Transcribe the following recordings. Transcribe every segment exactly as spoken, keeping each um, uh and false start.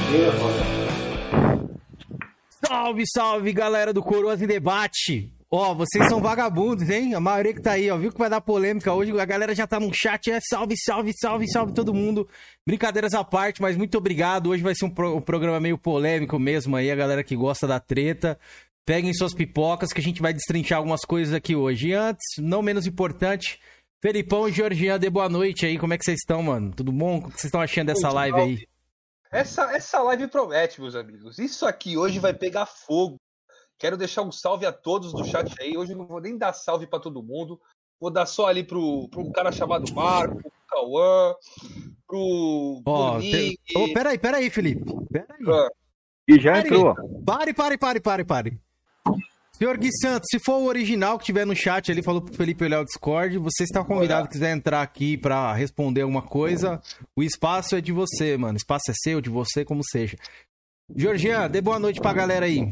Salve, salve, galera do Coroas em Debate. Ó, vocês são vagabundos, hein? A maioria que tá aí, ó, viu que vai dar polêmica hoje. A galera já tá no chat, é salve, salve, salve, salve todo mundo. Brincadeiras à parte, mas muito obrigado. Hoje vai ser um, pro- um programa meio polêmico mesmo aí, a galera que gosta da treta. Peguem suas pipocas que a gente vai destrinchar algumas coisas aqui hoje. E antes, não menos importante, Felipão e Georgian, dê boa noite aí. Como é que vocês estão, mano? Tudo bom? O que vocês estão achando dessa live aí? Essa, essa live promete, meus amigos. Isso aqui hoje vai pegar fogo. Quero deixar um salve a todos do chat aí. Hoje eu não vou nem dar salve pra todo mundo. Vou dar só ali pro, pro cara chamado Marco, pro Cauã, pro Ó, pro Nick. te... oh, peraí, peraí, Felipe. Peraí. Ah, E já Pare. entrou. Pare, pare, pare, pare, pare. Senhor Gui Santos, se for o original que tiver no chat ali, falou pro Felipe olhar o Discord, você está convidado, quiser entrar aqui pra responder alguma coisa, o espaço é de você, mano. O espaço é seu, de você, como seja. Georgian, dê boa noite pra galera aí.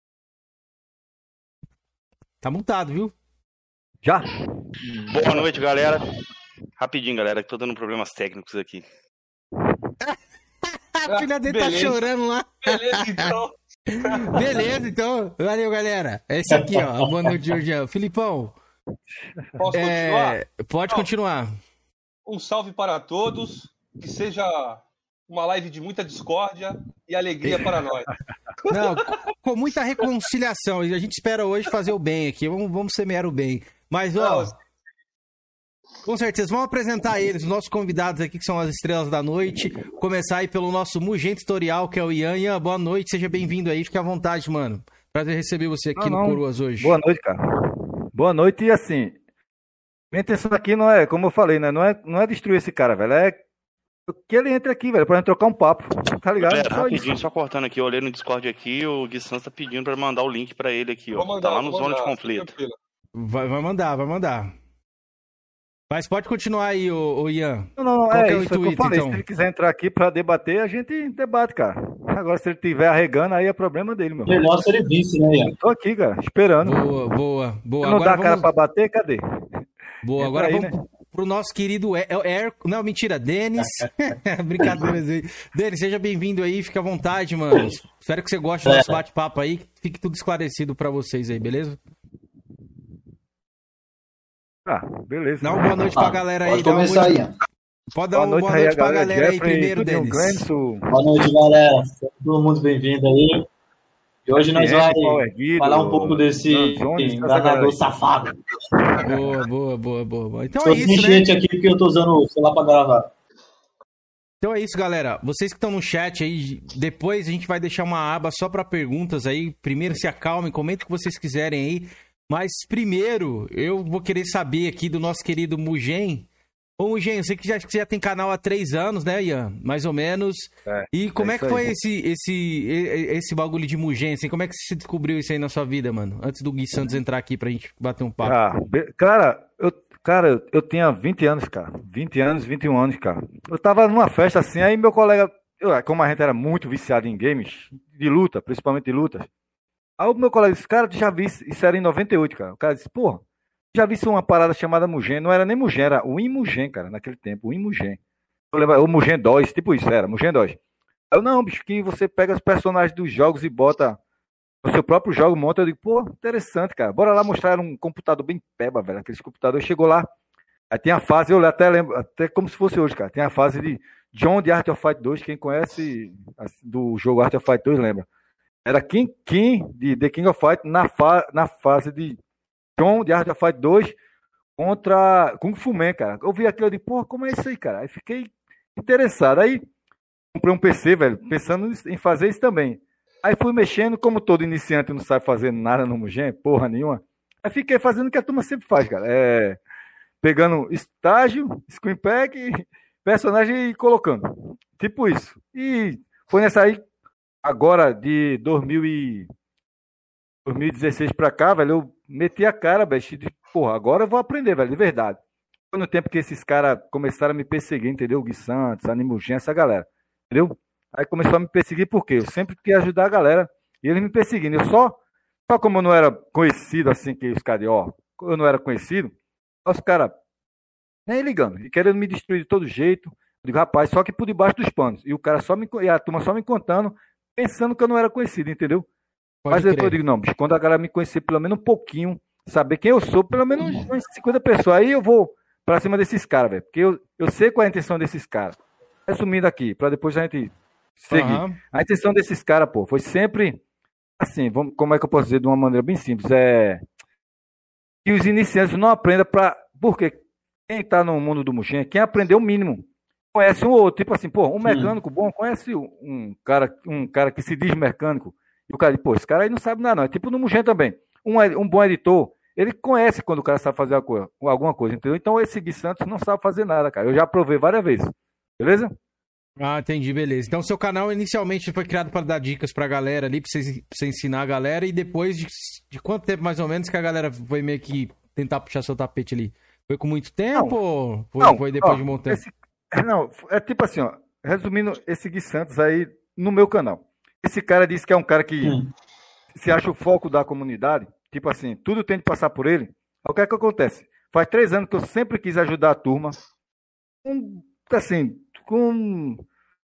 Tá mutado, viu? Já? Boa noite, galera. Rapidinho, galera, que tô dando problemas técnicos aqui. A filha dele tá beleza. chorando lá. beleza, então. Beleza, então. Valeu, galera. É esse aqui, ó. Boa noite, Georgian. Filipão, Posso continuar? é... pode Não. continuar. Um salve para todos. Que seja uma live de muita discórdia e alegria para nós. Não, com- com muita reconciliação. A gente espera hoje fazer o bem aqui. Vamos, vamos semear o bem. Mas, ó, Não, com certeza, vamos apresentar eles, os nossos convidados aqui, que são as estrelas da noite. Começar aí pelo nosso Mugente Tutorial, que é o Ian. Ian, boa noite, seja bem-vindo aí. Fique à vontade, mano. Prazer receber você aqui Não, no não. Coroas hoje. Boa noite, cara. Boa noite e assim, minha intenção aqui não é, como eu falei, né? Não é, não é destruir esse cara, velho. É que ele entre aqui, velho, pra gente trocar um papo. Tá ligado? Galera, Só rapidinho, isso. só cortando aqui, eu olhei no Discord aqui, o Gui Santos tá pedindo pra mandar o link pra ele aqui, ó. vou mandar, tá lá no vou Zona de mandar, Conflito. tranquilo. Vai, vai mandar, vai mandar. Mas pode continuar aí, ô, ô Ian. Não, não, não, Qual é que é o isso que eu intuito, falei. então? Se ele quiser entrar aqui pra debater, a gente debate, cara. Agora, se ele tiver arregando, aí é problema dele, meu. Melhor se ele visse, né, Ian? Tô aqui, cara, esperando. Boa, boa, boa. Se não dá Agora a cara vamos... pra bater, cadê? Boa, Entra agora aí, vamos né? pro nosso querido Er... Er- Não, mentira, Denis. Brincadeiras aí. Denis, seja bem-vindo aí, fica à vontade, mano. Espero que você goste do nosso bate-papo aí, que fique tudo esclarecido pra vocês aí, beleza? Ah, beleza. Dá uma boa noite pra Ah, galera aí. Pode dá uma começar, boa... Ian. Pode dar Boa uma noite, boa aí, noite a pra galera. galera aí Jeffrey, primeiro, Tudinho, Denis. Glenson, Boa noite, galera. Todo mundo bem-vindo aí. E hoje nós Henrique, vamos Paulo Erguido, falar um pouco desse Lanzoni, essa galera enganador aí. safado. Boa, boa, boa, boa, boa. Então é Tô isso, né? consciente aqui porque eu tô usando o celular pra gravar. Então é isso, galera. Vocês que estão no chat aí, depois a gente vai deixar uma aba só para perguntas aí. Primeiro se acalmem, comentem o que vocês quiserem aí. Mas primeiro, eu vou querer saber aqui do nosso querido Mugen. Ô, Mugen, eu sei que já, que já tem canal há três anos, né, Ian? Mais ou menos. É, E como é é, que isso foi aí. esse, esse, e- esse bagulho de Mugen, assim? Como é que você descobriu isso aí na sua vida, mano? Antes do Gui Santos entrar aqui pra gente bater um papo. Ah, be- cara, eu, cara, eu tinha vinte anos, cara. vinte anos, vinte e um anos, cara. Eu tava numa festa assim, aí meu colega, eu, como a gente era muito viciado em games, de luta, principalmente de lutas. Aí o meu colega disse, cara, tu já vi isso, isso era em noventa e oito, cara. O cara disse, porra, já vi isso uma parada chamada Mugen. Não era nem Mugen, era o Imugen, cara, naquele tempo, o Imugen. Eu lembro, o Mugen dois, tipo isso, era, Mugen dois. Eu, não, bicho, que você pega os personagens dos jogos e bota o seu próprio jogo, monta. Eu digo, pô, interessante, cara. Bora lá mostrar um computador bem peba, velho. Aqueles computadores. Chegou lá, aí tem a fase, eu até lembro, até como se fosse hoje, cara. Tem a fase de John de Art of Fight dois, quem conhece assim, do jogo Art of Fight dois, lembra? Era King King de The King of Fight na, fa na fase de John de Art of Fight dois contra Kung Fu Man, cara. Eu vi aquilo, eu digo, porra, como é isso aí, cara? Aí fiquei interessado. Aí comprei um P C, velho, pensando em fazer isso também. Aí fui mexendo, como todo iniciante não sabe fazer nada no Mugen, porra nenhuma. Aí fiquei fazendo o que a turma sempre faz, cara. É, pegando estágio, screen pack, personagem e colocando. Tipo isso. E foi nessa aí, agora de dois mil e dezesseis pra cá, velho, eu meti a cara, velho, de, porra, agora eu vou aprender, velho, de verdade. Foi no tempo que esses caras começaram a me perseguir, entendeu? O Gui Santos, Animugen, essa galera, entendeu? Aí começou a me perseguir por quê? Eu sempre queria ajudar a galera e eles me perseguindo. Eu só, só como eu não era conhecido assim, que os caras, ó, eu não era conhecido, os caras nem ligando e querendo me destruir de todo jeito. Eu digo, rapaz, só que por debaixo dos panos. E o cara só me, e a turma só me contando, pensando que eu não era conhecido, entendeu? Pode Mas depois crer. eu digo, não, bicho, quando a galera me conhecer pelo menos um pouquinho, saber quem eu sou, pelo menos umas cinquenta pessoas, aí eu vou pra cima desses caras, velho. Porque eu, eu sei qual é a intenção desses caras. Resumindo aqui, pra depois a gente seguir. Aham. A intenção desses caras, pô, foi sempre assim, vamos, como é que eu posso dizer de uma maneira bem simples? É que os iniciantes não aprendam pra. Porque quem tá no mundo do Muxem, quem aprendeu o mínimo, conhece um ou outro. Tipo assim, pô, um mecânico bom conhece um cara, um cara que se diz mecânico. E o cara diz, pô, esse cara aí não sabe nada, não. É tipo no Muxem também. Um, um bom editor, ele conhece quando o cara sabe fazer coisa, alguma coisa, entendeu? Então esse Gui Santos não sabe fazer nada, cara. Eu já provei várias vezes. Beleza? Ah, entendi, beleza. Então, seu canal inicialmente foi criado para dar dicas pra galera ali, pra você, pra você ensinar a galera, e depois de, de quanto tempo mais ou menos que a galera foi meio que tentar puxar seu tapete ali? Foi com muito tempo Não, ou foi, não, foi depois ó, de um bom tempo? esse- não, é tipo assim, ó. Resumindo, esse Gui Santos aí no meu canal. Esse cara disse que é um cara que Hum. se acha o foco da comunidade. Tipo assim, tudo tem de passar por ele. Aí o que é que acontece? Faz três anos que eu sempre quis ajudar a turma. Com, assim, com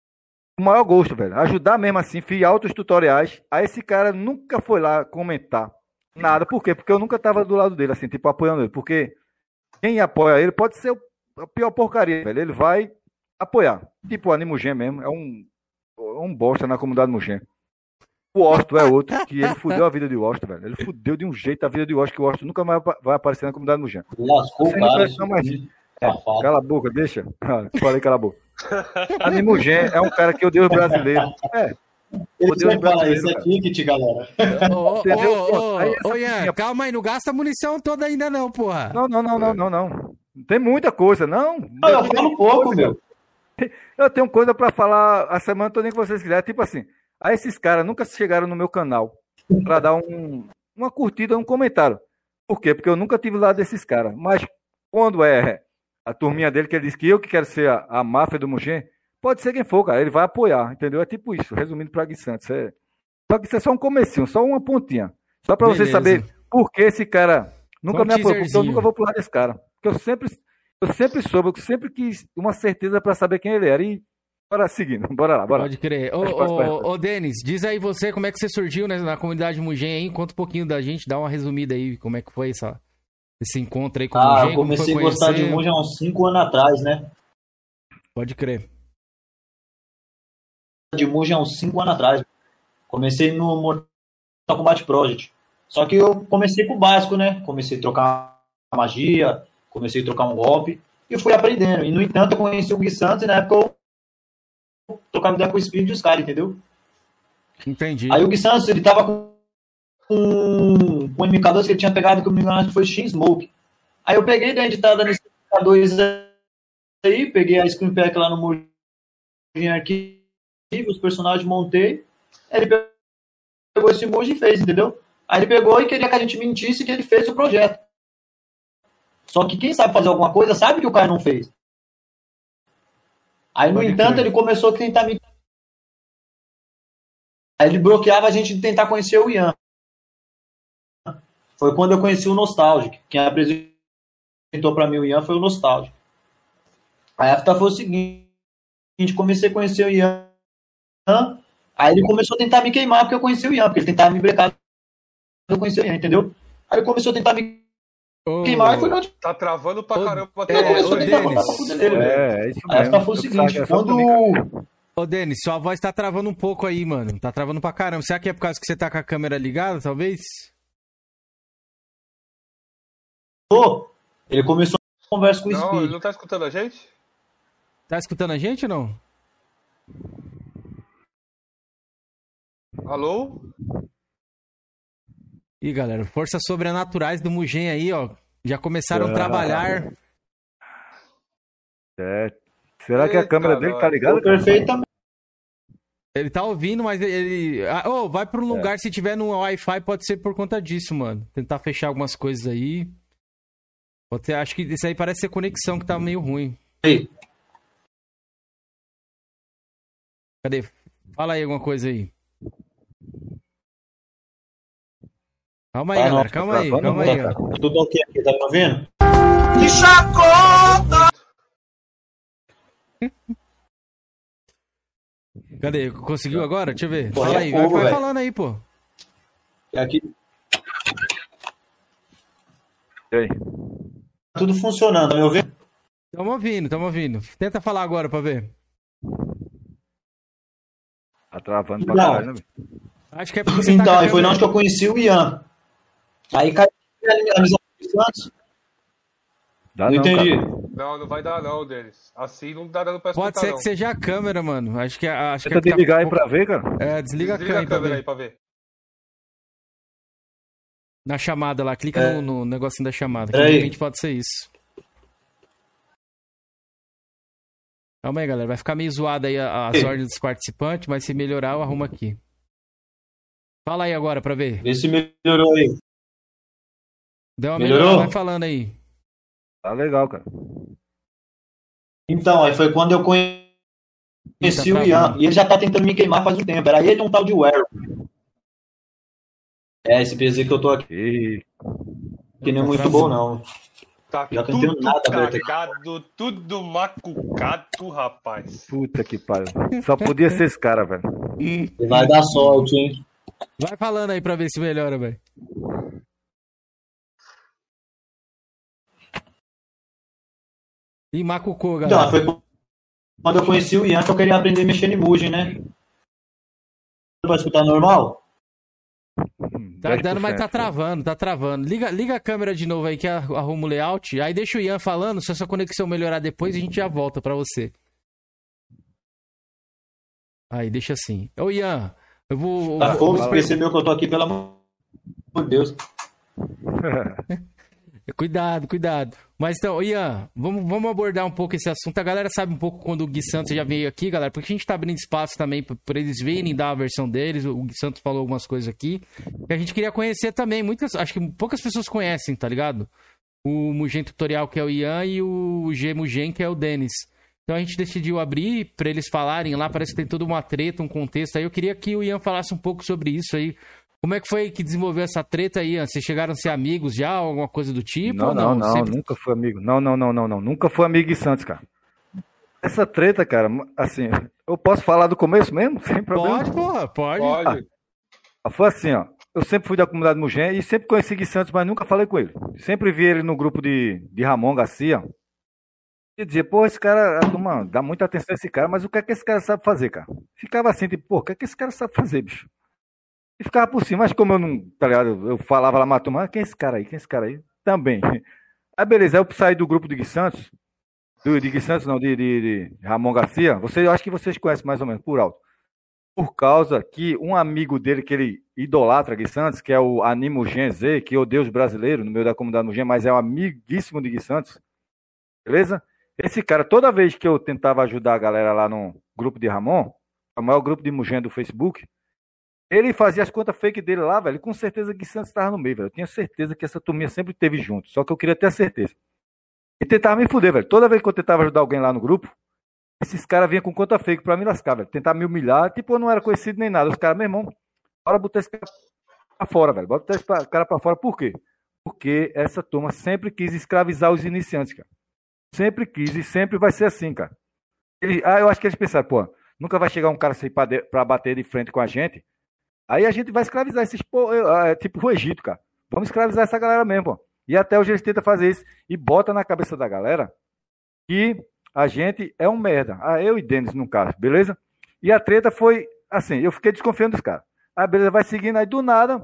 o maior gosto, velho. Ajudar mesmo assim, fiz altos tutoriais. Aí esse cara nunca foi lá comentar nada. Por quê? Porque eu nunca tava do lado dele, assim, tipo, apoiando ele. Porque quem apoia ele pode ser o- a pior porcaria, velho. Ele vai apoiar. Tipo o Animugem mesmo. É um, é um bosta na comunidade Mugem. O Washington é outro, que ele fudeu a vida de Washington, velho. Ele fudeu de um jeito a vida de Washington, que o Washington nunca mais vai- vai aparecer na comunidade Mugem. Lascou o Você não cara. presta mais. isso, É, safado. cala a boca, deixa. Ah, falei cala a boca. Animugem é um cara que odeia os brasileiros. É, Ele Deus sempre fala brasileiro, isso cara. aqui, Kit, galera. Ô, ô, Entendeu? ô, ô, Aí essa ô, Ian, coisinha- calma aí, não gasta munição toda ainda não, porra. não, não, não, não, não, não. Tem muita coisa, não. Não, eu falo pouco, meu. Eu tenho coisa pra falar a semana toda que vocês quiserem. Tipo assim, aí esses caras nunca chegaram no meu canal pra dar um, uma curtida, um comentário. Por quê? Porque eu nunca tive lá desses caras. Mas quando é a turminha dele que ele diz que eu que quero ser a, a máfia do Muxem, pode ser quem for, cara. Ele vai apoiar, entendeu? É tipo isso, resumindo pra Gui Santos. É... Só que isso é só um comecinho, só uma pontinha. Só pra você Beleza. saber por que esse cara nunca Só um me apoiou. Porque eu teaserzinho. nunca vou pro lado desse cara. Porque eu sempre, eu sempre soube, eu sempre quis uma certeza pra saber quem ele era. E bora seguindo, bora lá, bora lá. Pode crer. Ô, Faz parte da ô, ô, Denis, diz aí você como é que você surgiu né, na comunidade Mugen aí, conta um pouquinho da gente, dá uma resumida aí, como é que foi essa, esse encontro aí com o Ah, Mugen, eu como comecei foi a gostar de conhecer? Mugen há uns cinco anos atrás, né? Pode crer. De Mugen há uns cinco anos atrás. Comecei no Mortal Kombat Project. Só que eu comecei com o básico, né? Comecei a trocar magia, comecei a trocar um golpe, e eu fui aprendendo. E, no entanto, eu conheci o Gui Santos e na época eu trocava ideia com o espírito dos caras, entendeu? Entendi. Aí o Gui Santos, ele tava com um, um M K dois que ele tinha pegado, que eu me engano, foi X-Smoke. Aí eu peguei, dei uma editada nesse M K dois aí, peguei a Screen Pack lá no Mugen Arquivo, os personagens montei, aí ele pegou esse Mugen e fez, entendeu? Aí ele pegou e queria que a gente mentisse que ele fez o projeto. Só que quem sabe fazer alguma coisa sabe que o cara não fez. Aí, no Pode entanto, crer. ele começou a tentar me... Aí ele bloqueava a gente de tentar conhecer o Ian. Foi quando eu conheci o Nostalgic. Quem apresentou pra mim o Ian foi o Nostalgic. Aí a fita foi o seguinte, comecei a conhecer o Ian, aí ele começou a tentar me queimar porque eu conheci o Ian, porque ele tentava me brecar eu conheci o Ian, entendeu? Aí ele começou a tentar me Ô, queimar e foi onde Tá travando pra Ô, caramba. é, até ele começou ô, a tentar Denis. botar pra fuder dele, velho. É, é isso Aí a mesmo. fita foi o Eu seguinte, precisava- quando... também, ô, Denis, sua voz tá travando um pouco aí, mano. Tá travando pra caramba. Será que é por causa que você tá com a câmera ligada, talvez? ele começou a conversa com o Não, ele Speed. não tá escutando a gente? Tá escutando a gente ou não? Alô? Ih, galera, forças sobrenaturais do Mugen aí, ó. Já começaram a trabalhar. É. Será que a Eita, câmera dele tá nós. ligada? cara? Perfeitamente. Ele tá ouvindo, mas ele. Ah, ô, vai pra um lugar, se tiver no Wi-Fi, pode ser por conta disso, mano. Tentar fechar algumas coisas aí. Pode ser- acho que isso aí parece ser conexão que tá meio ruim. Ei, Cadê? Fala aí alguma coisa aí. Calma aí, Tá, galera. não, Calma tá aí, travando calma aí, muito, ó. tá tudo ok aqui, tá me ouvindo? Cadê? Conseguiu agora? Deixa eu ver. Pô, Fala é aí, fogo, vai, vai velho. falando aí, pô. E aqui E aí? tá tudo funcionando, tá me ouvindo? Tamo ouvindo, tamo ouvindo. Tenta falar agora pra ver. Tá travando pra Não. caralho, né, bicho? Acho que é porque você Então, tá aí foi câmera- onde que eu conheci o Ian. Aí caiu a amizade com o Santos. Dá Não não, entendi. cara. Não, não vai dar não, Denis. Assim não tá dando pra Pode escutar, ser não. que seja a câmera, mano. Acho que, acho que Tenta é que tá desligar aí um pouco- pra ver, cara. É, desliga, Desliga a câmera, a câmera pra aí ver. pra ver. Na chamada lá, clica É. no, no negocinho da chamada. Que Pera de aí. repente pode ser isso. Calma aí, galera. Vai ficar meio zoado aí a- as Ei. ordens dos participantes, mas se melhorar, eu arrumo aqui. Fala aí agora pra ver. Vê se melhorou aí. Deu uma Melhorou? melhorada, vai falando aí. Tá legal, cara. Então, aí foi quando eu conheci Ih, tá o Ian. travando. E ele já tá tentando me queimar faz um tempo. Era ele e um tal de Wero. É, esse P Z que eu tô aqui, E... que não é Tá muito travando. bom, não. Tá Já que eu não tenho tudo nada aberto aqui. cagado, tudo macucado, rapaz. Puta que pariu. Só podia ser esse cara, velho. Vai dar sorte, hein? Vai falando aí pra ver se melhora, velho. E macucou, Então, galera. foi quando eu conheci o Ian que eu queria aprender a mexer em Mugen, né? Vai escutar normal? Tá dez por dando, mas tá cento. travando, tá travando. Liga, liga a câmera de novo aí que a- arruma o layout. Aí deixa o Ian falando, se a sua conexão melhorar depois, a gente já volta pra você. Aí, deixa assim. Ô, Ian, eu vou... Tá eu vou- fogo? vou- Você percebeu que eu tô aqui, pelo amor de Deus. Cuidado, cuidado. Mas então, Ian, vamos, vamos abordar um pouco esse assunto. A galera sabe um pouco quando o Gui Santos já veio aqui, galera, porque a gente tá abrindo espaço também pra pra eles virem dar a versão deles. O Gui Santos falou algumas coisas aqui. E a gente queria conhecer também. Muitas, acho que poucas pessoas conhecem, tá ligado? O Mugen Tutorial, que é o Ian, e o G Mugen, que é o Denis. Então a gente decidiu abrir pra eles falarem lá. Parece que tem toda uma treta, um contexto. Aí eu queria que o Ian falasse um pouco sobre isso aí. Como é que foi que desenvolveu essa treta aí, Ian? Vocês chegaram a ser amigos já, alguma coisa do tipo? Não, ou não, não, Sempre- nunca fui amigo. Não, não, não, não, não. Nunca fui amigo de Santos, cara. Essa treta, cara, assim, eu posso falar do começo mesmo? Sem problema. Pode, porra, pode. Pode. Ah, Foi assim, ó. Eu sempre fui da comunidade Mugen e sempre conheci Gui Santos, mas nunca falei com ele. Sempre vi ele no grupo de, de Ramon Garcia. E dizia, pô, esse cara, a turma dá muita atenção a esse cara, mas o que é que esse cara sabe fazer, cara? Ficava assim, tipo, pô, o que é que esse cara sabe fazer, bicho? E ficava por cima, mas como eu não, tá ligado? Eu falava lá, mas a turma, ah, quem é esse cara aí? Quem é esse cara aí? Também. Aí beleza, aí eu saí do grupo de Gui Santos, do, de Gui Santos não, de, de, de Ramon Garcia. Você, eu acho que vocês conhecem mais ou menos, por alto. Por causa que um amigo dele, que ele idolatra, Gui Santos, que é o Animo Gen Z, que odeia os brasileiros no meio da comunidade Mugen, mas é um amiguíssimo de Gui Santos. Beleza? Esse cara, toda vez que eu tentava ajudar a galera lá no grupo de Ramon, o maior grupo de Mugen do Facebook, ele fazia as contas fake dele lá, velho, e com certeza Gui Santos estava no meio, velho. Eu tinha certeza que essa turminha sempre esteve junto, só que eu queria ter a certeza. E tentava me fuder, velho. Toda vez que eu tentava ajudar alguém lá no grupo, esses caras vinham com conta fake pra me lascar, velho. Tentar me humilhar. Tipo, eu não era conhecido nem nada. Os caras, meu irmão, bora botar esse cara pra fora, velho. Bora botar esse cara pra fora. Por quê? Porque essa turma sempre quis escravizar os iniciantes, cara. Sempre quis e sempre vai ser assim, cara. Ele, ah, eu acho que eles pensaram, pô, nunca vai chegar um cara assim pra, de, pra bater de frente com a gente. Aí a gente vai escravizar esses, pô, é, tipo o Egito, cara. Vamos escravizar essa galera mesmo, pô. E até hoje eles tentam fazer isso e bota na cabeça da galera que a gente é um merda. Ah, eu e Denis, no caso, beleza? E a treta foi assim, eu fiquei desconfiando dos caras. Aí beleza, vai seguindo, aí do nada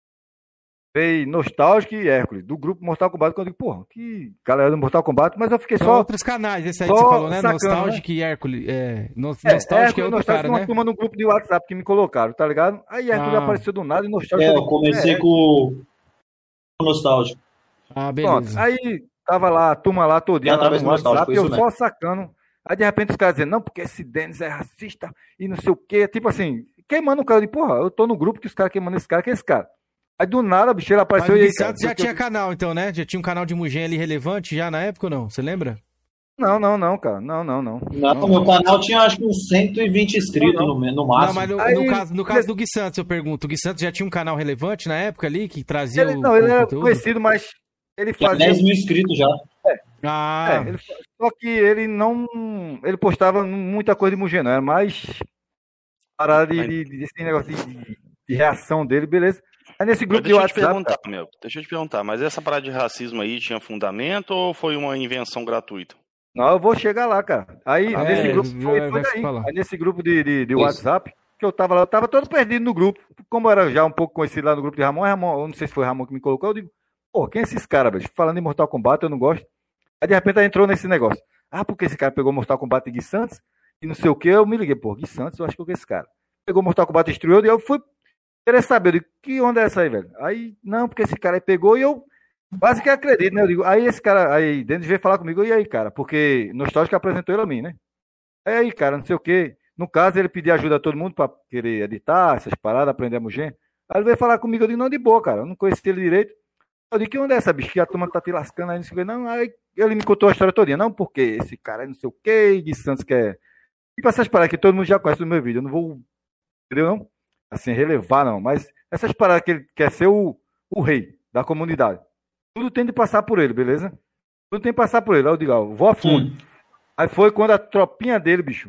veio Nostalgic e Hércules, do grupo Mortal Kombat, quando eu digo, porra, que galera do Mortal Kombat, mas eu fiquei São só... outros canais, esse aí só que você falou, né? sacando, Nostalgic e Hércules. É, no, É, Nostalgic é Hércules, outro Nostalgic cara, tem uma né? turma no grupo de WhatsApp que me colocaram, tá ligado? Aí Hércules Ah. apareceu do nada e Nostalgic... É, eu digo, comecei é, com o Nostálgico. Ah, Pronto, beleza. aí tava lá, a turma lá todinha É, lá através no do Nostálgico, WhatsApp, eu isso só sacando. Aí de repente os caras dizendo, não, porque esse Denis é racista e não sei o quê. Tipo assim, queimando o cara. Eu digo, porra, eu tô no grupo que os caras queimando esse cara, que é esse cara. Aí do nada, bicho, ele Mas apareceu o e Gui aí, cara, Santos já eu- tinha canal, então, né? Já tinha um canal de Mugen ali relevante já na época ou não? Você lembra? Não, não, não, cara. Não, não, não. Não, meu canal tinha acho que uns cento e vinte inscritos Não, no, no Não, máximo. mas no, Aí- no caso, no caso do Gui Santos, eu pergunto. O Gui Santos já tinha um canal relevante na época ali, que trazia Ele, o, não, ele o era conteúdo? conhecido, mas ele Tinha fazia. dez mil inscritos já. Ah, É, ele- só que ele não. Ele postava muita coisa de Mugen, não. Era mais Parada de, de, de, desse negócio de, de, de reação dele, beleza. Aí nesse grupo de Deixa eu te WhatsApp. perguntar, meu. Deixa eu te perguntar, mas essa parada de racismo aí tinha fundamento ou foi uma invenção gratuita? Não, eu vou chegar lá, cara. Aí É, nesse grupo vai- foi, vai foi daí. falar. Aí nesse grupo de, de, de Isso. WhatsApp, que eu tava lá, eu tava todo perdido no grupo. Como eu era já um pouco conhecido lá no grupo de Ramon, Ramon, eu não sei se foi Ramon que me colocou, eu digo, pô, quem é esses caras, velho? Falando em Mortal Kombat, eu não gosto. Aí de repente ela entrou nesse negócio. Ah, porque esse cara pegou Mortal Kombat de Gui Santos e não sei o que, eu me liguei, pô, Gui Santos, eu acho que eu esse cara. Pegou Mortal Kombat e destruiu, e eu fui querer saber, eu digo, que onda é essa aí, velho? Aí, não, porque esse cara aí pegou e eu quase que acredito, né? Eu digo, aí esse cara, aí Denis veio falar comigo, e aí, cara? Porque Nostálgico apresentou ele a mim, né? Aí, aí, cara, não sei o que. No caso, ele pediu ajuda a todo mundo pra querer editar essas paradas, aprender a mugir. Aí ele veio falar comigo, eu digo, não, de boa, cara, eu não conheci ele direito. Eu digo, que onda é essa, bicho? Que a turma tá te lascando aí, não sei o que. Não, aí ele me contou a história todinha. Não, porque esse cara aí não sei o que, Gui Santos quer... Tipo essas paradas que todo mundo já conhece no meu vídeo, eu não vou, entendeu, não? Assim, relevar, não. Mas essas paradas que ele quer ser o, o rei da comunidade. Tudo tem de passar por ele, beleza? Tudo tem de passar por ele. Aí eu digo, ó, vou a fundo. Hum. Aí foi quando a tropinha dele, bicho,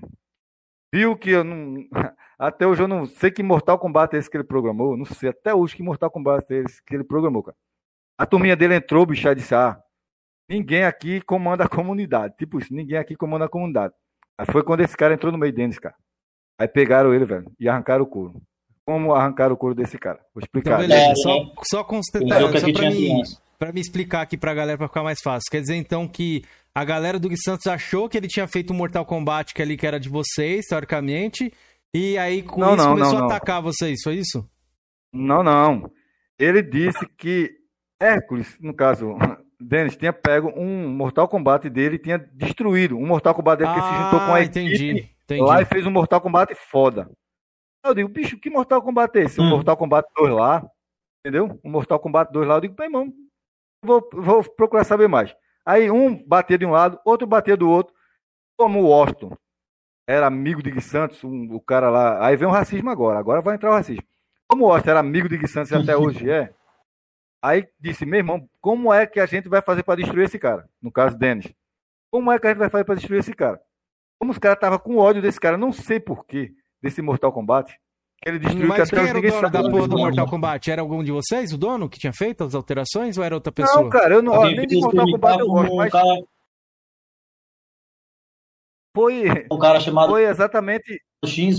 viu que eu não... Até hoje eu não sei que Mortal Kombat é esse que ele programou. Não sei até hoje que Mortal Kombat é esse que ele programou, cara. A turminha dele entrou, bicho, aí disse, ah, ninguém aqui comanda a comunidade. Tipo isso, ninguém aqui comanda a comunidade. Aí foi quando esse cara entrou no meio deles, cara. Aí pegaram ele, velho, e arrancaram o couro. Como arrancaram o couro desse cara? Vou explicar. Então, beleza. É, Só, né? só constatar, Entendeu que só aqui pra tinha mim, criança. pra me explicar aqui pra galera, pra ficar mais fácil. Quer dizer, então, que a galera do Gui Santos achou que ele tinha feito um Mortal Kombat que ali que era de vocês, teoricamente, e aí com Não, isso não, começou não, a não. atacar vocês, foi isso? Não, não. Ele disse que Hércules, no caso, Denis, tinha pego um Mortal Kombat dele e tinha destruído um Mortal Kombat dele que se juntou com a Ah, equipe entendi, entendi. lá e fez um Mortal Kombat foda. Eu digo, bicho, que Mortal Kombat é esse? Um Hum. Mortal Kombat dois lá, entendeu? Um Mortal Kombat dois lá. Eu digo, pô, irmão, vou, vou procurar saber mais. Aí um batia de um lado, outro batia do outro. Como o Washington era amigo de Gui Santos, um, o cara lá... Aí vem o racismo agora, agora vai entrar o racismo. Como o Washington era amigo de Gui Santos e até hoje é, aí disse, meu irmão, como é que a gente vai fazer para destruir esse cara? No caso, Denis. Como é que a gente vai fazer para destruir esse cara? Como os caras estavam com ódio desse cara, não sei porquê, desse Mortal Kombat, que ele destruiu, Mas que quem até hoje era o ninguém dono sabe. da porra do Não. Mortal Kombat? Era algum de vocês, o dono, que tinha feito as alterações, ou era outra pessoa? Não, cara, eu não, ó, Alguém nem de fez Mortal ele Kombat eu com gosto, um mas cara, foi, um cara chamado foi exatamente... X,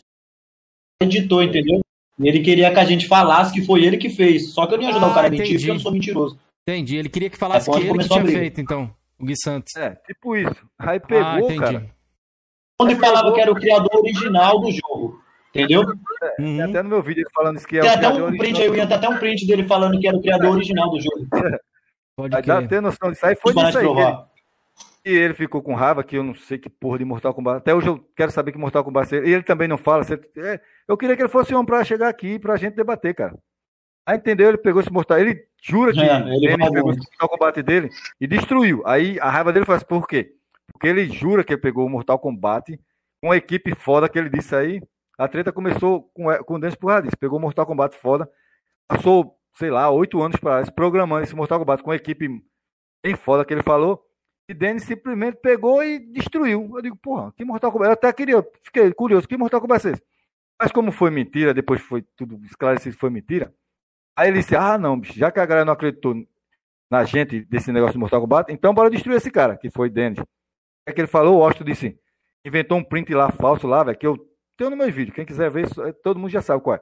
editor, entendeu? E ele queria que a gente falasse que foi ele que fez. Só que eu não ia ajudar Ah, o cara a mentir, entendi. porque eu não sou mentiroso. Entendi, ele queria que falasse É, que quando ele que começou a tinha briga. feito, então, o Gui Santos. É, tipo isso. Aí Ah, pegou, entendi. cara. Quando ele falava que era o criador original do jogo, entendeu? Tem Uhum. até no meu vídeo ele falando isso que é Tem o até criador um print original aí, do eu ia ter até um print dele falando que era o criador original do jogo. Pode Aí dá crer. até noção disso. Aí foi Para disso aí. que ele- provar. E ele ficou com raiva, que eu não sei que porra de Mortal Kombat. Até hoje eu quero saber que Mortal Kombat é. E ele também não fala. Você- é, eu queria que ele fosse um pra chegar aqui pra gente debater, cara. Aí entendeu? Ele pegou esse Mortal. Ele jura que É, ele ele vai pegou muito. esse Mortal Kombat dele e destruiu. Aí a raiva dele foi assim, por quê? Porque ele jura que ele pegou o Mortal Kombat com uma equipe foda que ele disse aí. A treta começou com, com o Denis por causa disso. Pegou o Mortal Kombat foda. Passou, sei lá, oito anos pra isso, programando esse Mortal Kombat com uma equipe bem foda que ele falou. E Denis simplesmente pegou e destruiu. Eu digo, porra, que Mortal Kombat? Eu até queria, fiquei curioso, que Mortal Kombat é esse? Mas como foi mentira, depois foi tudo esclarecido que foi mentira. Aí ele disse, ah não, bicho, já que a galera não acreditou na gente desse negócio de Mortal Kombat, então bora destruir esse cara, que foi Denis. É que ele falou, o Austin disse, inventou um print lá falso lá, velho, que eu tenho no meu vídeo, quem quiser ver, todo mundo já sabe qual é.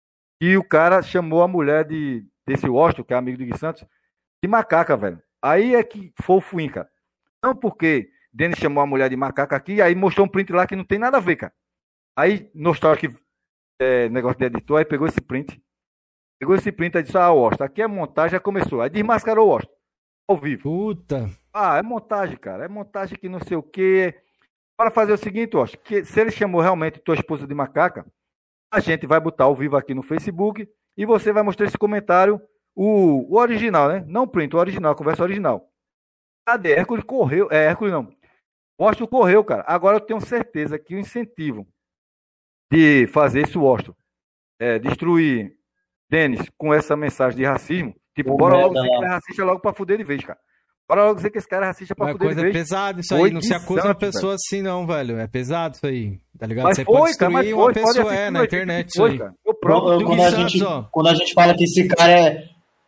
E o cara chamou a mulher de, desse Austin, que é amigo do Gui Santos, de macaca, velho. Aí é que foi o fuim, cara. Não porque Denis chamou a mulher de macaca aqui, aí mostrou um print lá que não tem nada a ver, cara. Aí, Nostálgico, é, negócio de editor, aí pegou esse print. Pegou esse print e disse, ah, o Austin, aqui é montagem, já começou. Aí desmascarou o Austin, ao vivo. Puta. Ah, é montagem, cara, é montagem que não sei o quê. Para fazer o seguinte, Austin, que se ele chamou realmente tua esposa de macaca, a gente vai botar ao vivo aqui no Facebook e você vai mostrar esse comentário, o, o original, né? Não o print, o original, a conversa original. Cadê? Hércules correu. É, Hércules não. Washington correu, cara. Agora eu tenho certeza que o incentivo de fazer esse Washington é, destruir Denis com essa mensagem de racismo, tipo, O bora logo merda ser que lá. ele é racista logo pra fuder de vez, cara. Bora logo dizer que esse cara é racista pra Uma poder coisa ver. pesada isso aí, Foi não de se acusa Santos, uma pessoa assim não, velho. É pesado isso aí, tá ligado? Mas Você foi, pode cara, mas destruir foi, uma pode pessoa, assistir é, no na YouTube internet que isso foi, aí. cara. Eu próprio Eu- do quando, Gui a Santos, gente, ó. quando a gente fala que esse cara é.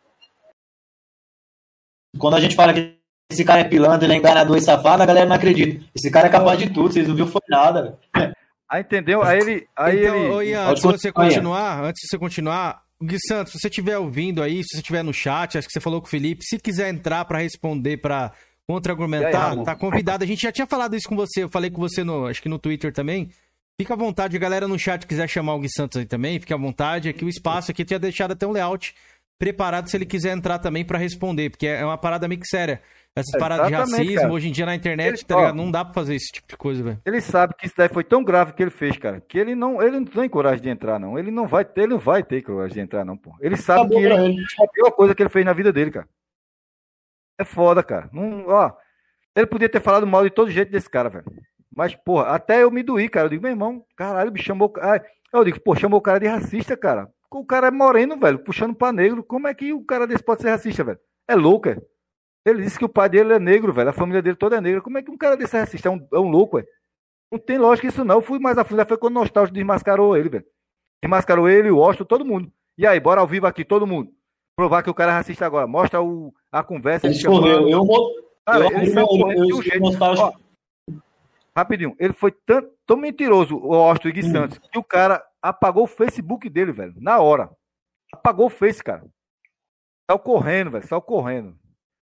Quando a gente fala que esse cara é pilantra, ele é enganador e safado, a galera não acredita. Esse cara é capaz de tudo, vocês não viram foi nada, velho. Aí entendeu? Aí ele. Aí Então, ele... ô Ian, Pode antes de você continuar, Ian. continuar, antes de você continuar, Gui Santos, se você estiver ouvindo aí, se você estiver no chat, acho que você falou com o Felipe, se quiser entrar pra responder, pra E contra-argumentar, aí, tá convidado. A gente já tinha falado isso com você, eu falei com você, no, acho que no Twitter também. Fica à vontade, a galera no chat quiser chamar o Gui Santos aí também, fica à vontade. Aqui o espaço, aqui tinha deixado até um layout preparado se ele quiser entrar também pra responder, porque é uma parada meio que séria. Essas É, paradas de exatamente, racismo, cara. hoje em dia na internet, Ele- tá ó, ligado? Não dá pra fazer esse tipo de coisa, velho. Ele sabe que isso daí foi tão grave que ele fez, cara, que ele não, ele não tem coragem de entrar, não. Ele não vai ter, ele não vai ter coragem de entrar, não, pô. Ele sabe Acabou que pra ele, ele. é a pior coisa que ele fez na vida dele, cara. É foda, cara. Não, ó, ele podia ter falado mal de todo jeito desse cara, velho. Mas, porra, até eu me doí, cara. Eu digo, meu irmão, caralho, me chamou. Ai, eu digo, pô, chamou o cara de racista, cara. O cara é moreno, velho, puxando pra negro. Como é que o cara desse pode ser racista, velho? É louco, é. Ele disse que o pai dele é negro, velho. A família dele toda é negra. Como é que um cara desse é racista? É um, é um louco, é. Não tem lógica isso, não. Eu fui mais a fundo. Foi quando o Nostálgico desmascarou ele, velho. Desmascarou ele, o Washington, todo mundo. E aí, bora ao vivo aqui, todo mundo. Provar que o cara é racista agora. Mostra o, a conversa. Ele ele chamando. escorreu. Eu, eu, Cara, eu, ele eu, saiu eu, correndo eu, de um jeito. nostálgico. Ó, rapidinho, ele foi tão, tão mentiroso, o Austin e Gui Hum. Santos, que o cara apagou o Facebook dele, velho, na hora. Apagou o Face, cara. Saiu correndo, velho, saiu correndo.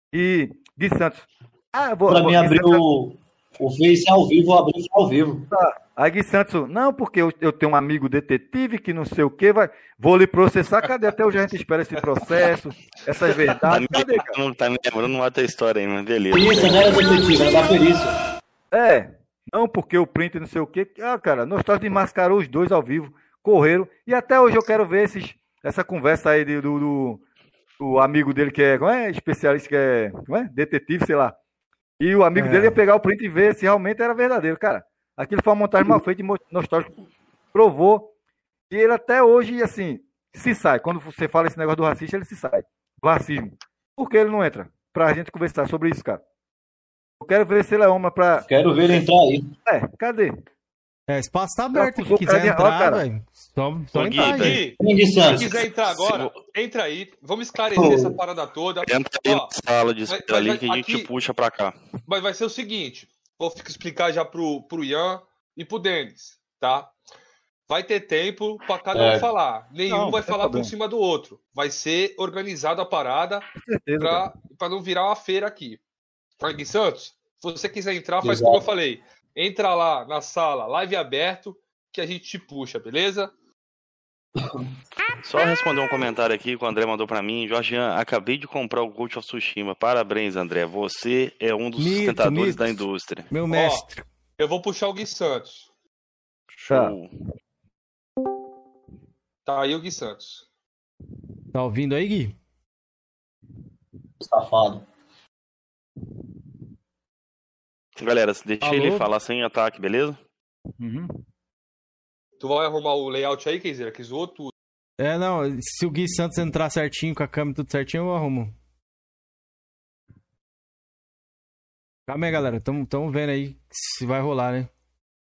E Gui Santos. Ah, vou, Pra vou, mim, Gui abrir Santos- o, o Face ao vivo, abrir ao vivo. Aí Gui Santos, não, porque eu, eu tenho um amigo detetive que não sei o que, vai, vou lhe processar. Cadê? Até hoje a gente espera esse processo, essas verdades. Cadê, cara? Não tá me lembrando uma outra história aí, mas beleza. Perícia, não era detetive, era da perícia. É, não porque o print não sei o que. Ah, cara, Nostálgico desmascarou os dois ao vivo, correram. E até hoje eu quero ver esses, essa conversa aí de- do, do, do amigo dele que é, como é? Especialista, que é, como é? Detetive, sei lá. E o amigo É. dele ia pegar o print e ver se realmente era verdadeiro. Cara, aquilo foi uma montagem mal feita e mo- Nostálgico provou. E ele até hoje, assim, se sai. Quando você fala esse negócio do racista, ele se sai. Do racismo. Por que ele não entra? Pra gente conversar sobre isso, cara. Eu quero ver se ele é homem pra. Quero ver ele entrar aí. É, cadê? É, espaço tá aberto, acusou quem o cara quiser de- ó, entrar, cara. velho. Só, só Ô, entrar Gui, aí. Gui, Quem de se Santos? quiser entrar agora, entra aí. Vamos esclarecer Ô. essa parada toda. Entra aí Ó, na sala de mas- espera ali mas que a gente aqui- puxa pra cá. Mas vai ser o seguinte: vou ficar- explicar já pro, pro Ian e pro Denis, tá? Vai ter tempo pra cada um É. falar. Nenhum Não, vai sem falar por problema. cima do outro. Vai ser organizada a parada Com certeza. cara. pra, pra não virar uma feira aqui. Tá, Gui Santos? Se você quiser entrar, faz Exato. como eu falei. Entra lá na sala, live aberto, que a gente te puxa, beleza? Só responder um comentário aqui que o André mandou pra mim. Jorgian, acabei de comprar o Ghost of Tsushima. Parabéns, André. Você é um dos Mito, sustentadores mito. da indústria. Meu mestre. Eu vou puxar o Gui Santos. Show. Tá aí o Gui Santos. Tá ouvindo aí, Gui? Safado. Galera, deixa Alô? ele falar sem ataque, beleza? Uhum. Tu vai arrumar o layout aí, Kenzeira, que zoou tudo. É, não, se o Gui Santos entrar certinho, com a câmera e tudo certinho, eu arrumo. Calma aí, galera. Tamo, tamo vendo aí se vai rolar, né?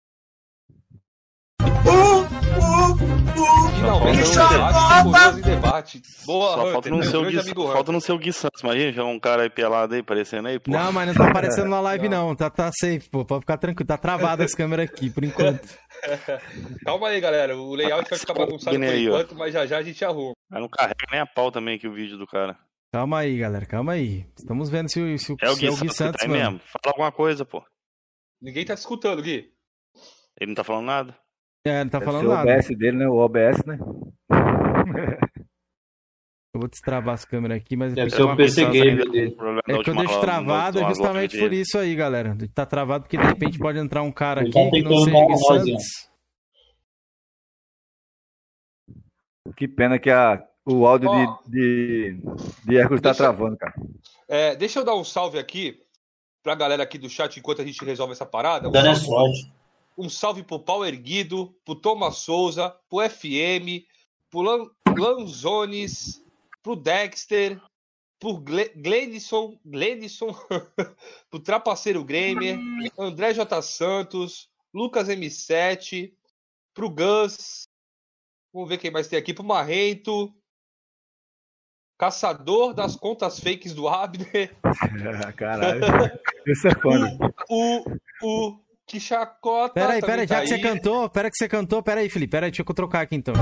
Finalmente, Só um falta debate, curioso em debate. Boa, Só Hunter, falta no meu seu grande Gui, amigo falta Hunter. no seu Gui Santos. Imagina, já um cara aí pelado aí, parecendo aí, pô. Não, mas não tá aparecendo na live, não. Tá, tá safe, pô. Pode ficar tranquilo. Tá travada as câmeras aqui, por enquanto. Calma aí, galera. O layout vai ficar bagunçado por aí, ó. enquanto, mas já já a gente arruma. Mas não carrega nem a pau também aqui o vídeo do cara. Calma aí, galera. Calma aí. Estamos vendo se, o- se, o- É o se Gui é o Gui Santos, que Santos, tá aí mano. mesmo. Fala alguma coisa, pô. Ninguém tá te escutando, Gui. Ele não tá falando nada? É, não tá Deve falando ser o nada. O B S dele, né? O O B S, né? Eu vou destravar as câmeras aqui, mas... Deve é ser o P C Pensando Gamer ainda dele. no problema da É que eu última deixo live, travado no- no- justamente no- por isso aí, galera. Tá travado porque de repente pode entrar um cara Ele aqui tá que não tentando seja dar Gui uma voz, Santos. Que pena que a, o áudio Ó. de, de, de Hércules tá Deixa- travando, cara. É, deixa eu dar um salve aqui pra galera aqui do chat enquanto a gente resolve essa parada. Um Dando é salve, sorte. um salve pro Pau Erguido, pro Thomas Souza, pro F M, pro Lan- Lanzones, pro Dexter, por Gle- Gleidson, Gleidson, pro Trapaceiro Gamer, André J. Santos, Lucas M sete, pro Gus, vamos ver quem mais tem aqui, pro Marrento, Caçador das contas fakes do Abner, Caralho. Esse é foda. o, o que chacota. Peraí, também peraí, tá já que você aí. cantou, pera que você cantou, peraí, Felipe, peraí, deixa eu trocar aqui então.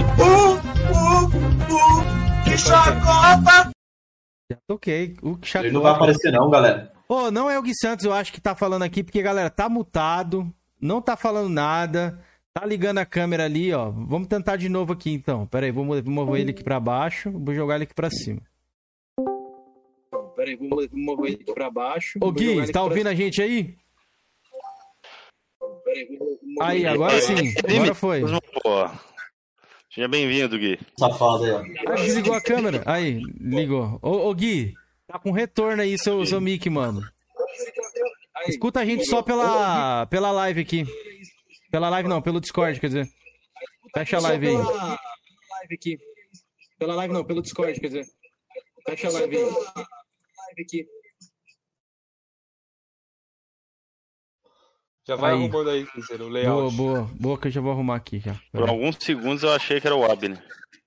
Que chacota! Já toquei, o que Ele não vai chacota. aparecer não, galera. Ô, não é o Gui Santos, eu acho que tá falando aqui, porque, galera, tá mutado, não tá falando nada, tá ligando a câmera ali, ó. Vamos tentar de novo aqui, então. Pera aí, vou mo- vou mover ele aqui pra baixo, vou jogar ele aqui pra cima. Pera aí, vou mo- vou mover ele aqui pra baixo. Ô, Gui, tá ouvindo a gente aí? Aí, agora sim, agora foi. Pô. Seja bem-vindo, Gui. Safado aí, ó. Ah, desligou a câmera? Aí, ligou. Ô, ô Gui, tá com retorno aí, seu, seu mic, mano. Escuta a gente só pela, pela live aqui. Pela live não, pelo Discord, quer dizer. Fecha a live aí. Pela live aqui. Pela live não, pelo Discord, quer dizer. Fecha a live aí. Live aqui. Já vai Aí. arrumando aí, Cícero, o Boa, layout. boa. Boa que eu já vou arrumar aqui já. Por alguns segundos eu achei que era o Abner.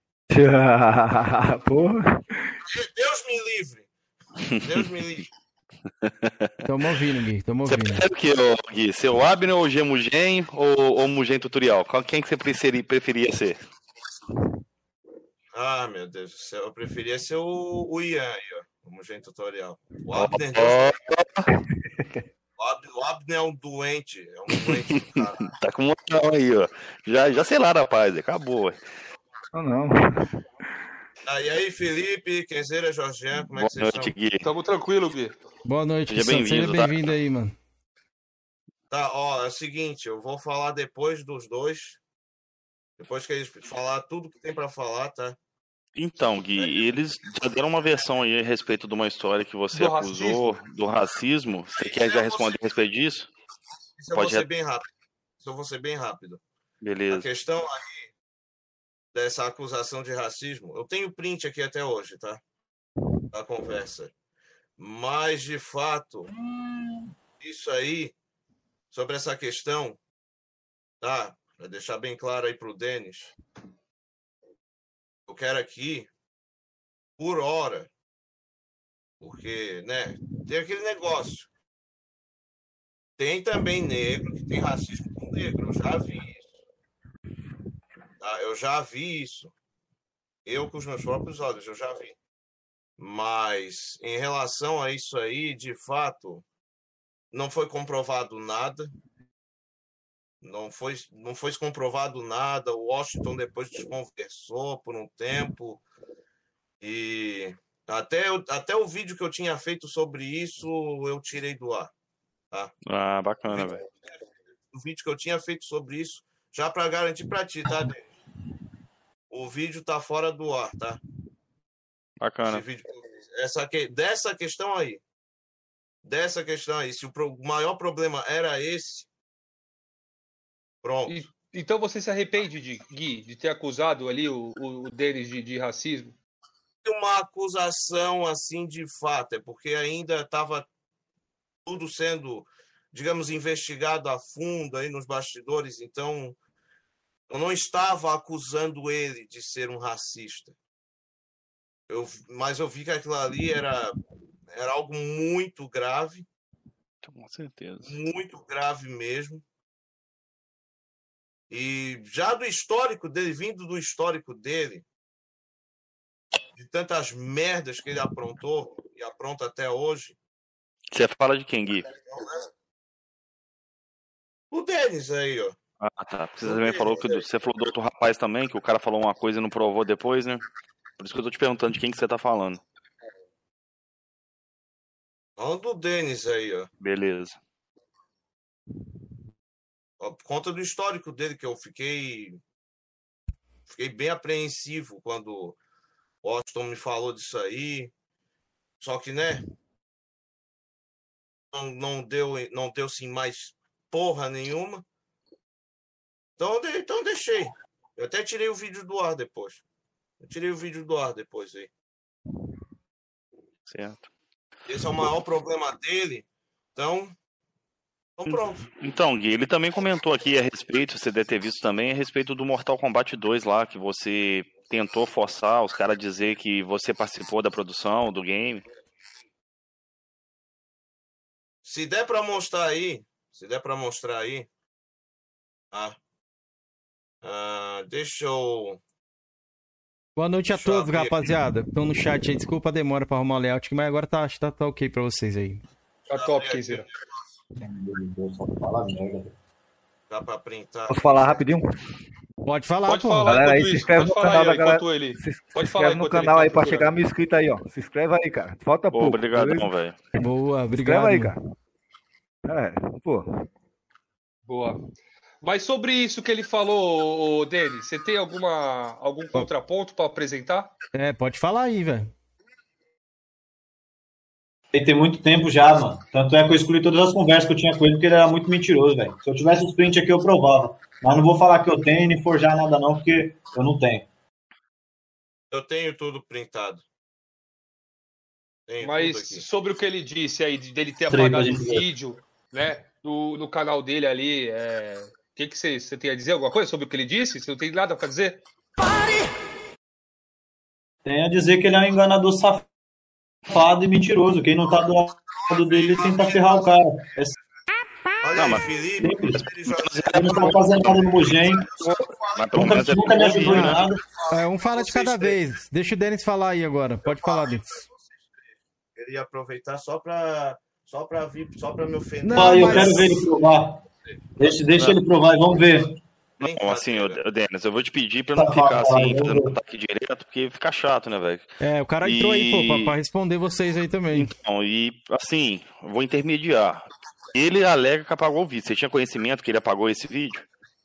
Porra. Deus me livre. Deus me livre. Tamo ouvindo, Gui, tamo Você ouvindo. prefere o que, ô, Gui? Ser o Abner ou o Gemugen ou o Mugen Tutorial? Qual- Quem que você preferi- preferia ser? Ah, meu Deus do céu. Eu preferia ser o, o Ian aí, ó. Como gente tutorial. O Abner, o Abner, o Abner é um doente. É um doente do cara. Tá com moral aí, ó. Já, já sei lá, rapaz. Acabou. ué. Não, não. Ah, e aí, Felipe, Kenzeira, Jorgian, como é Boa que vocês noite, estão? Gui. Tamo tranquilo, Gui. Boa noite, Seja Gui Santos. Seja bem-vindo, tá? bem-vindo aí, mano. Tá, ó, é o seguinte, eu vou falar depois dos dois. Depois que eles falar tudo que tem pra falar, tá? Então, Gui, eles já deram uma versão aí a respeito de uma história que você Do acusou do racismo. Você quer já responder a respeito disso? Isso eu Pode vou ser re- bem rápido. Isso eu vou ser bem rápido. A Beleza. questão aí dessa acusação de racismo, eu tenho print aqui até hoje, tá? Da conversa. Mas, de fato, isso aí, sobre essa questão, tá? Para deixar bem claro aí pro Denis, eu quero aqui, por hora, porque, né, tem aquele negócio. Tem também negro que tem racismo com negro, eu já vi isso. Tá? Eu já vi isso. Eu com os meus próprios olhos, eu já vi. Mas em relação a isso aí, de fato, não foi comprovado nada. Não foi, não foi comprovado nada. O Washington depois desconversou por um tempo. E até, eu- até o vídeo que eu tinha feito sobre isso, eu tirei do ar. Tá? Ah, bacana, velho. O vídeo que eu tinha feito sobre isso, já para garantir para ti, tá, Denis? O vídeo tá fora do ar, tá? Bacana. Esse vídeo, essa, que- dessa questão aí. Dessa questão aí. Se o, pro- o maior problema era esse, pronto. E- então você se arrepende, de, Gui, de ter acusado ali o, o, o Denis de, de racismo? Uma acusação assim de fato, é porque ainda estava tudo sendo, digamos, investigado a fundo aí nos bastidores, então eu não estava acusando ele de ser um racista. Eu, mas eu vi que aquilo ali era, era algo muito grave, Com certeza. muito grave mesmo. E já do histórico dele, vindo do histórico dele, de tantas merdas que ele aprontou e apronta até hoje, Você fala de quem, Gui? o Denis aí, ó. Ah, tá. Porque você também falou que do- você falou do outro rapaz também, que o cara falou uma coisa e não provou depois, né? Por isso que eu tô te perguntando de quem que você tá falando. Olha do Denis aí, ó. Beleza. Ó, por conta do histórico dele, que eu fiquei. Fiquei bem apreensivo quando o Washington me falou disso aí. Só que, né? Não, não deu, não deu sim mais porra nenhuma. Então, eu de- então eu deixei. Eu até tirei o vídeo do ar depois. Eu tirei o vídeo do ar depois aí. Certo. Esse é o maior problema dele. Então, então pronto. Então, Gui, ele também comentou aqui a respeito, você deve ter visto também, a respeito do Mortal Kombat dois lá, que você tentou forçar os caras a dizer que você participou da produção do game. Se der pra mostrar aí, se der pra mostrar aí, ah, ah, deixa eu... Boa noite a Deixa eu todos, abrir rapaziada. Estão no chat aí. Desculpa a demora pra arrumar o layout, mas agora tá, acho que tá, tá ok pra vocês aí. Tá top, Kenzeira. Dá pra printar. Posso falar rapidinho? Pode falar, Pode pô. falar Galera, aí enquanto se isso. inscreve Pode no falar canal aí, da ó, galera. enquanto ele... Se, se Pode falar inscreve no enquanto ele canal tá aí pra procurando. chegar mil inscritos aí, ó. Se inscreve aí, cara. Falta Pô, pouco. obrigadão, beleza? velho. Boa, Se obrigado. inscreve aí, cara. É, pô. Boa. Mas sobre isso que ele falou, ô, Denis, você tem alguma, algum contraponto pra apresentar? É, pode falar aí, velho. Ele tem muito tempo já, mano. Tanto é que eu excluí todas as conversas que eu tinha com ele, porque ele era muito mentiroso, velho. Se eu tivesse os prints aqui, eu provava. Mas não vou falar que eu tenho, nem forjar nada não, porque eu não tenho. Eu tenho tudo printado. Tenho Mas tudo aqui. sobre o que ele disse aí, de- dele ter Três apagado pra o gente ver. vídeo, né, no, no canal dele ali, é... o que que você, você tem a dizer? Alguma coisa sobre o que ele disse? Você não tem nada pra dizer? Tem a dizer que ele é um enganador safado e mentiroso. Quem não tá do lado dele tenta ferrar o cara. É Olha Não, aí, mas- Felipe, ele já... Ele não tá fazendo nada no Mugem, Mas pelo nunca, menos é nunca me ajudou em né? nada. É, um fala de Vocês cada têm- vez. Deixa o Denis falar aí agora. Pode falar, Denis. Ele ia aproveitar só pra, só pra vir, só pra me ofender. Não, Pai, eu mas- quero ver ele provar. Deixa, deixa ele provar e vamos ver. Não, assim, ô, ô, Denis, eu vou te pedir pra Tá não ficar falando, assim, vamos fazendo ver. ataque direto, porque fica chato, né, velho? É, o cara entrou aí, pô, pra, pra responder vocês aí também. Então, e assim, eu vou intermediar. Ele alega que apagou o vídeo. Você tinha conhecimento que ele apagou esse vídeo?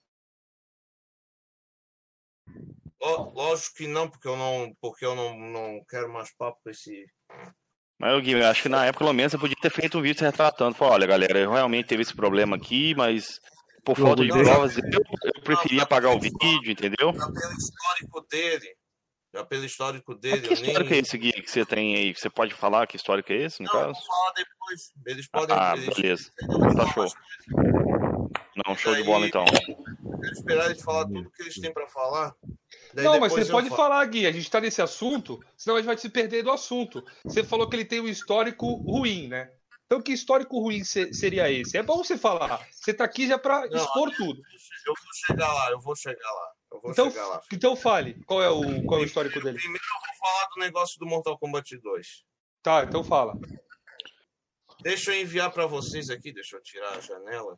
Ló- Lógico que não, porque eu não, porque eu não, não quero mais papo com esse. Mas eu, Gui, eu acho que na época, pelo menos, você podia ter feito um vídeo se retratando. Falou, olha, galera, eu realmente teve esse problema aqui, mas por falta de Não, provas, já- eu, eu preferia apagar o vídeo, entendeu? Já pelo histórico dele. Já pelo histórico Mas dele. que eu histórico nem... é esse, Gui, que você tem aí? Que você pode falar que histórico é esse, no Não, eu caso? vou falar depois. Eles podem. Ah, eles, beleza. eles vão Tá falar show. mais coisas. Não, show de Daí- bola, então. Eu quero esperar eles falar tudo que eles têm pra falar. Daí Não, mas depois você eu pode falo. falar, Gui. A gente tá nesse assunto, senão a gente vai se perder do assunto. Você falou que ele tem um histórico ruim, né? Então, que histórico ruim se- seria esse? É bom você falar. Você tá aqui já pra Não, expor tudo. Eu vou chegar lá, eu vou chegar lá. Eu vou Então, chegar lá. então fale. Qual é o, qual é o histórico dele? Primeiro eu vou falar do negócio do Mortal Kombat dois. Tá, então fala. Deixa eu enviar pra vocês aqui, deixa eu tirar a janela.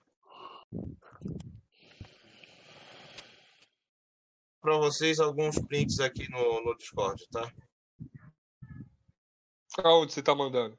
Pra vocês alguns prints aqui no, no Discord, tá? Aonde você tá mandando?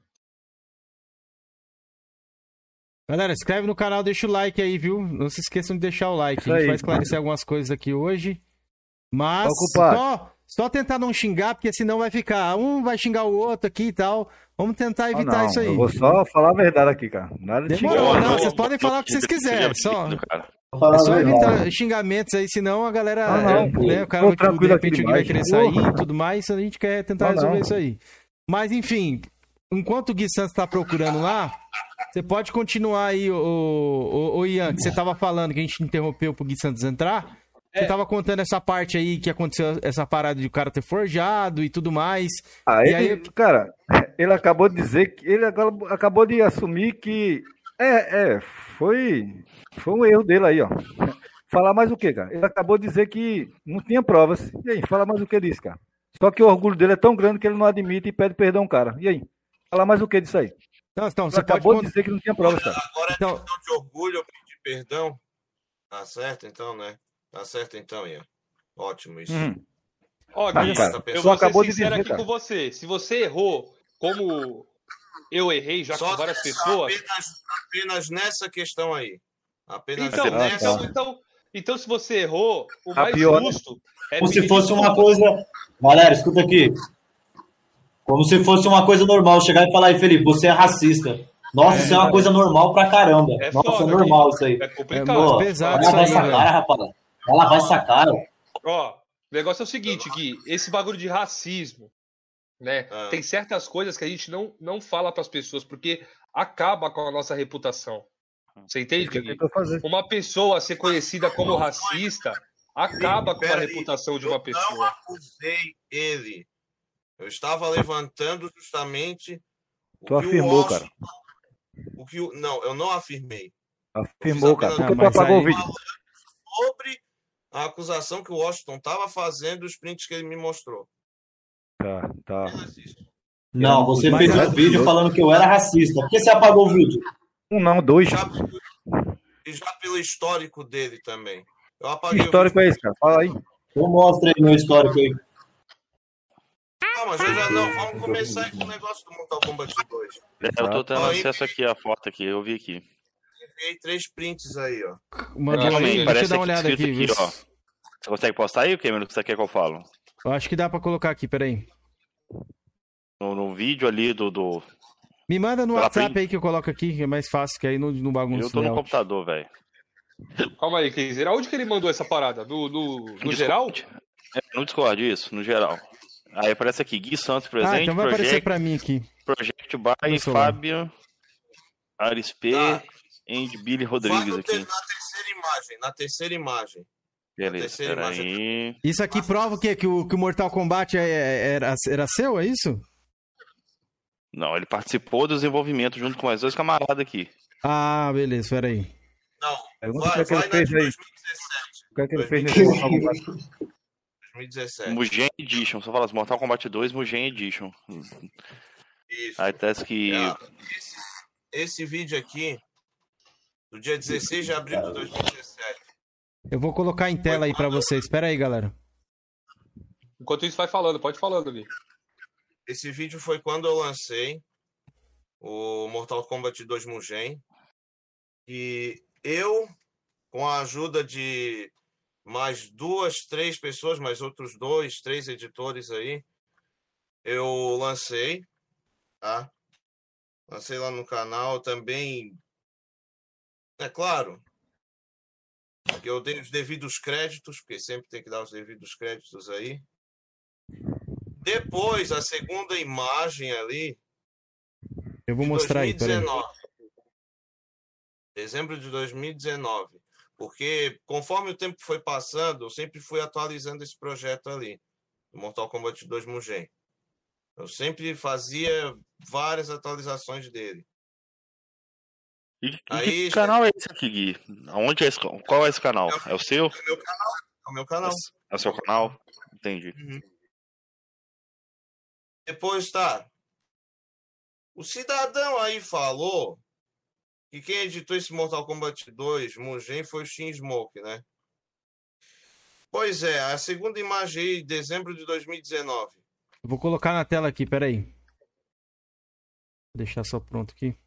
Galera, se inscreve no canal, deixa o like aí, viu? Não se esqueçam de deixar o like. Isso A gente aí. vai esclarecer algumas coisas aqui hoje. Mas Ocupado. só, só tentar não xingar, porque senão vai ficar. Um vai xingar o outro aqui e tal. Vamos tentar Ah, evitar não, isso aí. eu vou só falar a verdade aqui, cara. Nada de Demorou, xingar. não, não, vocês não, podem falar o que vocês quiserem. Só, Cara. Vou falar é a só verdade. evitar xingamentos aí, senão a galera. Ah, não, é, pô. né, o cara Tô vai, de tranquilo repente aqui alguém vai demais. querer sair Porra. e tudo mais. A gente quer tentar Ah, resolver não. isso aí. Mas enfim, enquanto o Gui Santos tá procurando lá, você pode continuar aí, ô, ô, ô Ian, que você tava falando que a gente interrompeu pro Gui Santos entrar. Você É. tava contando essa parte aí que aconteceu, essa parada de o cara ter forjado e tudo mais. Ah, E ele, aí- cara, ele acabou de dizer que ele agora acabou de assumir que é, é, foi, foi um erro dele aí, ó. Falar mais o quê, cara? Ele acabou de dizer que não tinha provas. E aí, fala mais o que disso, cara? Só que o orgulho dele é tão grande que ele não admite e pede perdão, cara. E aí? Fala mais o que disso aí? Então, então Ele você pode acabou de contar. dizer que não tinha provas, cara. Agora é Então- questão de orgulho, eu pedi perdão. Tá certo então, né? Tá certo então, Ian. Ótimo isso. Uhum. Ó, Ah, Gui, cara, eu só vou ser acabou de sincero dizer, aqui cara. com você. Se você errou, como eu errei já Só com várias nessa- pessoas. Apenas, apenas nessa questão aí. Apenas Então, Ah, nessa. então, então, então, se você errou, o A mais pior- justo é Como se pedir fosse uma desculpa. coisa. Galera, escuta aqui. Como se fosse uma coisa normal. Chegar e falar aí, Felipe, você é racista. Nossa, É, isso é uma coisa normal pra caramba. É Nossa, foda, é normal isso aí. É É complicado. muito Pô, pesado vai isso lavar aí, essa velho. cara, rapaz. Vai lavar essa cara. Ó, o negócio é o seguinte, Gui, esse bagulho de racismo né? Ah. Tem certas coisas que a gente não, não fala para as pessoas, porque acaba com a nossa reputação. Você entende, que eu Gui? tento fazer. Uma pessoa ser conhecida como racista acaba com a Peraí, reputação de eu uma não pessoa. acusei ele. Eu estava levantando justamente o Tu que afirmou, o Washington, cara. O que o, não, eu não afirmei. Afirmou, apenas- cara. Por que Ah, tu mas apagou aí- o vídeo? Sobre a acusação que o Washington estava fazendo, os prints que ele me mostrou. Tá, tá. Apenas isso. Não, você Mas fez a- um vídeo falando que eu era racista. Por que você apagou o vídeo? Um não, dois. Já, e já pelo histórico dele também. Eu apaguei Que histórico o é vídeo. esse, cara? Fala aí. Eu mostro aí meu histórico aí. Não, mas eu já não. Vamos começar aí com o negócio do Mortal Kombat dois. Eu tô tendo Aí- acesso aqui à foto aqui, eu vi aqui. Enviei três prints aí, ó. Mandou Calma aí, aí, deixa eu parece dar uma aqui olhada aqui. escrito ver aqui, ó. se- Você consegue postar aí, Cameron, o que você quer que eu falo? Eu acho que dá pra colocar aqui, peraí. No, no vídeo ali do... do... Me manda no Pela WhatsApp print. aí que eu coloco aqui, que é mais fácil, que aí não, não bagunça. Eu tô no né? computador, velho. Calma aí, Keiser. Aonde que ele mandou essa parada? No, no, no Discord. geral? É, no Discord, isso, no geral. Aí aparece aqui, Gui Santos Ah, presente, então vai aparecer Project, pra mim aqui. Project by No celular. Fábio, Aris P Tá. e Billy Vai Rodrigues no ter- aqui. na terceira imagem. Na terceira imagem. Beleza, terceira peraí. Isso aqui prova o quê? Que o, que o Mortal Kombat é- é- era, era seu, é isso? Não, ele participou do desenvolvimento junto com mais dois camaradas aqui. Ah, beleza, peraí. Não, Pergunta o que vai, é que ele vai na fez de aí. dois mil e dezessete. O que é que ele fez nesse Mortal Kombat? dois mil e dezessete. Mugen Edition, só fala assim, Mortal Kombat dois, Mugen Edition. Isso. Aí tá que É, esse, esse vídeo aqui, do dia dezesseis de abril de dois mil e dezessete. Eu vou colocar em tela aí pra vocês. Espera aí, galera. Enquanto isso, vai falando. Pode ir falando, Gui. Esse vídeo foi quando eu lancei o Mortal Kombat dois Mugen. E eu, com a ajuda de mais duas, três pessoas, mais outros dois, três editores aí, eu lancei, tá? Lancei lá no canal também. É claro que eu dei os devidos créditos, porque sempre tem que dar os devidos créditos aí. Depois, a segunda imagem ali, Eu vou de mostrar aí, peraí. dois mil e dezenove. Dezembro de dois mil e dezenove. Porque conforme o tempo foi passando, eu sempre fui atualizando esse projeto ali, do Mortal Kombat dois Mugen. Eu sempre fazia várias atualizações dele. E, e Aí, que canal é esse aqui, Gui? Aonde é esse, qual é esse canal? É o seu? É o meu canal. É o meu canal. É o seu canal? Entendi. Depois tá. O cidadão aí falou que quem editou esse Mortal Kombat dois, Mugen, foi o Shin Smoke, né? Pois é, a segunda imagem aí, dezembro de dois mil e dezenove. Eu vou colocar na tela aqui, peraí. Vou deixar só pronto aqui.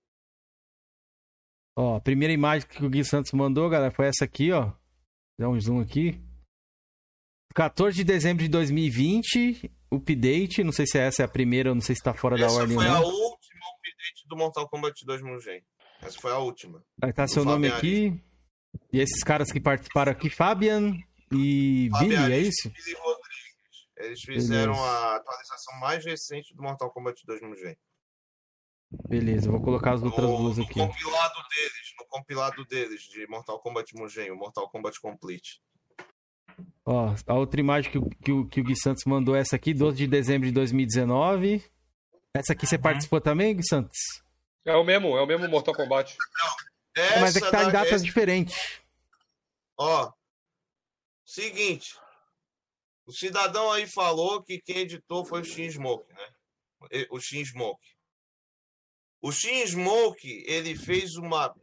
Ó, a primeira imagem que o Gui Santos mandou, galera, foi essa aqui, ó. Dá um zoom aqui. quatorze de dezembro de dois mil e vinte, update. Não sei se essa é a primeira, ou não sei se tá fora da Essa ordem ou foi a não. última update do Mortal Kombat dois Mugen. Essa foi a última. Aí tá do seu nome Fabian aqui. E esses caras que participaram aqui, Fabian e Fabian Billy, é Aris, isso? Billy Rodrigues. Eles fizeram Beleza. a atualização mais recente do Mortal Kombat dois Mugen. Beleza, eu vou colocar as outras No, duas no aqui. compilado deles, no compilado deles de Mortal Kombat Mugen, o Mortal Kombat Complete. Ó, a outra imagem que, o- que, o, que o Gui Santos mandou, essa aqui, doze de dezembro de dois mil e dezenove. Essa aqui você participou também, Gui Santos? É o mesmo, é o mesmo Mortal Kombat. É, mas é que Essa tá em da- datas essa- diferentes. Ó, seguinte, o cidadão aí falou que quem editou foi o Shin Smoke, né? E- O Shin Smoke. O Shin Smoke, ele fez uma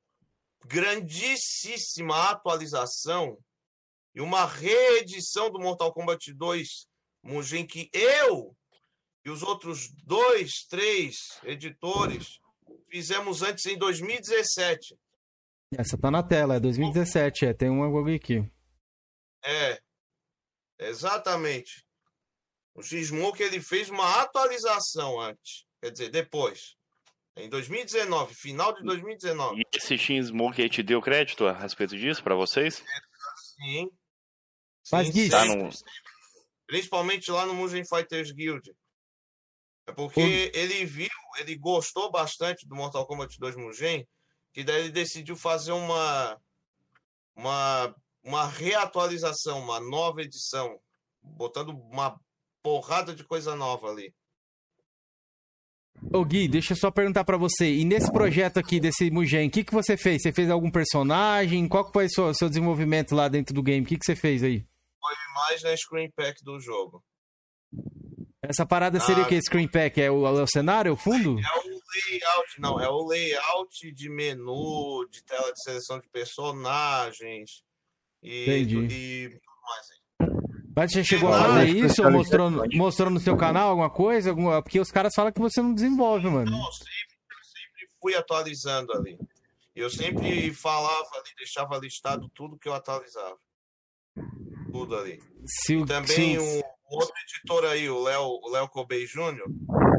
grandíssima atualização e uma reedição do Mortal Kombat dois Mugen que eu e os outros dois, três editores fizemos antes em dois mil e dezessete. Essa tá na tela, é dois mil e dezessete, é, tem uma Google aqui. É, exatamente. O X-Smoke ele fez uma atualização antes, quer dizer, depois. Em dois mil e dezenove, final de dois mil e dezenove. E esse Shin Smoke aí te deu crédito a respeito disso pra vocês? Sim. Mas, Sim, Gui, Tá sempre, no- sempre. Principalmente lá no Mugen Fighters Guild. É porque ele viu, ele gostou bastante do Mortal Kombat dois Mugen, que daí ele decidiu fazer uma, uma, uma reatualização, uma nova edição, botando uma porrada de coisa nova ali. Ô Gui, deixa eu só perguntar pra você. E nesse projeto aqui, desse Mugen, o que, que você fez? Você fez algum personagem? Qual que foi o seu, seu desenvolvimento lá dentro do game? O que, que você fez aí? Foi mais na Screen Pack do jogo. Essa parada seria Ah, o que? Screen Pack? É o, é o cenário? É o fundo? É o layout, não, é o layout de menu, de tela de seleção de personagens e, Entendi. e tudo mais aí. Mas você chegou a Ah, fazer é isso? Ou mostrou, especialidade. mostrou no seu canal alguma coisa? Alguma... Porque os caras falam que você não desenvolve, mano. Não, eu sempre, eu sempre fui atualizando ali. Eu sempre falava ali, deixava listado tudo que eu atualizava. Tudo ali. Se o, Também se o- um outro editor aí, o Léo, o Léo Cobey Júnior,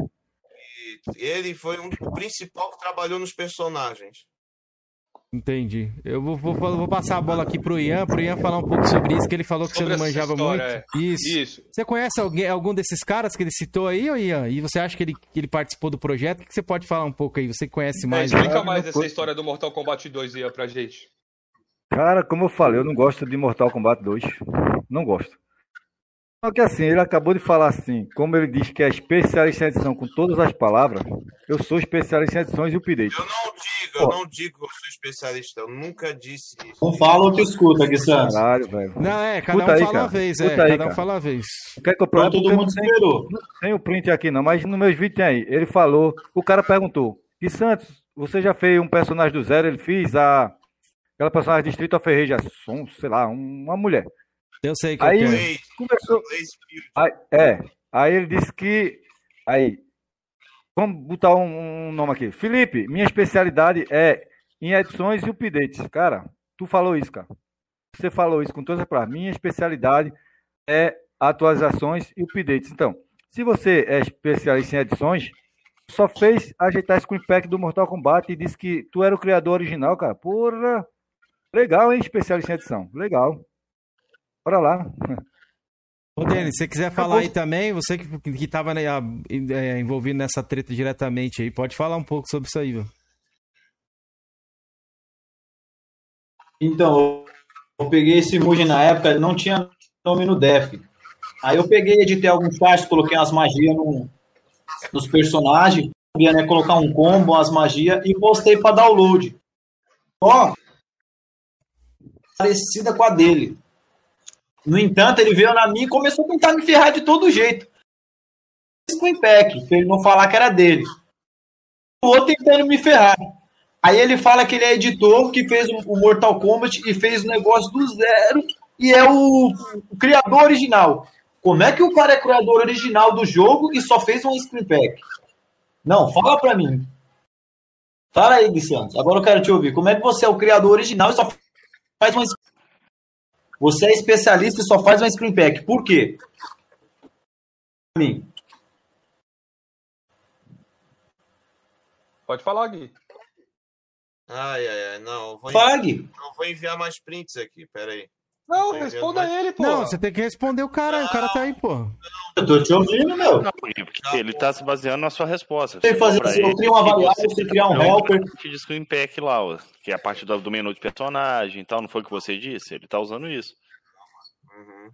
e ele foi um o principal que trabalhou nos personagens. Entendi. Eu vou, vou, vou passar a bola aqui pro Ian, pro Ian falar um pouco sobre isso, que ele falou que Sobre você não essa manjava história, muito. Isso. Isso. Você conhece alguém, algum desses caras que ele citou aí, ô Ian? E você acha que ele, que ele participou do projeto? O que você pode falar um pouco aí? Você que conhece É, mais, né? explica mais não essa foi- história do Mortal Kombat dois aí pra gente. Cara, como eu falei, eu não gosto de Mortal Kombat dois. Não gosto. Só que assim, ele acabou de falar assim, como ele diz que é especialista em edição com todas as palavras, eu sou especialista em edições e updates. Eu não digo, eu não digo que eu sou especialista, eu nunca disse isso. Não fala ou te escuta, Gui Santos. Caralho, velho. Não, é, cada Escuta um aí, fala cara. uma vez, é, Escuta aí, cada um cara. fala uma vez. O que é que eu Pra pergunto? todo mundo Tem, esperou. tem o print aqui não, mas nos meus vídeos tem aí. Ele falou, o cara perguntou, e Santos, você já fez um personagem do zero? Ele fez a... Aquela personagem de Street of Rage, um, sei lá, uma mulher. Eu sei que Aí- eu quero. Blaze, Começou... Blaze Build. Aí, é, aí ele disse que... Aí, vamos botar um, um nome aqui. Felipe, minha especialidade é em edições e updates. Cara, tu falou isso, cara. Você falou isso com todas as palavras. Minha especialidade é atualizações e updates. Então, se você é especialista em edições, só fez ajeitar esse Screen Pack do Mortal Kombat e disse que tu era o criador original, cara. Porra, legal, hein? Especialista em edição. Legal. Bora lá. Ô, Denis, se você quiser falar aí também, você que, que tava né, a- é, envolvido nessa treta diretamente aí, pode falar um pouco sobre isso aí, velho. Então, eu peguei esse Mugen na época, não tinha nome no Def. Aí eu peguei, editei alguns charts, coloquei umas magias no, nos personagens, ia né, colocar um combo, umas magias, e postei para download. Ó, parecida com a dele. No entanto, ele veio na minha e começou a tentar me ferrar de todo jeito. Screen Pack, pra ele não falar que era dele. O outro tentando me ferrar. Aí ele fala que ele é editor, que fez o Mortal Kombat e fez o negócio do zero e é o, o criador original. Como é que o cara é criador original do jogo e só fez um Screen Pack? Não, fala pra mim. Fala aí, Gui Santos. Agora eu quero te ouvir. Como é que você é o criador original e só faz um... Você é especialista e só faz um Screen Pack. Por quê? Pra mim. Pode falar, Gui. Ai, ai, ai, não. Eu vou, Fala, enviar, Gui. eu vou enviar mais prints aqui, peraí. Não, Entendi, responda mas- ele, pô. Não, você tem que responder o cara, o cara tá aí, pô. Eu tô te ouvindo, meu. Não, porque ele tá se baseando na sua resposta. Tem que fazer Pra assim, eu ele, crio uma que variável, você criar um criou helper. parte de Screen Pack lá, ó, que é a parte do, do menu de personagem e tal, não foi o que você disse? Ele tá usando isso. Uhum.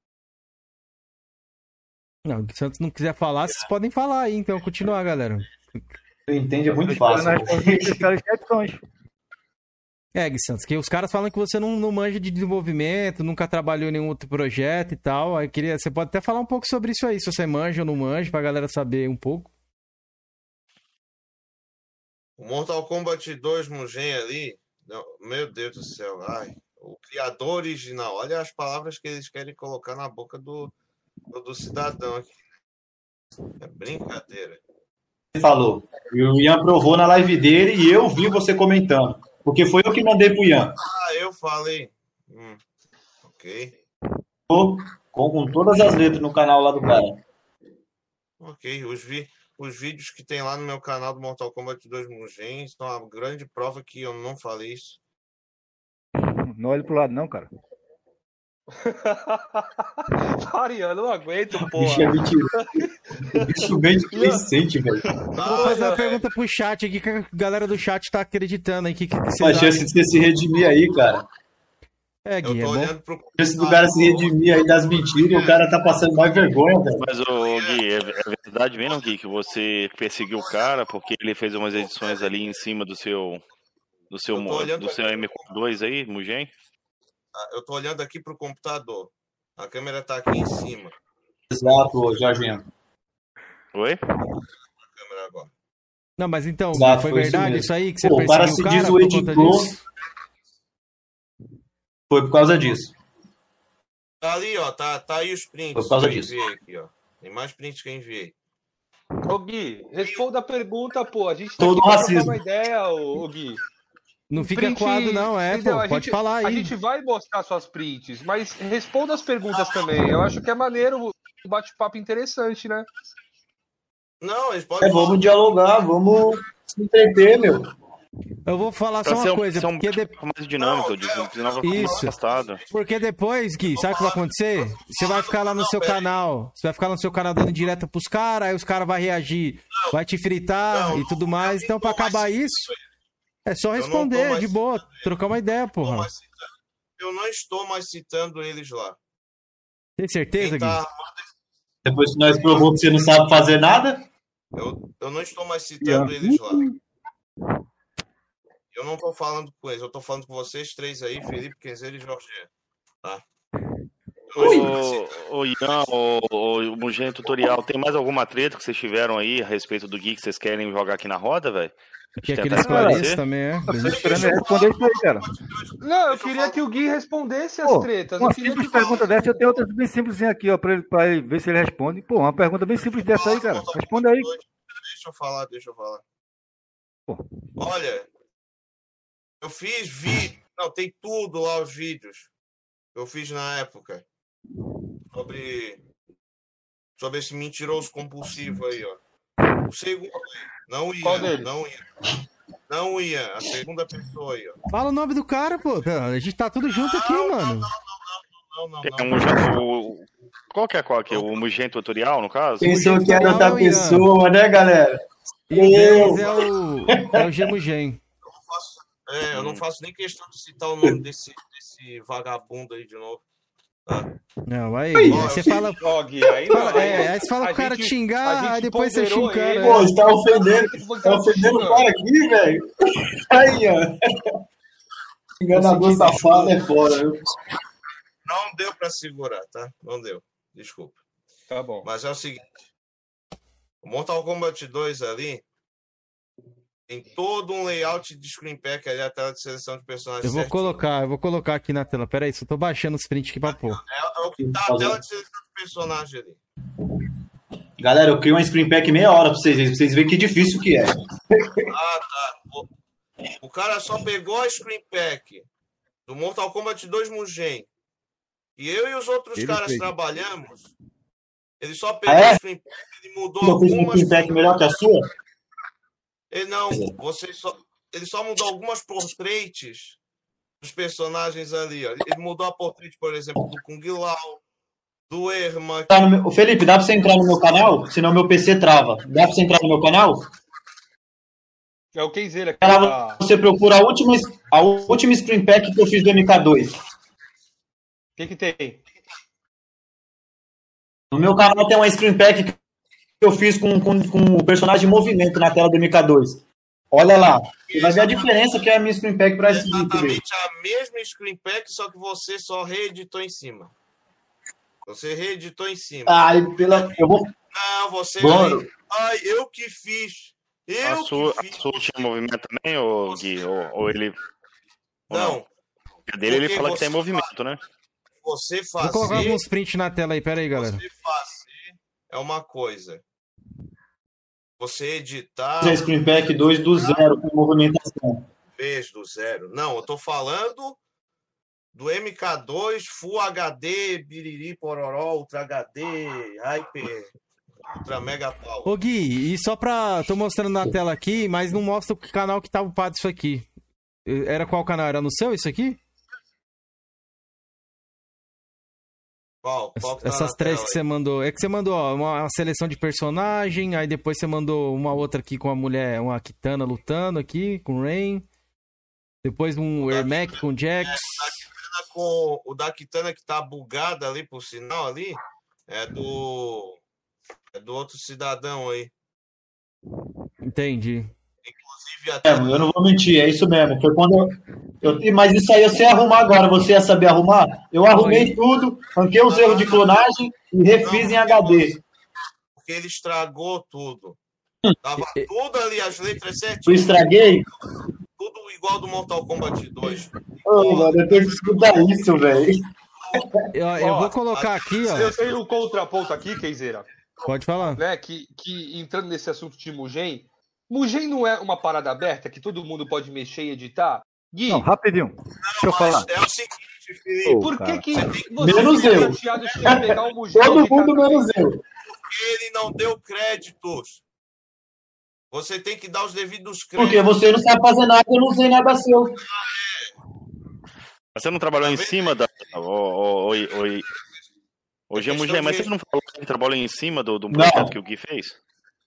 Não, se o Santos não quiser falar, vocês podem falar aí, então, continuar, galera. Eu entendo, é muito Eu estou fácil. na resposta de especialista em edições. É, Gui Santos, que os caras falam que você não, não manja de desenvolvimento, nunca trabalhou em nenhum outro projeto e tal. Aí queria, você pode até falar um pouco sobre isso aí, se você manja ou não manja, pra galera saber um pouco. O Mortal Kombat dois Mugen ali, não, meu Deus do céu, ai, o criador original, olha as palavras que eles querem colocar na boca do, do, do cidadão aqui. É brincadeira. Ele falou. E o Ian provou na live dele e eu vi você comentando. Porque foi eu que mandei pro Ian. Ah, eu falei. Hum, ok. Tô Com, com todas as letras no canal lá do cara. Ok, os, vi, os vídeos que tem lá no meu canal do Mortal Kombat dois Mugen são uma grande prova que eu não falei isso. Não olhe pro lado, não, cara. Mariano, não aguento, O bicho é porra. mentiroso. O bicho bem displicente, velho. Vou fazer uma pergunta pro chat aqui, que a galera do chat tá acreditando aí. Que, que, que A vocês chance acham? de você se redimir aí, cara. É, Eu Gui, é tô bom. olhando pro A chance do cara se redimir aí das mentiras, o cara tá passando mais vergonha, velho. Mas, ô, Gui, é, é verdade mesmo, Gui, que você perseguiu o cara porque ele fez umas edições ali em cima do seu do seu, Eu tô olhando do seu aqui. M quatro dois aí, Mugen? Ah, eu tô olhando aqui pro computador. A câmera tá aqui em cima. Exato, ô, Jorginho. Oi? A câmera agora. Não, mas então, Gui, Exato, foi foi isso verdade mesmo. isso aí que você Pô, o cara perseguiu se o cara diz o por Ed conta Pro. disso? Foi por causa disso. Tá ali, ó. Tá, tá aí os prints Por causa que eu disso. enviei aqui, ó. Tem mais prints que eu enviei. Ô, Gui, responda a pergunta, pô. A gente tá Todo aqui pra trocar racismo. uma ideia, ô, ô Gui. Não fica Print, coado, não, é, entendeu? pô. A Pode gente- falar A aí. gente vai mostrar suas prints, mas responda as perguntas também. Eu acho que é maneiro, um bate-papo interessante, né? Não, eles podem É, vamos dialogar, vamos se entreter, meu. Eu vou falar só Pra ser uma um, coisa, ser um porque, de- pouco mais dinâmico, eu digo, senão vai ficar Isso. muito afastado. porque depois, Gui, sabe o que vai acontecer? Você vai ficar lá no seu canal, você vai ficar no seu canal dando direto pros caras, aí os caras vão reagir, vai te fritar Não, e tudo mais. Então, pra acabar isso, é só não tô responder mais de boa, trocar uma ideia, Eu não estou porra. mais citando- Eu não estou mais citando eles lá. Tem certeza, Quem Gui? tá Depois que nós provou que você não sabe fazer nada. Eu, eu não estou mais citando eles lá. Eu não estou falando com eles, eu estou falando com vocês três aí, Felipe, Kenzeiro e Jorginho. Tá? Eu não estou mais citando. Ô, ô Ian, ô, ô, o Mugen Tutorial, tem mais alguma treta que vocês tiveram aí a respeito do Gui que vocês querem jogar aqui na roda, velho? Que Tentar aquele esclareça esclarecer? também, é. Eu tô esperando ele responder isso aí, cara. Não, eu queria que o Gui respondesse as Pô, tretas. Eu uma queria simples que pergunta dessa, eu tenho outra bem simples aqui, ó, pra ele, pra ele ver se ele responde. Pô, uma pergunta bem simples dessa aí, cara. Responde aí. Deixa eu falar, deixa eu falar. Pô. Olha, eu fiz vídeo. Não, tem tudo lá, os vídeos que eu fiz na época. Sobre. Sobre esse mentiroso compulsivo aí, ó. O segundo. Não ia, Qual deles? não ia. Não ia, a segunda pessoa aí, ó. Fala o nome do cara, pô. A gente tá tudo junto aqui, mano. Não, não, É não. um Mugen- o- Qual que é qual aqui? O Mugen Tutorial, no caso? Pensou que era tutorial, outra Ian. pessoa, né, galera? E o deles é o, é o Gemugen. É, eu não faço nem questão de citar o nome desse, desse vagabundo aí de novo. Não, aí, aí você fala. Ó, Gui, aí não. Fala- é, aí você fala a pro cara gente- te xingar, a gente aí depois você ponderou xinga o ele. cara. Pô, você tá ofendendo. Você Tá ofendendo o cara aqui, velho. Aí, ó. Enganador safado é fora, viu? Não deu pra segurar, tá? Não deu. Desculpa. Tá bom. Mas é o seguinte. O Mortal Kombat dois ali tem todo um layout de screen pack ali, a tela de seleção de personagens. Eu vou certinho. colocar, eu vou colocar aqui na tela. Pera aí, só tô baixando os prints aqui pra pôr. É, é o que tá a tela de seleção de personagem ali. Galera, eu criei uma screen pack meia hora pra vocês, pra vocês verem que difícil que é. Ah, tá. O, o cara só pegou a screen pack do Mortal Kombat dois Mugen. E eu e os outros Ele caras fez. trabalhamos. Ele só pegou Ah, é? a screen pack, ele mudou Eu fiz uma algumas. screen pack melhor que a sua? Ele não, você só, ele só mudou algumas portraits dos personagens ali. Ó. Ele mudou a portrait, por exemplo, do Kung Lao, do Ermac. Tá no meu- Ô, Felipe, dá pra você entrar no meu canal? Senão meu P C trava. Dá pra você entrar no meu canal? É o Kenzeira aqui. Cara, Tá... você procura a última, a última screen pack que eu fiz do M K dois. O que que tem? No meu canal tem uma screen pack que eu fiz com, com, com o personagem em movimento na tela do M K dois. Olha lá. Você vai ver a diferença que é a minha screen pack pra esse vídeo. Exatamente a mesma screen pack, só que você só reeditou em cima. Você reeditou em cima. Ai, pela... Eu vou... Não, você. Mano. Ai, eu que fiz. Eu A sua, que a fiz. sua tinha movimento também, ou Gui? Ou, ou ele. ou Não, A dele ele Porque fala que tem você movimento, né? você Vou colocar fazer. alguns prints na tela aí, pera aí, galera. Você fazer é uma coisa. Você editar Fiz a screen pack dois do zero com movimentação. vez do zero. Não, eu tô falando do M K dois Full H D, Biriri, Pororó, Ultra H D, Hyper, Ultra Mega Power. Ô Gui, e só pra. Tô mostrando na tela aqui, mas não mostra o canal que tá upado isso aqui. Era qual canal? Era no seu isso aqui? Qual? Qual que tá Essas na três tela que aí? você mandou. É que você mandou ó, uma, uma seleção de personagem, aí depois você mandou uma outra aqui com a mulher, uma Kitana lutando aqui, com o Rain. Depois um da Ermac com o Jax. Kitana com o da Kitana que tá bugada ali, por sinal ali, é do é do outro cidadão aí. Entendi. Inclusive até É, eu não vou mentir, é isso mesmo. Foi quando eu, eu- mas isso aí eu sei arrumar agora. Você ia saber arrumar? Eu arrumei tudo, arranquei os erros de clonagem e refiz em H D. porque ele estragou tudo. Tava tudo ali, as letras Eu certinhas, estraguei? tudo igual do Mortal Kombat dois. Ô, mano, eu tenho que escutar isso, velho. Eu, eu Ó, vou colocar aqui, Eu ó. tenho um contraponto aqui, Keizeira, Pode falar. né? Que, que entrando nesse assunto de Mugen, Mugen não é uma parada aberta que todo mundo pode mexer e editar? Gui, Não, rapidinho. Deixa eu falar. É o seguinte, Felipe, Ô, por que cara. que você Menos fica eu. chateado de ter que pegar o Mugen? Todo e editar mundo também? menos eu. ele não deu créditos. Você tem que dar os devidos Porque créditos. você não sabe fazer nada, eu não sei nada seu. Você não trabalhou em cima da. Oi, oi. Hoje é questão Mugen, mas de- você não falou que trabalhou em cima do, do Não. projeto que o Gui fez?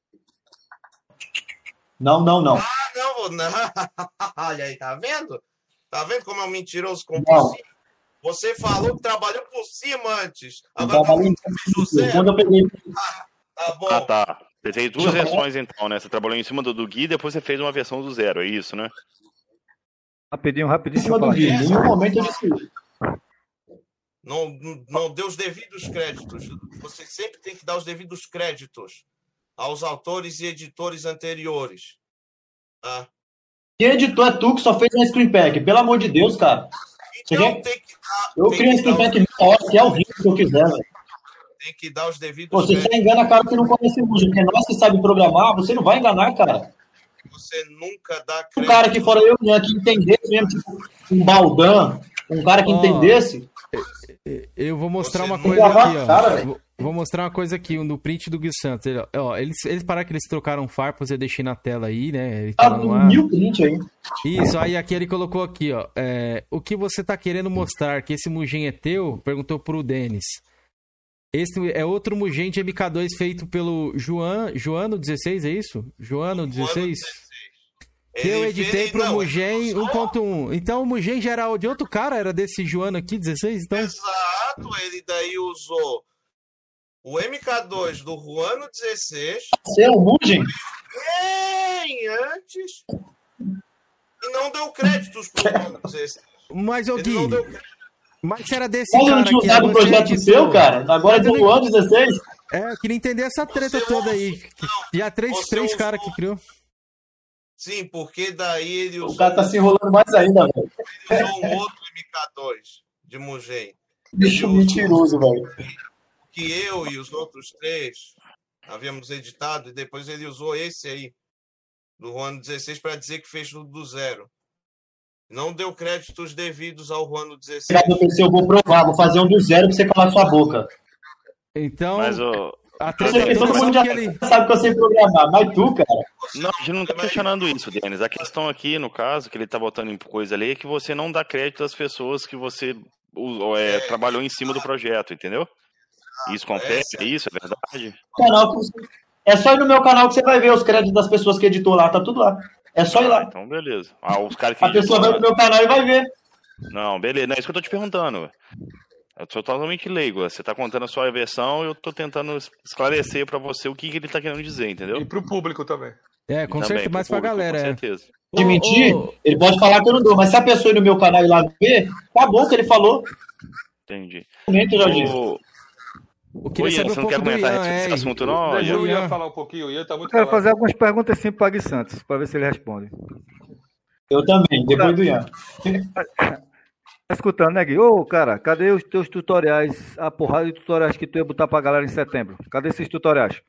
Não, não, não. Ah, não, vou- não. Olha aí, tá vendo? Tá vendo como é um mentiroso Não. compulsivo? Você falou que trabalhou por cima antes. Eu Agora trabalhei você fez o zero. Quando eu peguei. Tá bom. Ah, tá. Você fez duas Deixa eu falar. versões então, né? Você trabalhou em cima do, do Gui, depois você fez uma versão do zero, é isso, né? Rapidinho, Em rapidinho. cima Deixa eu do falar. Gui. Em nenhum momento eu disse isso. Não, não deu os devidos créditos. Você sempre tem que dar os devidos créditos aos autores e editores anteriores. Tá? Quem editou é tu que só fez uma screen pack. Pelo amor de Deus, cara. Você Então quer? tem que dar, Eu tem crio uma que screen dar, pack na hora, que é o risco que eu quiser, velho. tem que dar os devidos Pô, você só créditos. engana cara que não conhece o Mugen, porque nós que sabe programar, você não vai enganar, cara. Você nunca dá Um crédito. cara que fora eu, né, que entendesse mesmo, tipo, um Baldan, um cara que Ó, entendesse. Eu vou mostrar Você uma não coisa grava aqui, ó. a cara, velho. Vou- Vou mostrar uma coisa aqui, no print do Gui Santos. Ele- ó, eles, eles pararam que eles trocaram farpas, eu deixei na tela aí, né? Ele Tá tava no no ar. mil print aí. Isso, aí aqui ele colocou aqui, ó. é, o que você tá querendo mostrar? Que esse Mugen é teu? Perguntou pro Denis. Esse é outro Mugen de M K dois feito pelo Joan, Joano dezesseis, é isso? Joano dezesseis? Que eu Ele editei fez- pro não, Mugen ele usou- um ponto um. Então o Mugen já era de outro cara, era desse Joano aqui, dezesseis? Então, Exato, ele daí usou o M K dois do Ruano dezesseis Você é o Mugen? bem antes e não deu créditos pro Ruano dezesseis. mas ô Ele Gui, não deu créditos. mas se era desse Mas eu não cara tinha aqui, usado o você projeto editou. seu, cara. Agora é Mas eu do nem- ano dezesseis. É, eu queria entender essa treta Você toda aí. usou- Já três, você três usou- caras que criou. Sim, porque daí ele O usou, cara tá se enrolando mais ainda, velho. ele usou um outro M K dois de Mugen. Bicho Ele mentiroso, velho. que eu e os outros três havíamos editado, e depois ele usou esse aí, do Ruano dezesseis, para dizer que fez tudo do zero. Não deu créditos devidos ao Ruano dezesseis. Obrigado, eu pensei, eu vou provar, vou fazer um do zero pra você calar sua boca. Então, Mas o. a Eu treta sei que todo toda mundo são já que ele... sabe que eu sei programar, mas tu, cara. Não, a gente não tá questionando isso, Denis. A questão aqui, no caso, que ele tá botando em coisa ali, é que você não dá crédito às pessoas que você o- é, trabalhou em cima do projeto, entendeu? Isso confere, é isso, é verdade? Canal que você- É só ir no meu canal que você vai ver os créditos das pessoas que editou lá, tá tudo lá. É só ir lá. Então, beleza. Ah, os caras que. A pessoa vai no meu canal e vai ver. Não, beleza. Não é isso que eu tô te perguntando. Eu sou totalmente leigo. Você tá contando a sua versão e eu tô tentando esclarecer pra você o que, que ele tá querendo dizer, entendeu? E pro público também. É, com Também, certeza, pro mais pra público, galera, com é. certeza. De Ô, mentir, ô, ele pode falar que eu não dou, mas se a pessoa ir no meu canal e lá ver, tá bom o que ele falou. Entendi. Comenta, eu já disse. Ô, eu queria Ô, Ian, saber um você não pouco quer do comentar Ian, esse é. assunto, não? Não, Ó, eu Ian. ia falar um pouquinho, o Ian tá muito Quero calado. fazer algumas perguntas simples para Gui Santos, para ver se ele responde. Eu também, depois do Ian. Tá escutando, né, Gui? Ô, cara, cadê os teus tutoriais? A porrada de tutoriais que tu ia botar pra galera em setembro. Cadê esses tutoriais?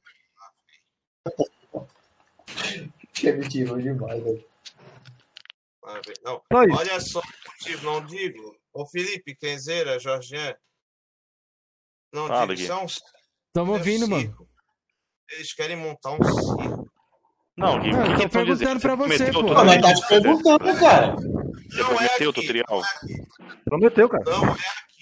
É mentira demais, velho. Ah, velho, não. Só isso. Olha só, motivo, não digo. Ô Felipe, Kenzeira, Jorginho. Não Fala, digo, Gui. são Tamo ouvindo, mano. circo. Eles querem montar um circo. Não, Gui, Não, o que eu que tô estão dizendo? perguntando pra você, prometeu pô. tudo Pô, nós isso? tá te perguntando, cara. Você Não é prometeu o aqui, tutorial? não é aqui. Prometeu, cara. Não é aqui.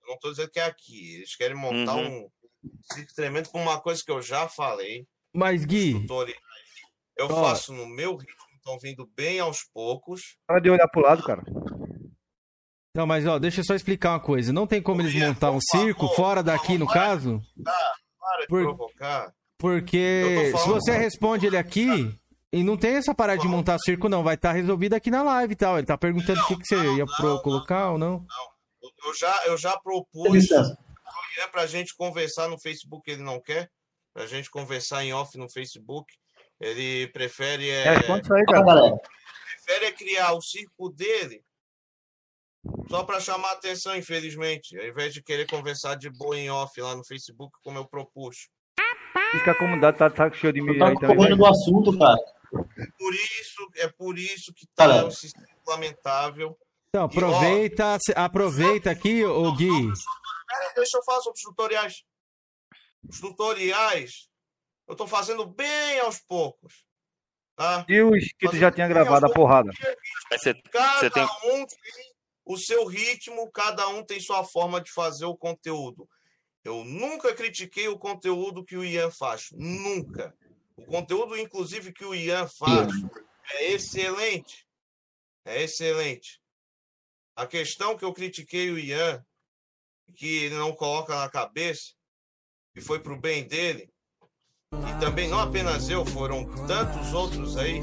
Eu não tô dizendo que é aqui. Eles querem montar Uhum. um circo tremendo com uma coisa que eu já falei. Mas, Gui, Tutoriais. Eu Ó. faço no meu ritmo, estão vindo bem aos poucos. Para de olhar pro lado, cara. não, mas ó, deixa eu só explicar uma coisa. Não tem como eles Ian, montar um por favor, circo fora daqui, no para- caso? Para de Por- provocar. Porque Eu tô se falando- você responde ele aqui, e não tem essa parada de montar circo, não. Vai estar resolvido aqui na live e tal. Ele tá perguntando o que, que você não, ia não, pro- não, colocar ou não. Eu já, eu já Tem propus licença. é pra gente conversar no Facebook, ele não quer. Pra gente conversar em off no Facebook. Ele prefere é, Responde isso aí, Fala, cara. galera. prefere é criar o circo dele só pra chamar atenção, infelizmente. Ao invés de querer conversar de boa em off lá no Facebook, como eu propus. Diz que a comunidade tá de saco cheio de Eu mim tava aí também. correndo do assunto, cara. Por isso, é por isso que tá Galera. um sistema lamentável. Então, aproveita, aproveita aqui, ô Gui. Pera, deixa eu falar sobre os tutoriais. Os tutoriais eu tô fazendo bem aos poucos. Tá? E os que tu já tinha gravado a porrada? Mas você, Cada você tem. um tem o seu ritmo, cada um tem sua forma de fazer o conteúdo. Eu nunca critiquei o conteúdo que o Ian faz. Nunca. O conteúdo, inclusive, que o Ian faz é excelente. É excelente. A questão que eu critiquei o Ian, que ele não coloca na cabeça, e foi pro bem dele, e também não apenas eu, foram tantos outros aí.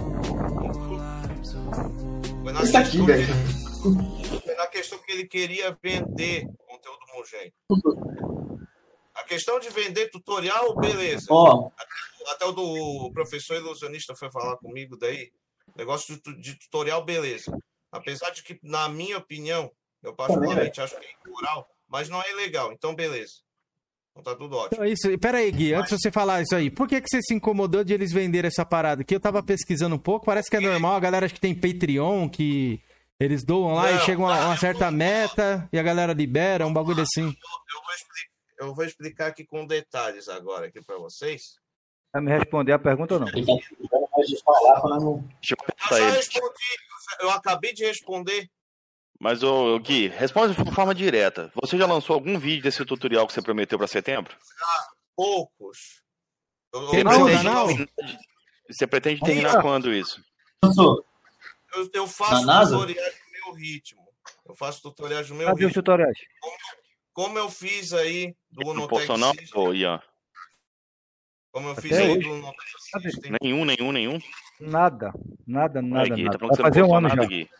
Foi na Isso aqui, questão velho. que- foi na questão que ele queria vender conteúdo Mugem. A questão de vender tutorial, beleza. Ó, Até o do professor ilusionista foi falar comigo daí. Negócio de, tu- de tutorial, beleza. Apesar de que, na minha opinião, eu particularmente acho que é imoral, mas não é legal. Então, beleza. Então tá tudo ótimo. Então, isso, pera aí, Gui, antes de você falar isso aí, por que, que você se incomodou de eles venderem essa parada? Que eu tava pesquisando um pouco, parece que é normal, a galera acho que tem Patreon, que eles doam lá e Não, chegam a uma não, certa eu vou- meta e a galera libera, um bagulho assim. Eu vou, explicar, eu vou explicar aqui com detalhes agora aqui para vocês. Vai me responder a pergunta ou não? ele tá precisando mais de falar, falando. Deixa eu Eu perguntar já ele. respondi, eu acabei de responder. Mas, ô, Gui, responde de forma direta. Você já lançou algum vídeo desse tutorial que você prometeu pra setembro? Poucos. Eu, Tem eu, no Não, seu pretendo- canal? Você pretende terminar quando isso? Lançou. eu, eu faço Na NASA? tutoriais no meu ritmo. Eu faço tutoriais no meu Cadê os ritmo. tutoriais? Como eu fiz aí do Não Unotech posso não, System. ô, Ian? Como eu fiz Até aí hoje. do Unotech Cadê? System. Nenhum, nenhum, nenhum. Nada. Nada, Aí, nada, Gui, nada. tá falando Vai que você fazer não um postou ano nada, já. Gui.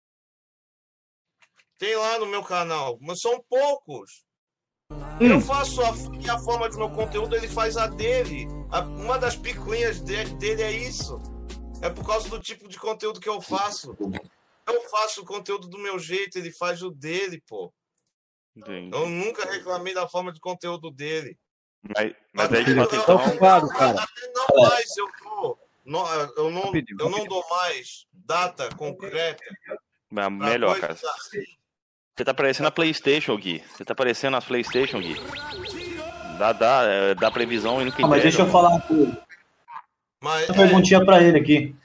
Tem lá no meu canal, mas são poucos. Hum. Eu faço a minha forma de meu conteúdo, ele faz a dele. A- uma das picuinhas de- dele é isso. É por causa do tipo de conteúdo que eu faço. Eu faço o conteúdo do meu jeito, ele faz o dele, pô. Entendi. Eu nunca reclamei da forma de conteúdo dele. Mas, mas aí, de Até- fato, eu- então, ocupado, cara. Até não mais eu tô. Não, eu não, Rapidinho, eu não rapidinho. dou mais data concreta. pra melhor, cara. coisas assim. Você tá parecendo a PlayStation, Gui. Você tá parecendo a PlayStation, Gui. Dá, dá, é, dá previsão e nunca Ah, mas deixa eu entrega. falar uma coisa. Mas, Uma perguntinha pra ele aqui.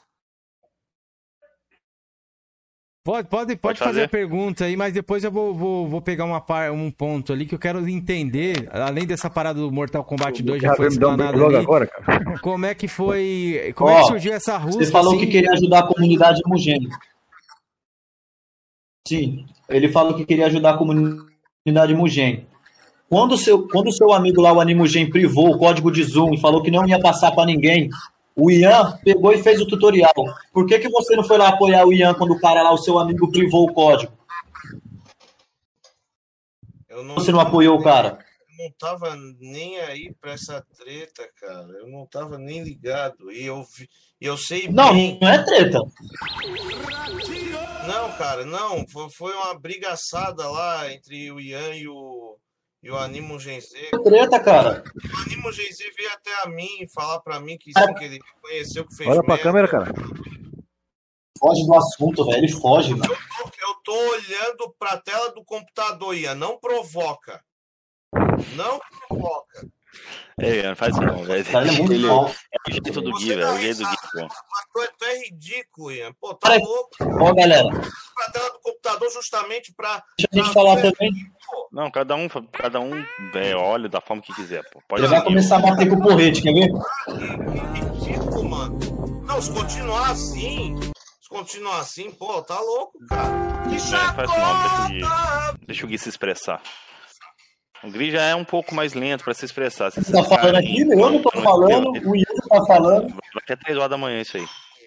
Pode, pode, pode, Pode fazer fazer. a pergunta aí, mas depois eu vou, vou, vou pegar uma par, um ponto ali que eu quero entender, além dessa parada do Mortal Kombat dois, já Já foi vai me dar um explanado beijo logo ali, agora, cara. como é que foi, como é Ó, que surgiu essa Rússia, Você falou assim? que queria ajudar a comunidade Mugem. Sim, ele falou que queria ajudar a comunidade Mugem. Quando o seu, quando o seu amigo lá, o Animugem, privou o código de Zoom e falou que não ia passar para ninguém, o Ian pegou e fez o tutorial. Por que, que você não foi lá apoiar o Ian quando o cara lá, o seu amigo, privou o código? eu não, Você não apoiou o cara? eu não tava nem aí pra essa treta, cara. Eu não tava nem ligado. E eu, vi- e eu sei Não, bem. não é treta. Não, cara, não. Foi, foi uma brigaçada lá entre o Ian e o, e o Animo Gen Z. Não é treta, cara. O Animo Gen Z veio até a mim falar pra mim que sim, que ele conheceu que fez Olha pra merda. câmera, cara. Foge do assunto, velho. Ele foge, mano. Eu tô olhando pra tela do computador, Ian. Não provoca. Não provoca. É, não faz isso não, velho. O cara é muito Ele- falso. É o jeito do Gui, velho. É o jeito do Gui, pô. Mas tu é, tu é ridículo, Ian. Pô, tá Cara, louco. Ó, galera, Pra tela do computador justamente pra... deixa a gente pra- falar também. Não, cada um, cada um é, olha da forma que quiser, pô. Pode Ele vai seguir. começar a bater com o porrete, quer ver? Que ridículo, mano. Não, se continuar assim... Se continuar assim, pô, tá louco, cara. Que Não, faz não, deixa o chacota! Gui, deixa o Gui se expressar. O Gui já é um pouco mais lento pra se expressar. Se Você tá falando aqui, eu não tô falando, o Ian tá falando. Vai até três horas da manhã isso aí.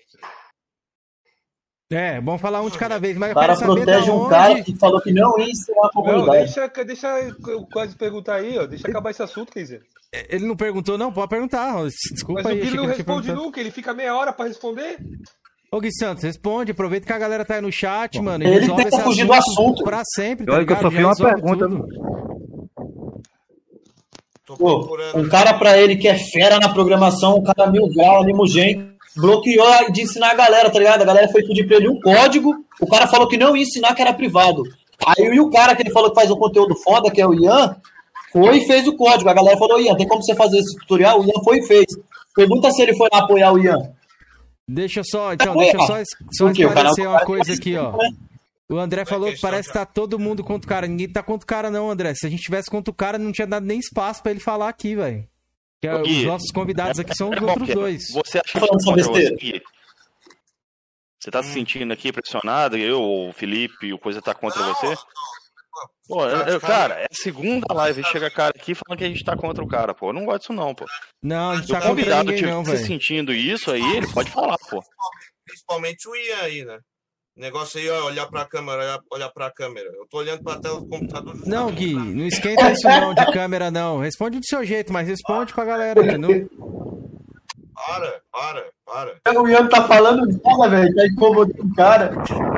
É, vamos falar um de cada vez, mas O eu cara quero saber protege da um onde... cara que falou que não ia ensinar a Não, comunidade. deixa, deixa eu quase perguntar aí, ó. Deixa acabar esse assunto, quer dizer. Ele não perguntou, não? Pode perguntar. Desculpa Mas aí. o Gui achei não que ele tinha responde perguntado. nunca, ele fica meia hora pra responder. Ô, Gui Santos, responde. Aproveita que a galera tá aí no chat, mano. e Ele resolve tenta esse fugir do assunto. pra sempre, tá Olha que eu ligado? só Já fiz uma resolve pergunta. tudo. viu? Tô Pô, procurando. um cara pra ele que é fera na programação, um cara mil grau, animugem, bloqueou de ensinar a galera, tá ligado? A galera foi pedir pra ele um código, o cara falou que não ia ensinar, que era privado. Aí e o cara que ele falou que faz um conteúdo foda, que é o Ian, foi e fez o código. A galera falou, Ian, tem como você fazer esse tutorial? O Ian foi e fez. Pergunta se ele foi lá apoiar o Ian. Deixa eu só, então, Ué, deixa eu só, só por quê? O canal esclarecer do uma cara coisa é aqui, ó. né? O André falou que questão, parece que tá todo mundo contra o cara. Ninguém tá contra o cara, não, André. Se a gente tivesse contra o cara, não tinha dado nem espaço pra ele falar aqui, velho. Que é, Ô, Gui, os nossos convidados aqui são os É bom outros que- dois. Você acha que Falando só contra besteira. você, Gui? Você tá se sentindo aqui pressionado? Eu, o Felipe, o coisa tá contra Não, você? Pô, eu- eu- cara, é a segunda live e chega cara aqui falando que a gente tá contra o cara, pô. Eu não gosto disso não, pô. Não, a gente Se o tá contra convidado ninguém, estiver não, se velho. sentindo isso aí, ele pode falar, pô. Principalmente o Ian aí, né? O negócio aí, ó, olhar pra câmera, olhar, olhar pra câmera. Eu tô olhando pra tela do computador. Não, Gui, não esquenta isso não de câmera, não. Responde do seu jeito, mas responde pra galera, entendeu? Para, para, para. O Ian tá falando nada, velho, tá incomodando o cara.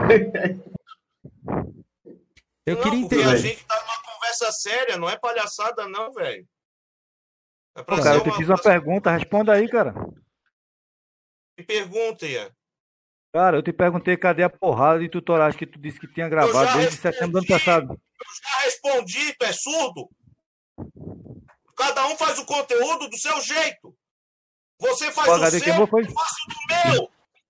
Eu não, queria porque entender. a gente tá numa conversa séria, não é palhaçada, não, velho. É pra Pô, ser cara, eu te uma fiz uma pergunta, responda aí, cara. Me pergunta, Ian. Cara, eu te perguntei cadê a porrada de tutoriais que tu disse que tinha Eu gravado já desde setembro do ano respondi. passado. Eu já respondi, tu é surdo? Cada um faz o conteúdo do seu jeito. Você faz O o H D seu, queimou, foi? eu faço do meu.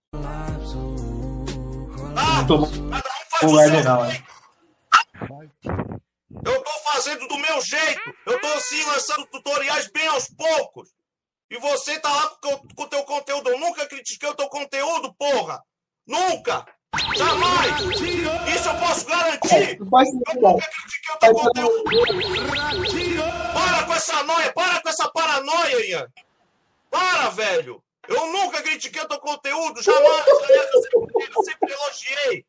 Ah, Tomou cada um faz o o L seu não, jeito. Eu tô fazendo do meu jeito. Eu tô assim lançando tutoriais bem aos poucos. E você tá lá com o teu conteúdo. Eu nunca critiquei o teu conteúdo, porra. Nunca. Jamais. Isso eu posso garantir. Não faz Eu sentido, nunca critiquei o teu conteúdo. Para com essa noia. Para com essa paranoia, Ian. Para, velho. Eu nunca critiquei o teu conteúdo. Jamais. Eu sempre, eu sempre elogiei.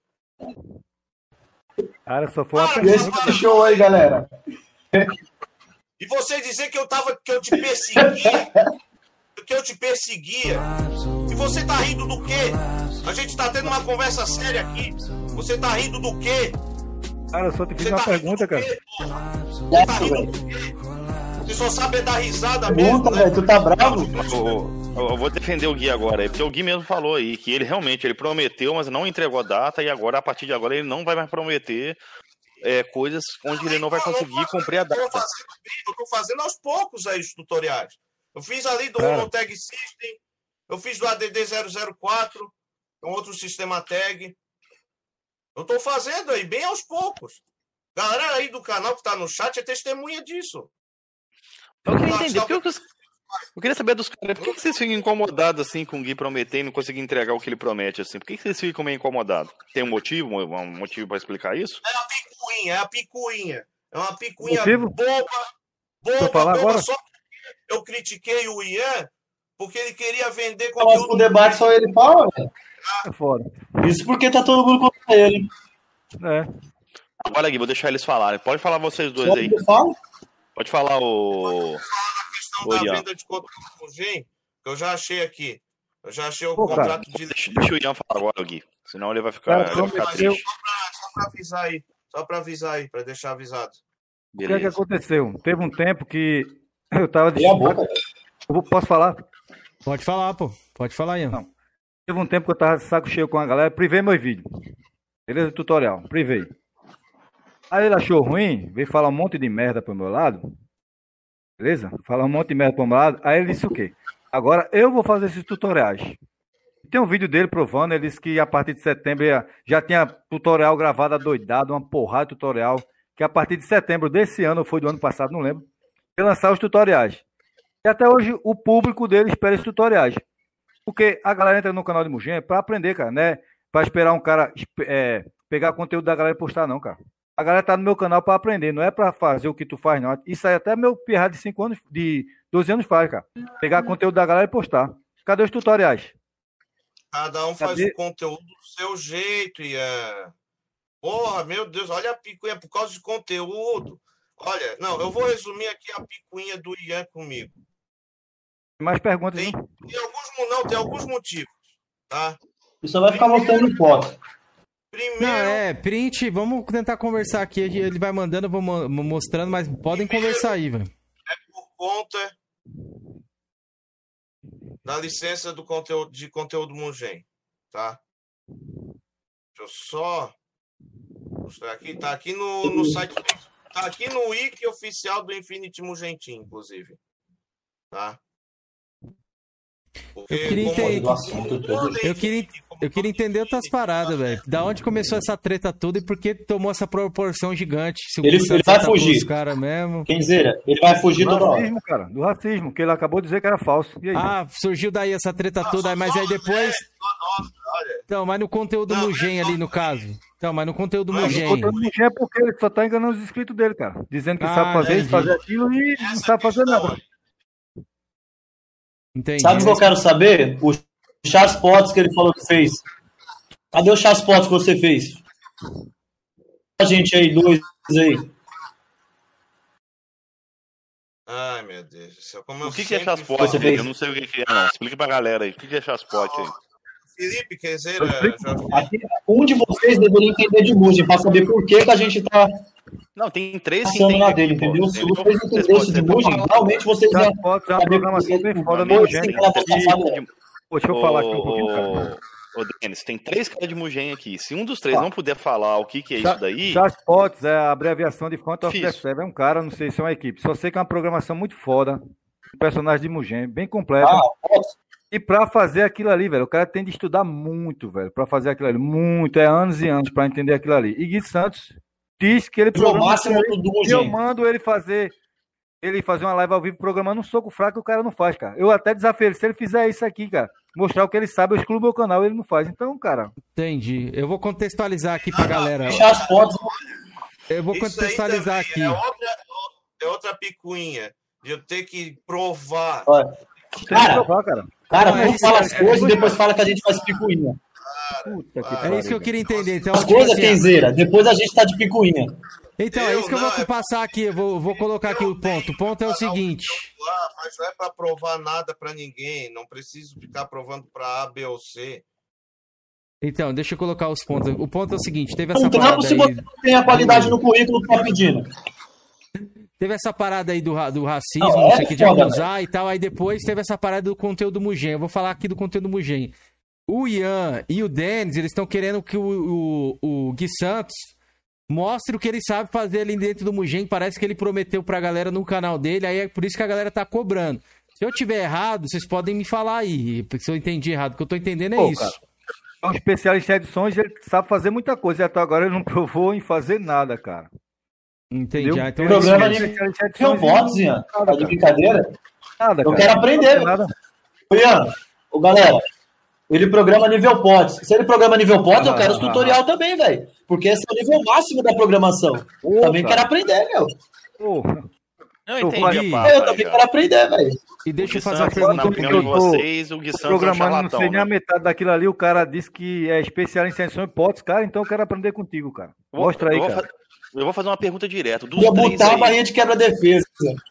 Cara, só foi uma Para, Esse pergunta. para. show aí, galera. E você dizer que eu tava, que eu te perseguia, que eu te perseguia. E você tá rindo do quê? A gente tá tendo uma conversa séria aqui. Você tá rindo do quê? Cara, eu só te fiz Você uma tá rindo pergunta, do cara. quê, porra? Você tá rindo do quê? Você só sabe é dar risada mesmo, Pergunta, né? velho, tu tá bravo? Eu, eu- eu vou defender o Gui agora, porque o Gui mesmo falou aí que ele realmente ele prometeu, mas não entregou a data, e agora, a partir de agora, ele não vai mais prometer é, coisas onde ele não vai conseguir cumprir a Eu tô data. fazendo, eu tô fazendo aos poucos aí os tutoriais. Eu fiz ali do Cara. Home Tag System, eu fiz do A D D zero zero quatro, um outro sistema tag. Eu tô fazendo aí, bem aos poucos. Galera aí do canal que tá no chat é testemunha disso. Eu queria entender, por que eu, eu queria saber dos caras, por que, que vocês ficam incomodados assim com o Gui prometer e não conseguir entregar o que ele promete assim? Por que, que vocês ficam meio incomodados? Tem um motivo, um, um motivo pra explicar isso? É a picuinha, é a picuinha. É uma picuinha Motivo? boba, boba, Vou falar boba. agora? Só que eu critiquei o Ian porque ele queria vender Mas o conteúdo. debate só ele fala, velho. É foda. Isso porque tá todo mundo contra ele. É. Olha, Gui, vou deixar eles falarem. Pode falar vocês dois Só aí. ele fala. Pode falar o. questão Ô, da Ian. venda de conteúdo com o Gen, que eu já achei aqui. Eu já achei o Pô, cara. contrato de Deixa, deixa o Ian falar agora, Gui. Senão ele vai ficar, Cara, ele vai ficar prometeu- triste. Só pra avisar aí. Só pra avisar aí, pra deixar avisado. O que é que Beleza. aconteceu? Teve um tempo que eu tava... E a boca, velho. Eu vou- Posso falar? Pode falar, pô. Pode falar, Ian. Não. Teve um tempo que eu tava de saco cheio com a galera, privei meu vídeo. Beleza? Tutorial, privei. Aí ele achou ruim, veio falar um monte de merda pro meu lado. Beleza? Falar um monte de merda pro meu lado. Aí ele disse o quê? Agora eu vou fazer esses tutoriais. tem um vídeo dele provando, ele disse que a partir de setembro já tinha tutorial gravado adoidado, uma porrada de tutorial, que a partir de setembro desse ano, ou foi do ano passado, não lembro, ia lançar os tutoriais. E até hoje o público dele espera esses tutoriais. Porque a galera entra no canal de Mugen para aprender, cara, né? Para esperar um cara é, pegar conteúdo da galera e postar, não, cara. A galera tá no meu canal para aprender, não é para fazer o que tu faz, não. Isso aí até meu pirrado de cinco anos, de doze anos faz, cara. Pegar conteúdo da galera e postar. Cadê os tutoriais? Cada um faz Cadê? o conteúdo do seu jeito, Ian. Porra, meu Deus, olha a picuinha por causa de conteúdo. Olha, não, eu vou resumir aqui a picuinha do Ian comigo. Mais perguntas, Tem, hein? tem alguns, não, tem alguns motivos, tá? Você só vai ficar mostrando foto. Primeiro, Não, é, print, vamos tentar conversar aqui. Ele vai mandando, eu vou mo- mostrando, mas podem conversar aí, velho. é por conta da licença do conteúdo, de conteúdo Mugen, tá? Deixa eu só mostrar aqui, tá aqui no, no site, tá aqui no wiki oficial do Infinity Mugen Team, inclusive, tá? Porque, Eu queria como- entender- Do assunto todo. Eu queria, eu queria entender outras paradas, velho. Da onde começou essa treta toda e por que tomou essa proporção gigante? Se o Ele- Gui ele Santos vai atacou fugir. os caras mesmo. Quem dizer, ele vai fugir Do toda hora. racismo, cara. Do racismo, que ele acabou de dizer que era falso. E aí? Ah, surgiu daí essa treta toda, mas aí depois. olha, Então, mas no conteúdo Não, Mugen é só- ali no caso. Então, mas no conteúdo Não, é Mugen. Conteúdo Mugen é porque ele só tá enganando os inscritos dele, cara. Dizendo que Ah, sabe fazer isso, entendi. fazer aquilo e não essa sabe fazer questão nada. aí. Entendi. Sabe o que eu quero saber? O chás potes que ele falou que fez. Cadê o chás potes que você fez? A gente aí, dois aí. Ai, meu Deus do céu. Como eu O que, que é sempre chaspote, Você falo. fez? Eu não sei o que, que é, não. Explica pra galera aí. O que, que é chaspote aí? Felipe Quezeira, Eu explico. Jorge, Aqui, um de vocês deveria entender de Mugen para saber por que, que a gente tá Não, tem três que passando entendem na aqui, dele, pô, entendeu? Se entendeu? vocês Vocês entendessem de podem- Mugen, realmente vocês iam Já pode ser uma saber programação por que- bem foda no Depois, Mugen. sim, ela tá passada. E- Pô, deixa eu falar aqui um pouquinho, cara. Ô, ô, Denis, tem três caras de Mugen aqui. Se um dos três não puder falar o que, que é isso daí, Charles Potts é a abreviação de Phantom of the Difícil. Seven. É um cara, não sei se é uma equipe. Só sei que é uma programação muito foda. Um personagem de Mugen, bem completa. Ah, posso? E pra fazer aquilo ali, velho, o cara tem de estudar muito, velho, pra fazer aquilo ali. Muito, é anos e anos pra entender aquilo ali. E Gui Santos diz que ele O programa máximo aquilo ali, do e eu Mugen. mando ele fazer ele fazer uma live ao vivo programando um soco fraco que o cara não faz, cara. Eu até desafio ele, se ele fizer isso aqui, cara, mostrar o que ele sabe, eu excluo meu canal, ele não faz. Então, cara, Entendi. Eu vou contextualizar aqui pra galera. Chás potes. Eu vou Isso aí contextualizar também aqui. É outra, é outra picuinha de eu ter que provar. Olha. tem que Cara, provar, cara. cara, Não, é não isso, fala é- as é- coisas e depois fala que a gente faz picuinha. Puta que É pariu, isso que eu velho. queria entender. Então, As tipo coisas, assim, Kenzeira, depois a gente tá de picuinha. então é Eu isso que eu não, vou é- passar aqui. Eu vou, vou colocar aqui o ponto. O ponto é o seguinte. Lá, mas não é para provar nada para ninguém. Não preciso ficar provando para A, B ou C. Então, deixa eu colocar os pontos. O ponto é o seguinte: teve essa Um trampo parada se você aí. não tem a qualidade no currículo que tá pedindo. Teve essa parada aí do, ra- do racismo, Não, não, é sei o que, de foda, abusar e tal. Aí depois teve essa parada do conteúdo Mugen. Eu vou falar aqui do conteúdo Mugen. O Ian e o Denis, eles estão querendo que o, o, o Gui Santos mostre o que ele sabe fazer ali dentro do Mugen. Parece que ele prometeu pra galera no canal dele. Aí é por isso que a galera tá cobrando. Se eu tiver errado, vocês podem me falar aí. Se eu entendi errado, o que eu tô entendendo é Pô, isso. cara, é um especialista em edições, ele sabe fazer muita coisa. E até agora ele não provou em fazer nada, cara. Entendi. Entendeu? Ah, então O é isso programa mesmo. de- Especialista em Que eu edições e boto, não- Ian? nada, Tá de cara. brincadeira? Nada, Eu cara. quero aprender. Não nada. Ô, Ian, ô, galera, ele programa nível pods. Se ele programa nível pods, eu Ah, quero os ah, tutorial também, velho. Porque esse é o nível máximo da programação. Pô, também cara. quero aprender, meu. Porra. Não Eu entendi falei- a Eu parte aí, também já. quero aprender, velho. E deixa O eu Gui fazer uma Santos, pergunta na aqui opinião que de eu tô vocês, o Gui Santos é um Programando, não charlatão, sei nem a né? metade daquilo ali. O cara disse que é especialista em edição e potes, cara. Então eu quero aprender contigo, cara. Eu vou- Mostra aí, eu vou cara. fa- Eu vou fazer uma pergunta direto. Dos Vou três botar a aí, barrinha de quebra-defesa.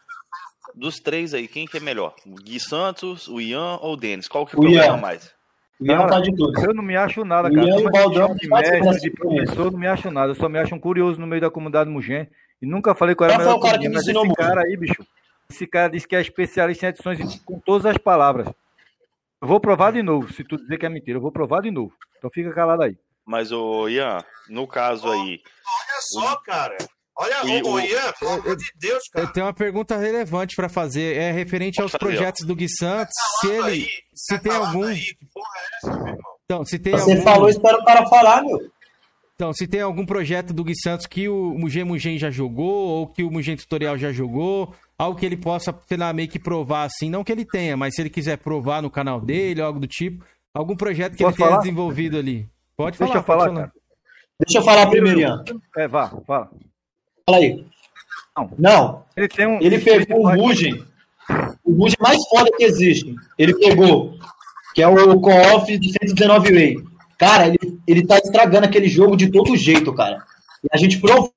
dos três aí, quem que é melhor? O Gui Santos, o Ian ou o Denis? Qual que O programa Ian. mais? O Ian Cara, tá de tudo. Eu não me acho nada, O cara. Ian e o Como é que Baldão chama de fazem mestre, essa de experiência. professor, não me acho nada. Eu só me acho um curioso no meio da comunidade Mugen. E nunca falei que eu era Qual foi melhor o cara ninguém, que me mas ensinou esse muito? cara aí, bicho. Esse cara disse que é especialista em edições e com todas as palavras. Eu vou provar de novo. Se tu dizer que é mentira, eu vou provar de novo. Então fica calado aí. Mas, ô Ian, no caso aí, Olha só, cara. Olha, E ô, o- Ian, pelo amor de Deus, cara. Eu tenho uma pergunta relevante pra fazer. É referente aos Pode fazer, ó. projetos do Gui Santos. Se Falando ele. aí, Se tá tem falando algum. aí, que porra é essa, velho? Então, se tem Você algum... falou, espera o cara falar, meu. Então, se tem algum projeto do Gui Santos que o Mugen Mugen já jogou, ou que o Mugen Tutorial já jogou, algo que ele possa, sei lá, meio que provar assim, não que ele tenha, mas se ele quiser provar no canal dele, algo do tipo, algum projeto que Posso ele tenha falar? desenvolvido ali. Pode Deixa falar, eu falar, pode falar. cara. Deixa eu falar primeiro, Ian. É, vá, fala. Fala aí. Não. Não, Ele tem um. ele pegou o Mugen, o Mugen mais foda que existe. Ele pegou, que é o Co-Off de cento e dezenove Way. Cara, ele, ele tá estragando aquele jogo de todo jeito, cara. E a gente provou.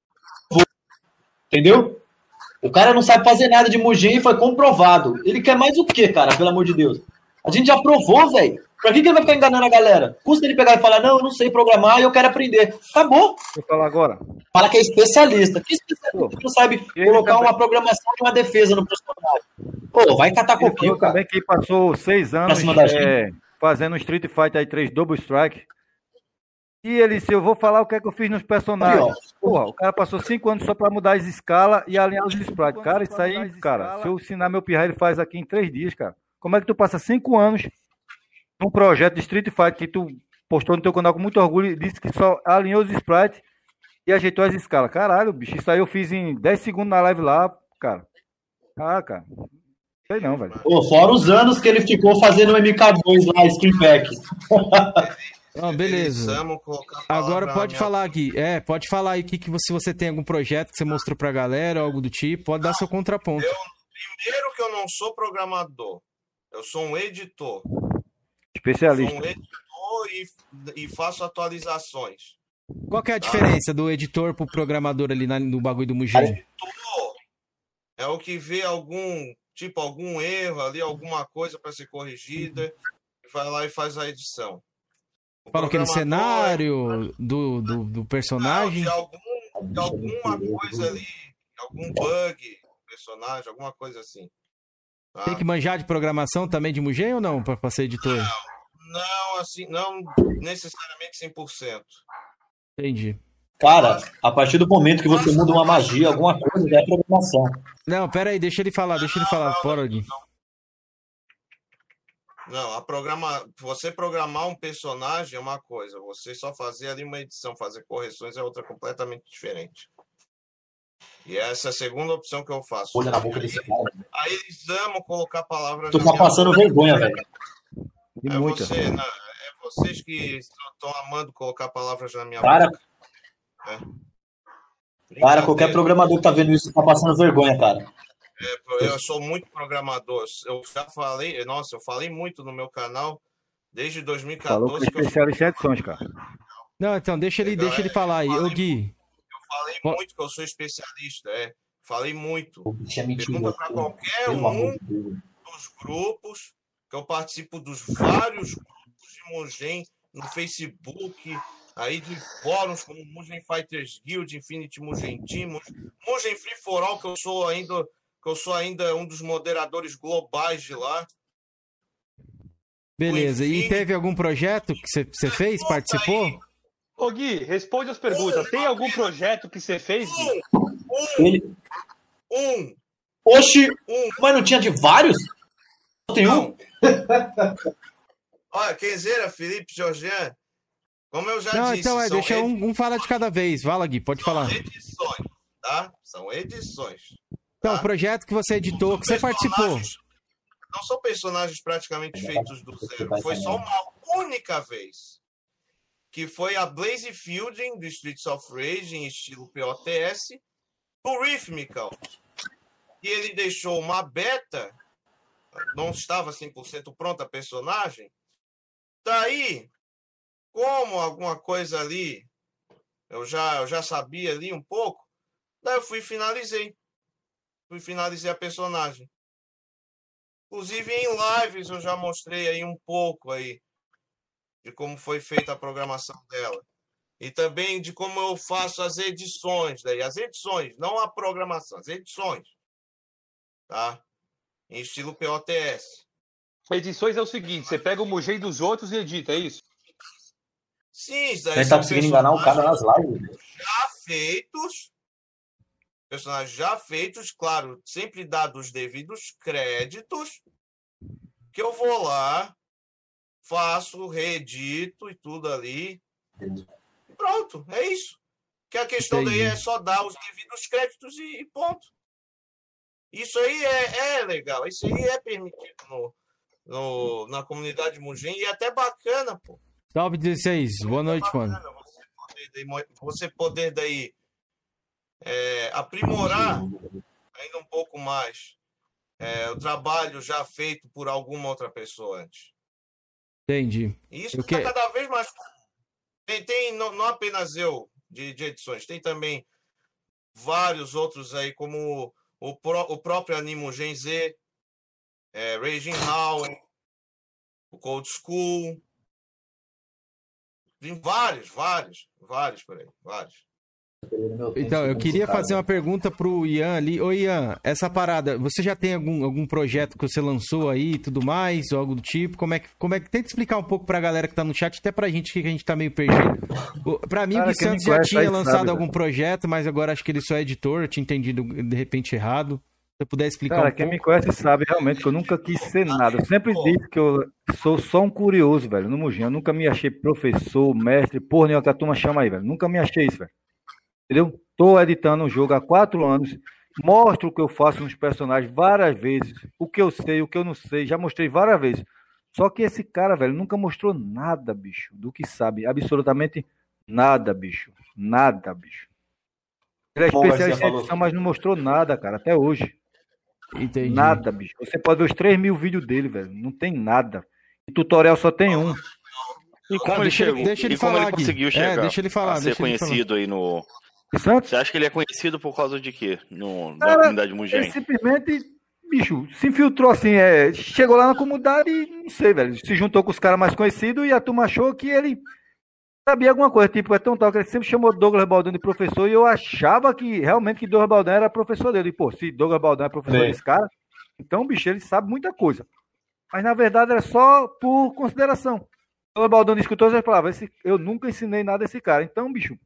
Entendeu? O cara não sabe fazer nada de Mugen e foi comprovado. Ele quer mais o quê, cara? Pelo amor de Deus. A gente já provou, velho. Pra que, que ele vai ficar enganando a galera? Custa ele pegar e falar, não, eu não sei programar e eu quero aprender. Acabou. Vou falar agora. Fala que é especialista. Que especialista que não sabe colocar uma programação e uma defesa no personagem? Pô, vai catar Ele coquinho, falou cara. também que passou seis anos cima da é, fazendo Street Fighter três Double Strike. E ele disse, eu vou falar o que é que eu fiz nos personagens. Aí, Porra, o cara passou cinco anos só pra mudar as escalas e alinhar os sprites. Cara, isso aí, cara, se eu ensinar meu pirra, ele faz aqui em três dias, cara. Como é que tu passa cinco anos num projeto de Street Fighter que tu postou no teu canal com muito orgulho e disse que só alinhou os sprites e ajeitou as escalas? Caralho, bicho, isso aí eu fiz em dez segundos na live lá, cara. Ah, cara. Sei não, velho. Pô, fora os anos que ele ficou fazendo o M K dois lá, Stream Pack. Não, beleza. Eles amam colocar a palavra Agora na pode minha falar, Gui. É, pode falar aí que, que você, se você tem algum projeto que você mostrou pra galera, algo do tipo, pode dar seu contraponto. Eu, primeiro que eu não sou programador. Eu sou um editor. Especialista. Sou um editor e, e faço atualizações. Qual que é a diferença do editor pro programador ali na- no bagulho do Mugen? Editor é o que vê algum, tipo, algum erro ali, alguma coisa para ser corrigida, e vai lá e faz a edição. O Fala que no programador cenário do, do, do Não, personagem? de, algum, de alguma coisa ali, algum bug do personagem, alguma coisa assim. Tá? Tem que manjar de programação também de Mugen ou não, pra, pra ser editor? Não, assim, não necessariamente cem por cento. Entendi. Cara, a partir do momento que você muda uma magia, alguma coisa, já é programação. Não, pera aí, deixa ele falar, deixa ele falar. Bora, Gui. Não, a programa, você programar um personagem é uma coisa, você só fazer ali uma edição, fazer correções é outra completamente diferente. E essa é a segunda opção que eu faço. Olha na boca desse cara. Aí eles amam colocar palavras Tu na tá minha passando boca. vergonha, velho. E É, muita. você, não, é vocês que estão amando colocar palavras na minha Cara, boca. É. Cara, qualquer Brincadeira. programador que tá vendo isso tá passando vergonha, cara. É, eu sou muito programador. Eu já falei, nossa, eu falei muito no meu canal desde Falou que é dois mil e quatorze que eu, especialista em edições, cara. Não, então, deixa ele, deixa ele falar aí. Ô, Gui, eu falei Ó. muito que eu sou especialista. É, falei muito. O bicho é mentira. Pergunta para qualquer Pelo amor um de Deus. dos grupos, que eu participo dos vários grupos de Mugen no Facebook, aí de fóruns como Mugen Fighters Guild, Infinity Mugen Team, Mugen Free for All, que eu sou ainda, que eu sou ainda um dos moderadores globais de lá. beleza. E Enfim. teve algum projeto que você- você fez, participou? Ô Gui, responde as perguntas. Tem algum projeto que você fez, Gui? Ele... Um, Oxi, um, mas não tinha de vários? Só tem um? não. Olha, Kenzeira, Felipe, Georgian, como eu já Não, disse, então é, são deixa um, um fala de cada vez. Fala, Gui, pode falar. edições, tá? São edições. Então, tá? o projeto que você editou, que você participou. Personagens- Não são personagens praticamente feitos do zero. Foi só uma única vez. Que foi a Blaze Fielding do Streets of Rage em estilo P O T S do Rhythmical. E ele deixou uma beta, não estava cem por cento pronta a personagem. Daí, como alguma coisa ali, eu já, eu já sabia ali um pouco, daí eu fui e finalizei. Fui e finalizei a personagem. Inclusive em lives eu já mostrei aí um pouco aí de como foi feita a programação dela. E também de como eu faço as edições daí, as edições, não a programação, as edições. Tá? Em estilo P O T S. Edições é o seguinte, você pega o Mugen dos outros e edita, é isso? Sim, isso daí A gente tá são conseguindo enganar o cara nas lives. velho. já feitos, personagens já feitos, claro, sempre dados os devidos créditos, que eu vou lá, faço, reedito e tudo ali. E pronto, é isso. Que a questão Entendi. daí é só dar os devidos créditos e, e ponto. Isso aí é, é legal, isso aí é permitido no, no, na comunidade Mugen e é até bacana, pô. Salve dezesseis, boa noite, é mano. Você poder daí, você poder daí é, aprimorar ainda um pouco mais é, o trabalho já feito por alguma outra pessoa antes. Entendi. E isso Eu está que- cada vez mais. Tem, tem não, não apenas eu de, de edições, tem também vários outros aí, como o, pro, o próprio Animo Gen Z, é, Raging Howe, o Cold School. Tem vários, vários, vários por aí, vários. Então, eu queria fazer uma pergunta pro Ian ali. Ô, Ian, essa parada, você já tem algum, algum projeto que você lançou aí e tudo mais, ou algo do tipo? Como é que, como é que... Tenta explicar um pouco pra galera que tá no chat, até pra gente, que a gente tá meio perdido. O- Pra mim, Cara, o Gui quem me Santos já conhece tinha aí lançado sabe, algum velho. projeto, mas agora acho que ele só é editor, eu tinha entendido de repente errado. Se você puder explicar Cara, um quem me pouco. conhece sabe realmente que eu nunca quis ser nada. Eu sempre disse que eu sou só um curioso, velho, no Mugen. Eu nunca me achei professor, mestre, porra nenhuma que a turma chama aí, velho. Nunca me achei isso, velho. Entendeu? Tô editando um jogo há quatro anos. Mostro o que eu faço nos personagens várias vezes. O que eu sei, o que eu não sei. Já mostrei várias vezes. Só que esse cara, velho, nunca mostrou nada, bicho, do que sabe. Absolutamente nada, bicho. Nada, bicho. Ele é Bom, Garcia especialista em falou. edição, mas não mostrou nada, cara, até hoje. Entendi. Nada, bicho. Você pode ver os três mil vídeos dele, velho. Não tem nada. E tutorial só tem um. E como Não, ele deixa ele- chegou? deixa ele e como falar, ele Gui. conseguiu É, chegar deixa ele falar, a ser deixa ele falar. conhecido aí no... E Santos? Você acha que ele é conhecido por causa de quê? No, na Cara, comunidade ele Mugen? simplesmente, bicho, se infiltrou assim, é, chegou lá na comunidade e, não sei, velho, se juntou com os caras mais conhecidos e a turma achou que ele sabia alguma coisa, tipo, é tão tal que ele sempre chamou Douglas Baldão de professor e eu achava que, realmente, que Douglas Baldão era professor dele. E, pô, se Douglas Baldão é professor Sim. desse cara, então, bicho, ele sabe muita coisa. Mas, na verdade, era só por consideração. Douglas Baldão escutou as palavras, esse, eu nunca ensinei nada a esse cara. Então, bicho,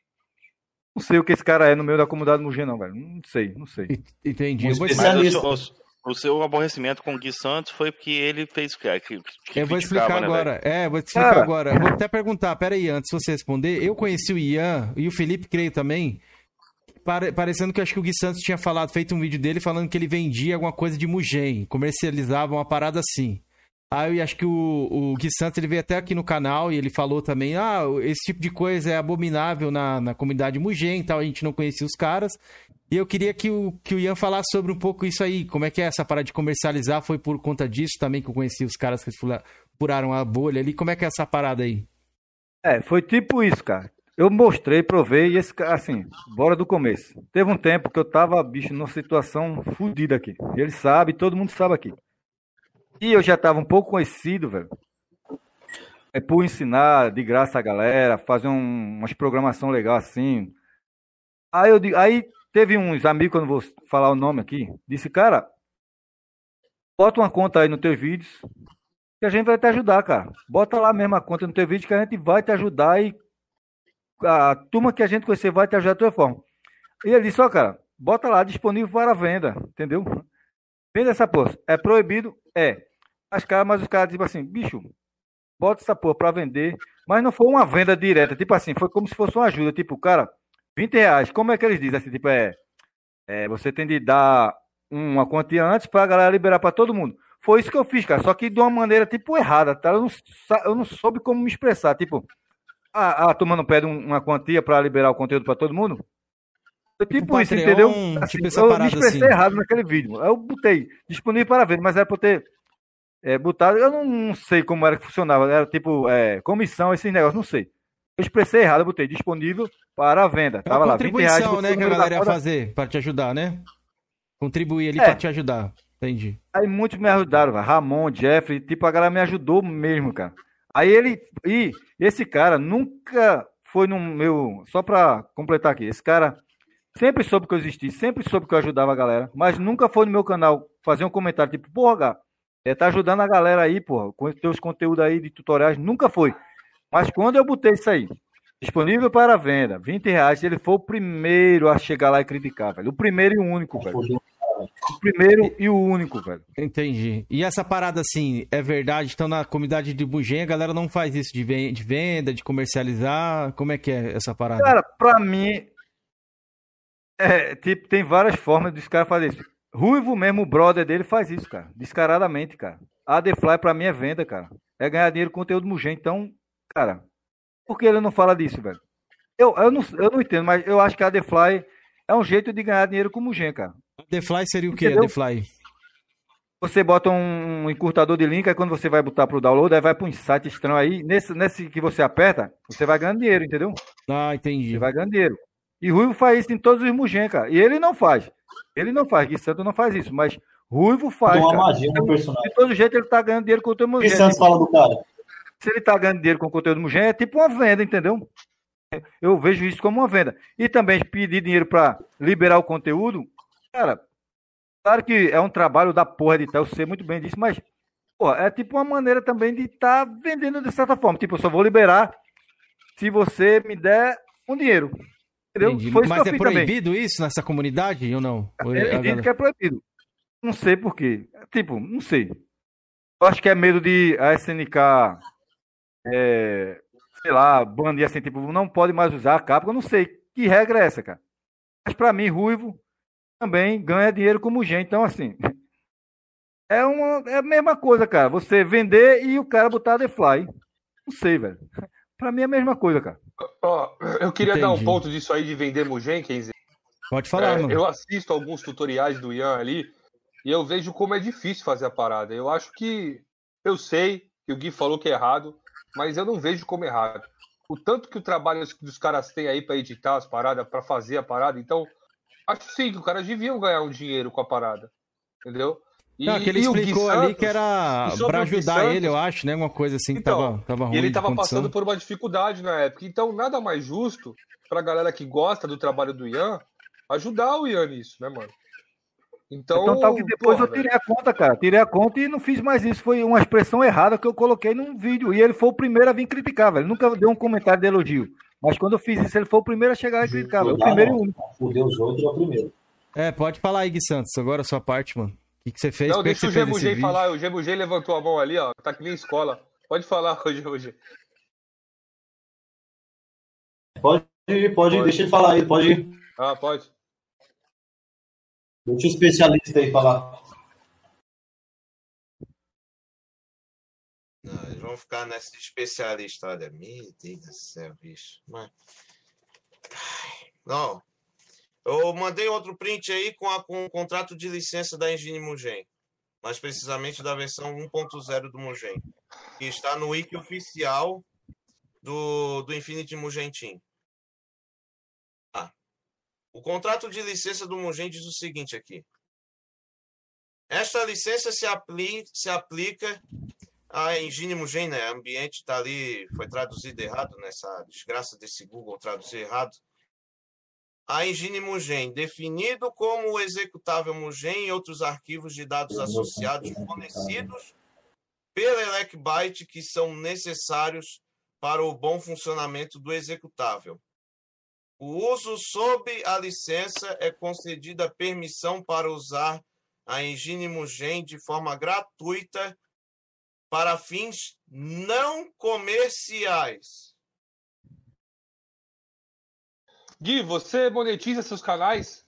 não sei o que esse cara é no meio da comunidade Mugen, não, velho. Não sei, não sei. Entendi. Um Eu vou, Mas especialista. o, seu- o seu aborrecimento com o Gui Santos foi porque ele fez o que, que, que eu vou criticava, explicar né, agora. velho? É, vou te explicar Cara. agora. Eu vou até perguntar, peraí, antes de você responder. Eu conheci o Ian e o Felipe, creio também, pare- parecendo que eu acho que o Gui Santos tinha falado, feito um vídeo dele falando que ele vendia alguma coisa de Mugen, comercializava uma parada assim. Aí eu acho que o, o Gui Santos ele veio até aqui no canal e ele falou também: ah, esse tipo de coisa é abominável na, na comunidade Mugen e tal, a gente não conhecia os caras. E eu queria que o, que o Ian falasse sobre um pouco isso aí, como é que é essa parada de comercializar, foi por conta disso também que eu conheci os caras que fula- furaram a bolha ali, como é que é essa parada aí? É, foi tipo isso, cara. Eu mostrei, provei, e esse cara, assim, bora do começo. Teve um tempo que eu tava, bicho, numa situação fodida aqui. Ele sabe, todo mundo sabe aqui. E eu já tava um pouco conhecido, velho. É por ensinar de graça a galera, fazer um, umas programação legal assim. Aí eu digo, aí teve uns amigos, que eu não vou falar o nome aqui, disse, cara, bota uma conta aí nos teus vídeos, que a gente vai te ajudar, cara. Bota lá mesmo a conta no teu vídeo que a gente vai te ajudar e a turma que a gente conhecer vai te ajudar da tua forma. E ele disse, ó, cara, bota lá, disponível para venda, entendeu? Venda essa porra. É proibido? É. Mas, cara, mas os caras, tipo assim, bicho, bota essa porra pra vender. Mas não foi uma venda direta, tipo assim, foi como se fosse uma ajuda. Tipo, cara, vinte reais. Como é que eles dizem assim? Tipo, é, é você tem de dar uma quantia antes pra galera liberar pra todo mundo. Foi isso que eu fiz, cara. Só que de uma maneira, tipo, errada, tá? Eu não, sa- eu não soube como me expressar. Tipo, a, a turma não pede um- uma quantia pra liberar o conteúdo pra todo mundo? Foi tipo, Tipo isso, Patreon, entendeu? Assim, tipo essa eu me parada expressei assim. errado naquele vídeo. Eu botei disponível para venda, mas era pra eu ter é, botado. Eu não, não sei como era que funcionava. Era tipo é, comissão, esses negócios, não sei. Eu expressei errado, eu botei disponível para venda. É Tava uma lá, vinte reais. contribuição, botei né, o que a número da galera ia conta. fazer pra te ajudar, né? Contribuir ali É. pra te ajudar. Entendi. Aí muitos me ajudaram, velho. Ramon, Jeffrey, tipo, a galera me ajudou mesmo, cara. Aí ele. E esse cara nunca foi no meu. Só pra completar aqui, esse cara sempre soube que eu existia, sempre soube que eu ajudava a galera, mas nunca foi no meu canal fazer um comentário tipo, porra, Gá, é, tá ajudando a galera aí, porra, com os teus conteúdos aí de tutoriais, nunca foi. Mas quando eu botei isso aí, disponível para venda, vinte reais, ele foi o primeiro a chegar lá e criticar, velho. O primeiro e o único, velho. O primeiro e o único, velho. Entendi. E essa parada, assim, é verdade? Então, na comunidade de Mugen, a galera não faz isso de ven- de venda, de comercializar? Como é que é essa parada? Cara, pra mim, é, tipo, tem várias formas dos caras fazerem isso. Ruivo mesmo, o brother dele, faz isso, cara. Descaradamente, cara. A The Fly, pra mim, é venda, cara. É ganhar dinheiro com conteúdo Mugen. Então, cara, por que ele não fala disso, velho? Eu, eu, não, eu não entendo, mas eu acho que a The Fly é um jeito de ganhar dinheiro com Mugen, cara. The Fly seria o quê, Entendeu? The Fly? Você bota um encurtador de link, aí quando você vai botar pro download, aí vai pra um site estranho aí. Nesse, nesse que você aperta, você vai ganhando dinheiro, entendeu? Ah, entendi. Você vai ganhando dinheiro. E Ruivo faz isso em todos os Mugen, cara. E ele não faz. Ele não faz. Gui Santos não faz isso. Mas Ruivo faz, Tem uma cara. magia no personagem. De todo jeito ele tá ganhando dinheiro com o conteúdo O que Mugen. Santos fala do cara? Se ele tá ganhando dinheiro com o conteúdo Mugen, é tipo uma venda, entendeu? Eu vejo isso como uma venda. E também pedir dinheiro pra liberar o conteúdo, cara, claro que é um trabalho da porra editar, eu sei muito bem disso, mas, pô, é tipo uma maneira também de estar tá vendendo de certa forma. Tipo, eu só vou liberar se você me der um dinheiro. Entendeu? Entendi. Foi isso Mas que eu é fiz também. proibido isso nessa comunidade ou não? Ou É a evidente galera- que é proibido. Não sei por quê. Tipo, não sei. Eu acho que é medo de a S N K, é, sei lá, banir assim, tipo, não pode mais usar a capa. Eu não sei que regra é essa, cara. Mas pra mim, Ruivo também ganha dinheiro como Mugen. Então, assim, é, uma, é a mesma coisa, cara. Você vender e o cara botar The Fly. Não sei, velho. Pra mim é a mesma coisa, cara. Ó, eu queria dar um Entendi. ponto disso aí de vender Mugen, Kenzie. Pode falar, É, mano. eu assisto alguns tutoriais do Ian ali e eu vejo como é difícil fazer a parada. Eu acho que. Eu sei que o Gui falou que é errado, mas eu não vejo como errado. O tanto que o trabalho dos caras têm aí pra editar as paradas, pra fazer a parada, então. Acho sim que os caras deviam ganhar um dinheiro com a parada. Entendeu? E, Não, que ele e o Gui explicou ali Santos, que era e sobre pra o Gui ajudar Santos- ele, eu acho, né? Uma coisa assim que Então, tava, tava ruim. E ele de tava condição. passando por uma dificuldade na época. Então, nada mais justo pra galera que gosta do trabalho do Ian ajudar o Ian nisso, né, mano? Então, Então, tal que depois porra, eu tirei a conta, cara. Tirei a conta e não fiz mais isso. Foi uma expressão errada que eu coloquei num vídeo. E ele foi o primeiro a vir criticar, velho. Nunca deu um comentário de elogio. Mas quando eu fiz isso, ele foi o primeiro a chegar e criticar. velho. O primeiro e o único. Fudeu os outros é o primeiro. É, pode falar aí, Gui Santos. Agora a sua parte, mano. O que, que você fez? Não, Por que deixa que o você fez esse Gemugei vídeo? falar. O Gemugei levantou a mão ali, ó. Tá que nem escola. Pode falar, o Gemugei. Pode ir, pode ir, deixa ele falar aí, pode ir. Ah, pode. Deixa o especialista aí falar. Não, eles vão ficar nessa de especialista. Olha, meu Deus do céu, bicho. Mas... Ai, não. Eu mandei outro print aí com, a, com o contrato de licença da Engine Mugen. Mais precisamente da versão um ponto zero do Mugen. Que está no wiki oficial do, do Infinity Mugen Team. Ah, o contrato de licença do Mugen diz o seguinte aqui. Esta licença se, apli, se aplica a Engine Mugen, né? O ambiente está ali, foi traduzido errado, nessa desgraça desse Google traduzir errado. A Engine Mugen, definido como o executável Mugen e outros arquivos de dados associados fornecidos pela Elec-Byte que são necessários para o bom funcionamento do executável. O uso sob a licença é concedida permissão para usar a Engine Mugen de forma gratuita para fins não comerciais. Gui, você monetiza seus canais?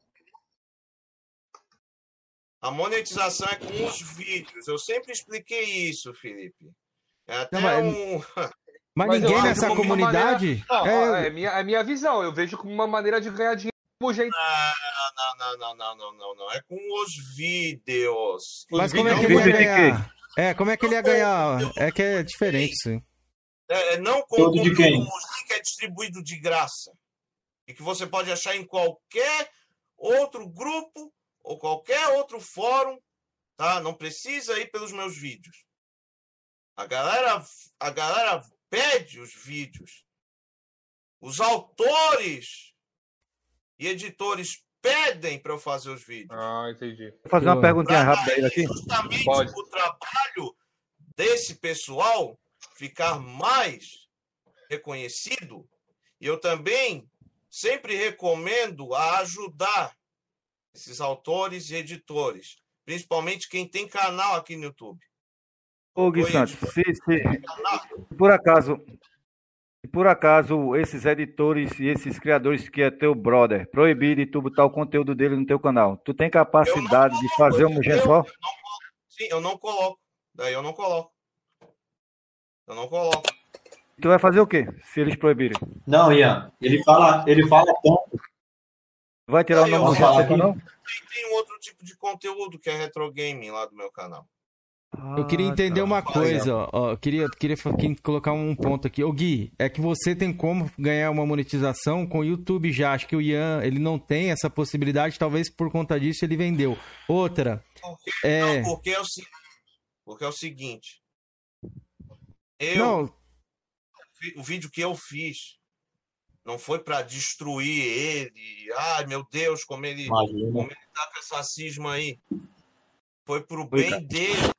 A monetização é com os vídeos. Eu sempre expliquei isso, Felipe. É até Não, mas- um... Mas, Mas eu ninguém vejo nessa como uma comunidade. Não, É, é, minha, é minha visão. Eu vejo como uma maneira de ganhar dinheiro com Mugen. Não, não, não, não, não, não, não. É com os vídeos. mas Os como é que ele vídeos ia de quê? ganhar? É, como é que ele ia ganhar? É que é diferente isso aí. É, é não com o Todo de conteúdo quem? Mugen que é distribuído de graça. E que você pode achar em qualquer outro grupo ou qualquer outro fórum, tá? Não precisa ir pelos meus vídeos. A galera, a galera pede os vídeos. Os autores e editores pedem para eu fazer os vídeos. Ah, entendi. Vou fazer uma Pô. perguntinha Pra rápida aí aqui. justamente Pode. o trabalho desse pessoal ficar mais reconhecido. E eu também sempre recomendo a ajudar esses autores e editores, principalmente quem tem canal aqui no YouTube. Ô, Gui Oi, Santos, editor. se, se, Canal. por acaso, se por acaso esses editores e esses criadores que é teu brother proibir de tu botar o conteúdo dele no teu canal, tu tem capacidade de fazer um Mugen só? Sim, eu não coloco. Daí eu não coloco. Eu não coloco. Tu vai fazer o quê se eles proibirem? Não, Ian, ele fala, ele fala tanto. Vai tirar Aí o eu nome do falo teu aqui. canal? Tem, tem um outro tipo de conteúdo que é retro gaming lá do meu canal. Eu queria entender Ah, uma tá. coisa, ó, ó, eu queria, queria fa- quem- colocar um ponto aqui. Ô Gui, é que você tem como ganhar uma monetização com o YouTube já. Acho que o Ian, ele não tem essa possibilidade, talvez por conta disso ele vendeu. Outra, Porque, É. não, porque, é o, se- porque é o seguinte. Eu, não, vi- o vídeo que eu fiz não foi para destruir ele. Ai, meu Deus, como ele, Imagina. como ele tá com essa cisma aí. Foi pro Oi, bem cara. dele.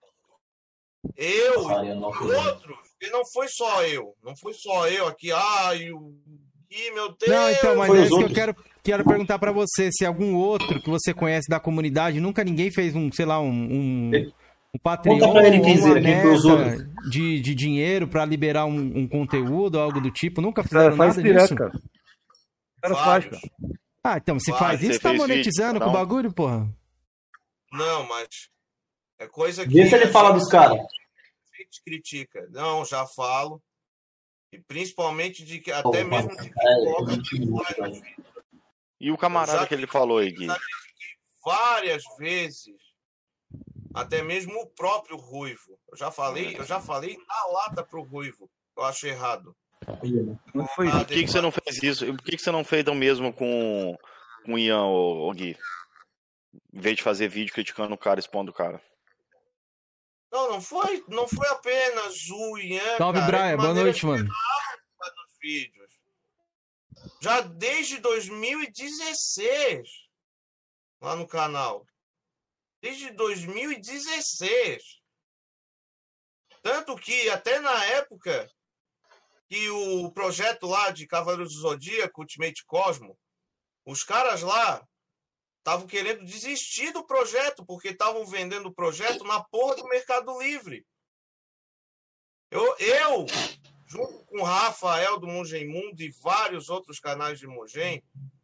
Eu Faria não e fazer. outros. E não foi só eu. Não foi só eu aqui. Ai, o Gui, meu Deus. não, então, mas Foi é os isso que eu outros. quero, quero perguntar pra você, se algum outro que você conhece da comunidade, nunca ninguém fez um, sei lá, um, um, um Patreon Conta pra ele, ou Kenzeira, uma quem foi os meta de, de dinheiro pra liberar um, um conteúdo, algo do tipo, nunca O cara fizeram faz nada direto, disso? cara. O cara faz, Vários. cara. Ah, então, se Vai, faz você isso, tá fez vídeo, monetizando com o não? bagulho, porra? Não, mas é coisa que Vê se ele a fala gente- dos caras. a gente critica. Não, já falo. E principalmente de que Pô, até mano, mesmo de que é, coloca vinte minutos, velho. E o camarada Já- que ele falou aí, Gui? já critiquei várias vezes. Até mesmo o próprio Ruivo. Eu já falei, eu já falei na lata pro Ruivo. Eu acho errado. Quando foi Ah, isso? Por que, que você não fez isso? E por que, que você não fez o mesmo com, com o Ian, ô, ô Gui? Em vez de fazer vídeo criticando o cara, expondo o cara. Não, não foi, não foi apenas o Ian. Salve, cara, Brian, de boa maneira noite, mano. geral nos vídeos. Já desde dois mil e dezesseis, lá no canal. Desde dois mil e dezesseis. Tanto que até na época que o projeto lá de Cavaleiros do Zodíaco, Ultimate Cosmo, os caras lá estavam querendo desistir do projeto, porque estavam vendendo o projeto na porra do Mercado Livre. Eu, eu junto com o Rafael do Mugen Mundo e vários outros canais de Mugen,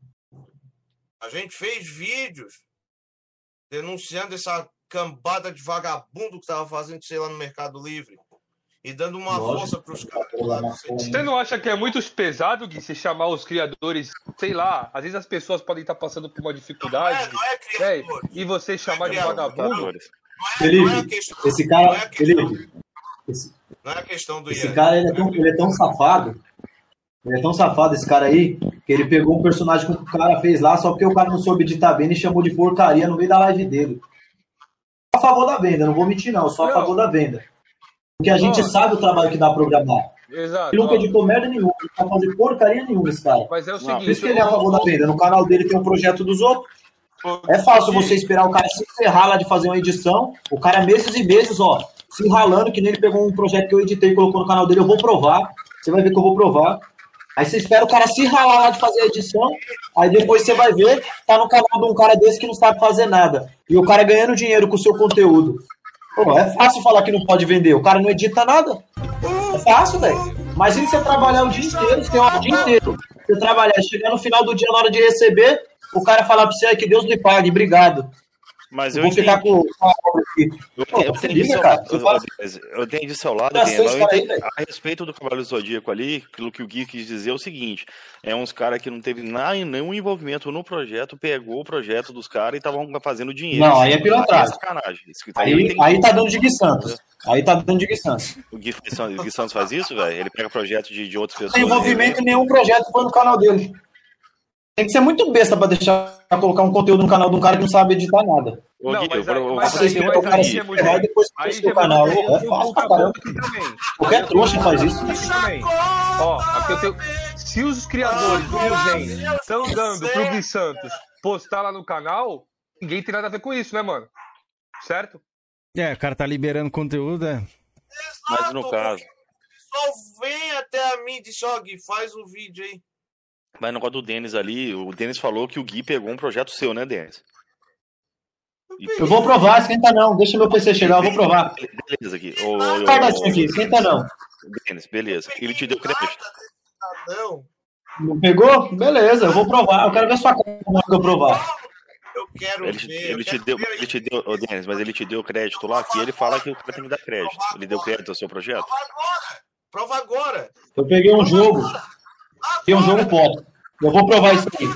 a gente fez vídeos denunciando essa cambada de vagabundo que estava fazendo isso aí lá no Mercado Livre e dando uma Lógico. força para os caras lá do Você não acha que é muito pesado, Gui, se chamar os criadores, sei lá, às vezes as pessoas podem estar passando por uma Não é, dificuldade, não é né, criador. e você chamar de criador, vagabundo? Lutadores. Não é, não é a Felipe, questão, esse não é cara, a questão, Felipe, esse, não é a questão do esse Ian. cara ele é, tão, ele é tão safado, ele é tão safado esse cara aí, que ele pegou um personagem que o cara fez lá, só porque o cara não soube editar bem e chamou de porcaria no meio da live dele. A favor da venda, não vou mentir não, só a Não. favor da venda. Porque a gente Ó. sabe o trabalho que dá pra programar. Exato. Ele nunca ó. editou merda nenhuma, não vai fazer porcaria nenhuma esse cara. Mas é o Não, Por seguinte, isso que ele é a ó, favor da venda. No canal dele tem um projeto dos outros. É fácil você esperar o cara se ferrar lá de fazer uma edição. O cara, meses e meses, ó, se ralando, que nem ele pegou um projeto que eu editei e colocou no canal dele. Eu vou provar. Você vai ver que eu vou provar. Aí você espera o cara se ralar lá de fazer a edição. Aí depois você vai ver, tá no canal de um cara desse que não sabe fazer nada. E o cara ganhando dinheiro com o seu conteúdo. Pô, é fácil falar que não pode vender. O cara não edita nada. É fácil, velho. Imagina você trabalhar o dia inteiro, você tem um dia inteiro. Você trabalhar, chegar no final do dia, na hora de receber, o cara falar pra você que Deus lhe pague, obrigado. Mas Eu eu vou ficar entendi. com com a obra aqui. Eu, Pô, eu você entendi liga, seu cara. lado, Você fala, eu entendi seu lado, Abraçou Guilherme, mas esse eu cara aí, entendi- velho. a respeito do Cavaleiro do Zodíaco ali, aquilo que o Gui quis dizer é o seguinte: é uns caras que não teve na- nenhum envolvimento no projeto, pegou o projeto dos caras e estavam fazendo dinheiro. Não, aí é pilantragem. É sacanagem. Isso aí eu aí, entendi. aí tá dando de Gui Santos. Aí tá dando de Gui Santos. O Gui, o Gui Santos faz isso, velho? Ele pega projeto de, de outras Não pessoas. tem envolvimento em nenhum projeto foi no canal dele. Tem que ser muito besta pra deixar pra colocar um conteúdo no canal de um cara que não sabe editar nada. Ô, Não, Gui, mas eu- aí- eu- mas Você aí- espera mas o cara aí se é muito- ferrar e depois Aí põe o seu já canal. manda É fácil pra um caramba. aqui também. Qualquer trouxa faz isso. Aqui também. Ó, aqui eu tenho... Se os criadores do Mugen estão dando pro Gui Santos postar lá no canal, ninguém tem nada a ver com isso, né, mano? Certo? É, o cara tá liberando conteúdo, é. Mas no Exato, caso. Só vem até a mim e diz, ó, Gui, faz o vídeo aí. Mas no negócio do Denis ali, o Denis falou que o Gui pegou um projeto seu, né, Denis? Eu vou provar, esquenta não. Deixa meu P C chegar, eu vou provar. Beleza aqui. Ô, ô, Guarda isso aqui, esquenta não. Denis, beleza. Ele te deu crédito. Não, Não pegou? Beleza, eu vou provar. Eu quero ver sua cara na hora que eu provar. eu quero Ele, te- ver. eu ele te quero deu, ver ele te deu, ô Denis, mas ele te deu crédito lá, que ele fala que o cara tem que dar crédito. Ele deu crédito ao seu projeto? Prova agora. Prova agora. Eu peguei um jogo. Peguei um jogo ponto. Eu vou provar isso aqui.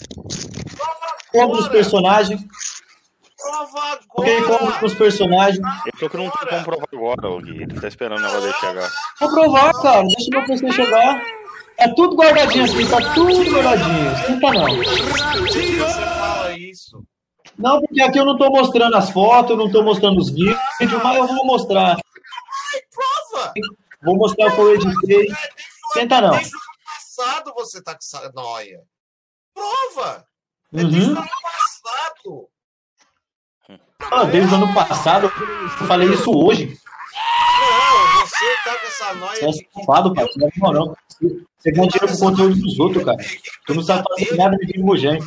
Compre os personagens. Prova Peguei compre agora. os personagens. Ele falou que não tem como provar agora, ô Gui. Ele tá esperando o negócio dele chegar. Vou provar, cara. Deixa meu P C chegar. É tudo guardadinho aqui, tá tudo guardadinho. Esquenta não. Você fala isso. Não, porque aqui eu não tô mostrando as fotos, eu não tô mostrando os vídeos, mas eu vou mostrar. Prova. Vou mostrar o que eu editei. Esquenta não. Desde o ano passado você tá com essa noia. Prova. É Uhum. desde o ano passado. Ah, desde o ano passado, eu falei isso hoje. Não, você tá com essa noia. Você é de que- safado, pai. Você não, não. Você ganha dinheiro com o conteúdo dos outros, cara. Tu não sabe fazer nada de mojang.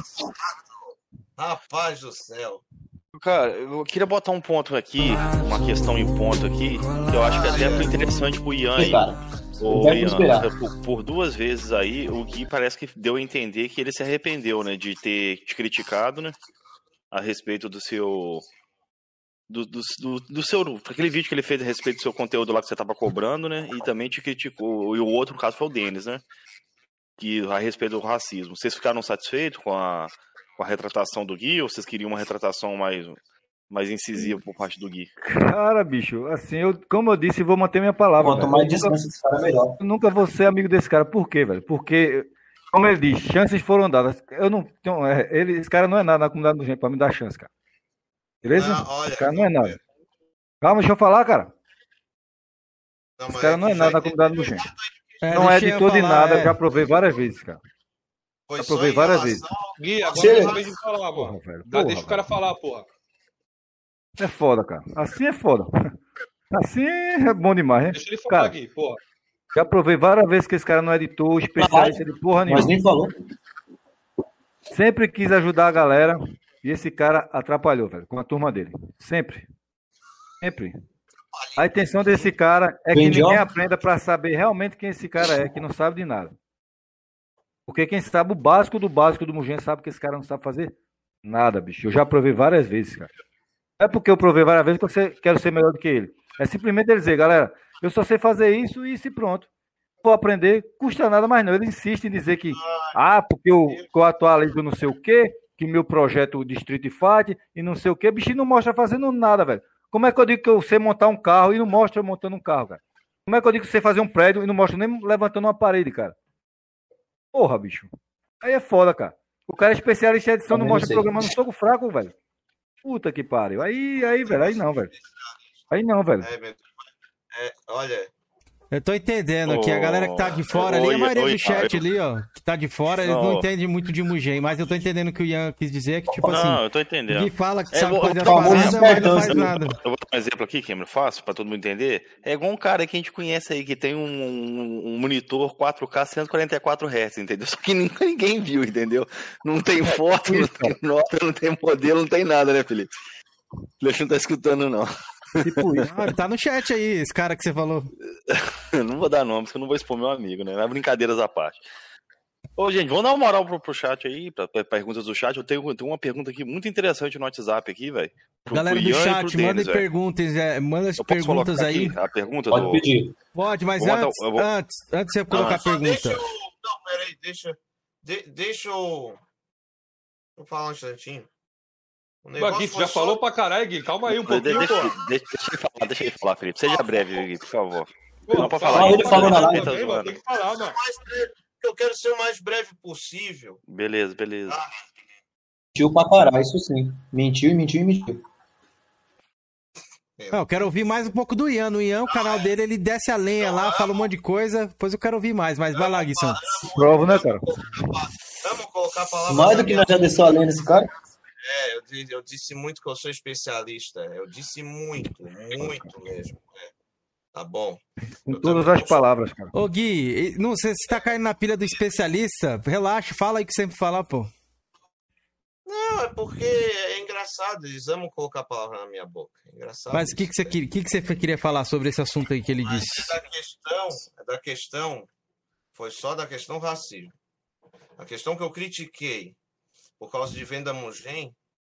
Rapaz do céu. Cara, eu queria botar um ponto aqui, uma questão em ponto aqui, que eu acho que até foi interessante pro Ian aí. Cara, Ô, vai Ian, prosperar. por, por duas vezes aí, o Gui parece que deu a entender que ele se arrependeu, né, de ter te criticado, né, a respeito do seu... Do, do, do, do seu... Aquele vídeo que ele fez a respeito do seu conteúdo lá que você tava cobrando, né, e também te criticou. E o outro, no caso, foi o Denis, né, que a respeito do racismo. Vocês ficaram satisfeitos com a, com a retratação do Gui, ou vocês queriam uma retratação mais, mais incisiva por parte do Gui? Cara, bicho, assim, eu, como eu disse, vou manter minha palavra. Quanto velho. mais Eu nunca- distância desse cara, melhor. Eu nunca vou ser amigo desse cara. Por quê, velho? Porque, como ele diz, chances foram dadas. Eu não tenho. É, ele, esse cara não é nada na comunidade do gente pra me dar chance, cara. Beleza? Não, olha, esse cara não é nada. Calma, deixa eu falar, cara. Não, Esse mas cara é não que é já nada na entendi. comunidade do gente. É, Não é deixa eu editor de falar, nada, é. eu já provei várias vezes, cara. Foi Já só provei em várias relação- Gui, agora Você- é a vez de falar, Porra, mano. velho. Dá, Porra, deixa o cara velho. falar, porra. É foda, cara. Assim é foda. Assim é bom demais, né? Deixa ele falar, Cara, Gui, porra. já provei várias vezes que esse cara não é editor, especialista de porra nenhuma. Mas nem falou. Sempre quis ajudar a galera e esse cara atrapalhou, velho, com a turma dele. Sempre. Sempre. A intenção desse cara é que Vendi, ninguém ó. aprenda pra saber realmente quem esse cara é, que não sabe de nada. Porque quem sabe o básico do básico do Mugen sabe que esse cara não sabe fazer nada, bicho. Eu já provei várias vezes, cara. Não é porque eu provei várias vezes que eu sei- quero ser melhor do que ele. É simplesmente ele dizer, galera, eu só sei fazer isso e isso e pronto. Vou aprender, custa nada mais não. Ele insiste em dizer que, ah, porque eu, que eu atualizo não sei o quê, que meu projeto de Street Fighter e não sei o quê, bicho não mostra fazendo nada, velho. Como é que eu digo que eu sei montar um carro e não mostra eu montando um carro, cara? Como é que eu digo que você fazer um prédio e não mostra nem levantando uma parede, cara? Porra, bicho. Aí é foda, cara. O cara é especialista em edição, não Também não mostra sei. programando soco fraco, velho. Puta que pariu. Aí, aí, velho, aí não, velho. Aí não, velho. É, meu- é, olha, Eu tô entendendo aqui, a Ô, galera que tá de fora ali, oi, a maioria oi, do chat eu- ali, ó, que tá de fora, eles não Não. entendem muito de Mugen, mas eu tô entendendo o que o Ian quis dizer, que tipo Não, assim, eu tô entendendo. ninguém fala que É, sabe vou- fazer as famoso paradas, mas não espertão, faz assim. nada. Eu vou dar um exemplo aqui, Cameron, fácil, pra todo mundo entender. É igual um cara que a gente conhece aí, que tem um, um- um monitor quatro K cento e quarenta e quatro hertz, entendeu? Só que nunca ninguém viu, entendeu? Não tem foto, não tem nota, não tem modelo, não tem nada, né, Felipe? O Felipe não tá escutando, não. Tipo isso. Ah, tá no chat aí, esse cara que você falou. Eu não vou dar nomes, porque eu não vou expor meu amigo, né? Mas brincadeiras à parte. Ô, gente, vamos dar uma moral pro, pro chat aí, pra, pra perguntas do chat. Eu tenho, tenho uma pergunta aqui muito interessante no WhatsApp aqui, velho. Pro- Galera pro do Ian e pro chat, Denis, mandem velho. perguntas, é, manda as Eu posso perguntas colocar aí. aqui a pergunta Pode do... pedir. Pode, mas Vou botar- antes, eu vou- antes, antes de você colocar a só deixa pergunta. eu. Não, peraí, deixa. de- deixa eu. Vou falar um instantinho. O Mas, Gui, negócio tu foi já só- falou pra caralho, Gui. Calma aí um De- pouquinho, deixa, pô. deixa, deixa ele falar, deixa ele falar, Felipe. Seja breve, Gui, por favor. Pô, Não, pode fala falar. aí, Ele falou na live. também, Tá mano, zoando. Tem que falar, mano. mais breve, eu quero ser o mais breve possível. Beleza, beleza. Mentiu pra caralho, isso sim. Mentiu, mentiu e mentiu. Não, eu quero ouvir mais um pouco do Ian. No Ian, o canal dele, ele desce a lenha lá, fala um monte de coisa, depois eu quero ouvir mais. Mas vai lá, Gui Santos. Provo, né, cara? Vamos colocar palavras. Mais do na que minha nós já desceu a lenha nesse cara. É, eu, di- eu disse muito que eu sou especialista. Eu disse muito, muito mesmo. É. Tá bom. Com Eu todas também as sou- palavras, cara. Ô, Gui, não sei se tá caindo na pilha do especialista, relaxa, fala aí que sempre fala, pô. Não, Não, é porque é engraçado, eles amam colocar a palavra na minha boca. É engraçado. Mas o que, que, você, que, que você queria falar sobre esse assunto aí que ele Mas disse? é da questão, é da questão, foi só da questão racismo. A questão que eu critiquei por causa de venda Mugen,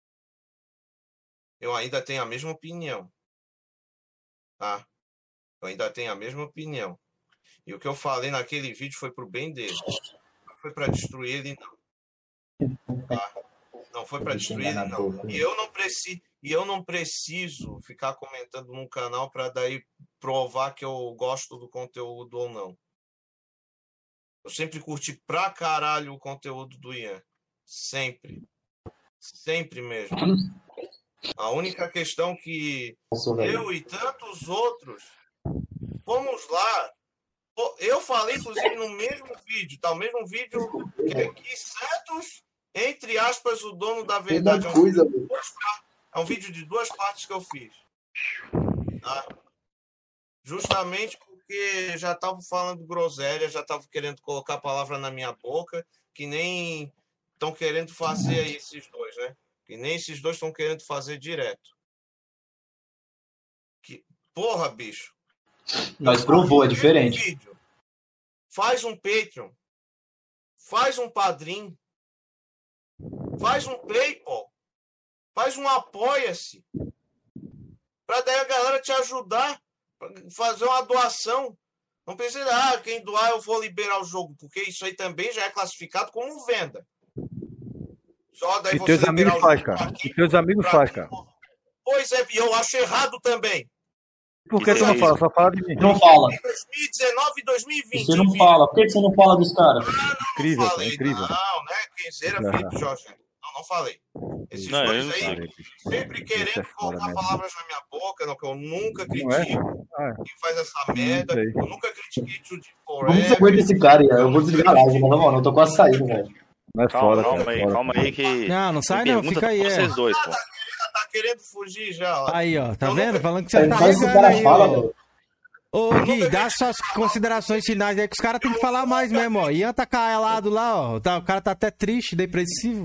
eu ainda tenho a mesma opinião. Tá? Eu ainda tenho a mesma opinião. E o que eu falei naquele vídeo foi pro bem dele. Não foi para destruir ele, não. Tá? Não foi para destruir ele, não. E eu não preciso, e eu não preciso ficar comentando num canal para daí provar que eu gosto do conteúdo ou não. Eu sempre curti pra caralho o conteúdo do Ian. Sempre. Sempre mesmo. A única questão que eu e tantos outros fomos lá. Eu falei, inclusive, no mesmo vídeo, tá? O mesmo vídeo que aqui, Santos, entre aspas, o dono da verdade. É um, vídeo de duas, é um vídeo de duas partes que eu fiz. Tá? Justamente porque já estavam falando groselha, já estavam querendo colocar a palavra na minha boca, que nem estão querendo fazer aí esses dois, né? Que nem esses dois estão querendo fazer direto. Que, porra, bicho. Nós provou, é diferente. Vídeo, faz um Patreon, faz um Padrim, faz um PayPal, faz um Apoia-se, para daí a galera te ajudar, fazer uma doação. Não precisa, ah, quem doar eu vou liberar o jogo, porque isso aí também já é classificado como venda. Só daí E você teus amigos faz, cara. aqui, E teus amigos faz, cara. Pois é, e eu acho errado também. Por que tu não fala? Só fala de mim. Não fala. dois mil e dezenove e dois mil e vinte. Você não fala. Por que você não fala dos caras? Incrível, falei, é incrível. Não, né? Quinzeira, Felipe Jorge. Não, não falei. Esses Não, eu dois não aí, falei. sempre querendo Isso é foda colocar mesmo. palavras na minha boca, não, que eu nunca Não é? critico. Ah, Quem faz essa merda, sei. eu nunca critiquei Judy Como você Forever. aguenta esse cara, Ian? Eu vou desligar a live, mas não, eu tô quase saindo, velho. não é Calma, foda, calma cara. aí, é foda. calma aí que. Não, não sai tem não, pergunta fica aí, pra é. vocês dois, pô. Tá querendo fugir já, ó. Aí, ó, tá Eu vendo? nunca- Falando que você tá Faz esse regando cara aí, fala, ó. velho. Ô, Gui, dá suas considerações finais aí, que os caras têm que falar mais mesmo, ó. Ian tá calado lá, ó. Tá, o cara tá até triste, depressivo.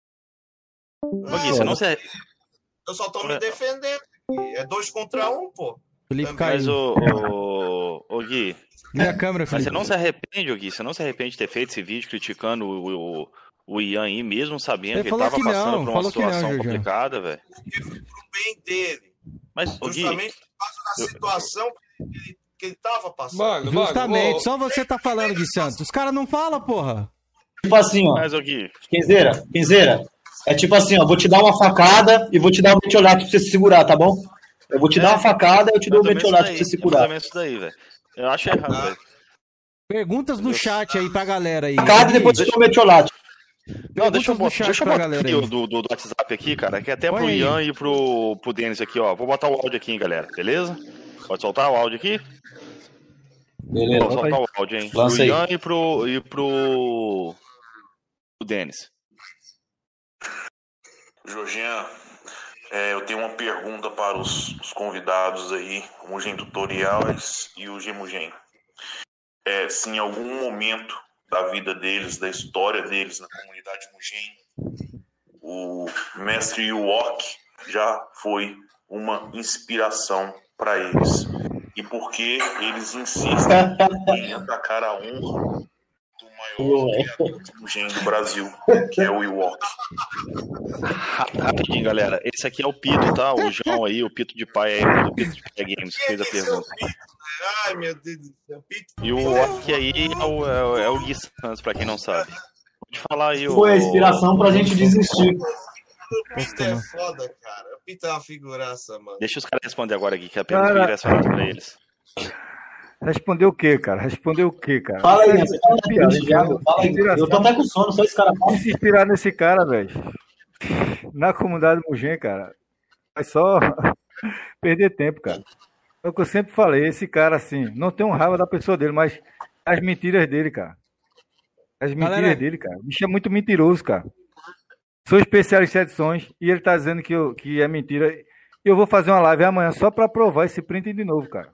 Ô, Gui, você não se. Eu só tô me defendendo. É dois contra um, pô. Felipe Mas, caiu. ô, ô, ô Gui, Liga a câmera, mas Felipe. você não se arrepende, ô Gui? Você não se arrepende de ter feito esse vídeo criticando o, o, o Ian aí, mesmo sabendo Ele que ele falou tava que passando não, por uma falou que não, situação Jorjão. complicada, velho? Porque foi pro bem dele. Mas, ô Gui, Justamente por causa da situação que ele, que ele tava passando. Mano, Justamente, mano, ô, só você tá falando, Gui Santos. Os caras não falam, porra. Tipo assim, ó. mas, ô Gui, Quinzeira, Quinzeira. É tipo assim, ó. Vou te dar uma facada e vou te dar um metiolate pra você se segurar, tá bom? Eu vou te dar uma facada e eu te dou um mais ou menos metiolate pra isso você daí, segurar. mais ou menos isso daí, velho. Eu acho errado, Ah. velho. Perguntas no chat aí pra galera aí. Facada e depois eu te dou um metiolate. Não, deixa eu, Perguntas no botar, chat deixa eu pra botar galera aqui aí. o do, do, do WhatsApp aqui, cara, que é até Põe pro aí. Ian e pro, pro Denis aqui, ó. Vou botar o áudio aqui, hein, galera, beleza? Pode soltar o áudio aqui? Beleza. Vou soltar o áudio, hein? Lança Pro aí. Ian e pro, e pro, pro Denis. Jorginho, é, eu tenho uma pergunta para os, os convidados aí, o Mugen Tutoriais e o Gemugen. É, se em algum momento da vida deles, da história deles na comunidade Mugen, o mestre Ewok já foi uma inspiração para eles. E por que eles insistem em atacar a honra do maior criador de Mugen do Brasil, que é o Ewok? Ra- Rapidinho, galera. Esse aqui é o Pito, tá? O João aí, o Pito de pai aí, do Pito de Pai Games, que fez a Esse é o pergunta. Pito, né? Ai, meu Deus do céu. Pito. E o Orc aí é o, é o, é o Gui Santos, pra quem não sabe. Pode falar aí, o... Foi a inspiração pra gente desistir. O Pito é foda, cara. O Pito é uma figuraça, mano. Deixa os caras responder agora aqui, que a pergunta Cara. foi direcionada pra eles. Responder o quê, cara? Responder o quê, cara? Fala aí, Sério, você fala aí, piada, Thiago, fala aí. Eu tô até com sono, só esse cara fala. se inspirar nesse cara, velho, na comunidade Mugen, cara, vai só perder tempo, cara. É o que eu sempre falei, esse cara, assim, não tem um raiva da pessoa dele, mas as mentiras dele, cara. As mentiras Galera. dele, cara. O bicho é muito mentiroso, cara. Sou especialista em edições e ele tá dizendo que, eu, que é mentira. Eu vou fazer uma live amanhã só pra provar esse print de novo, cara.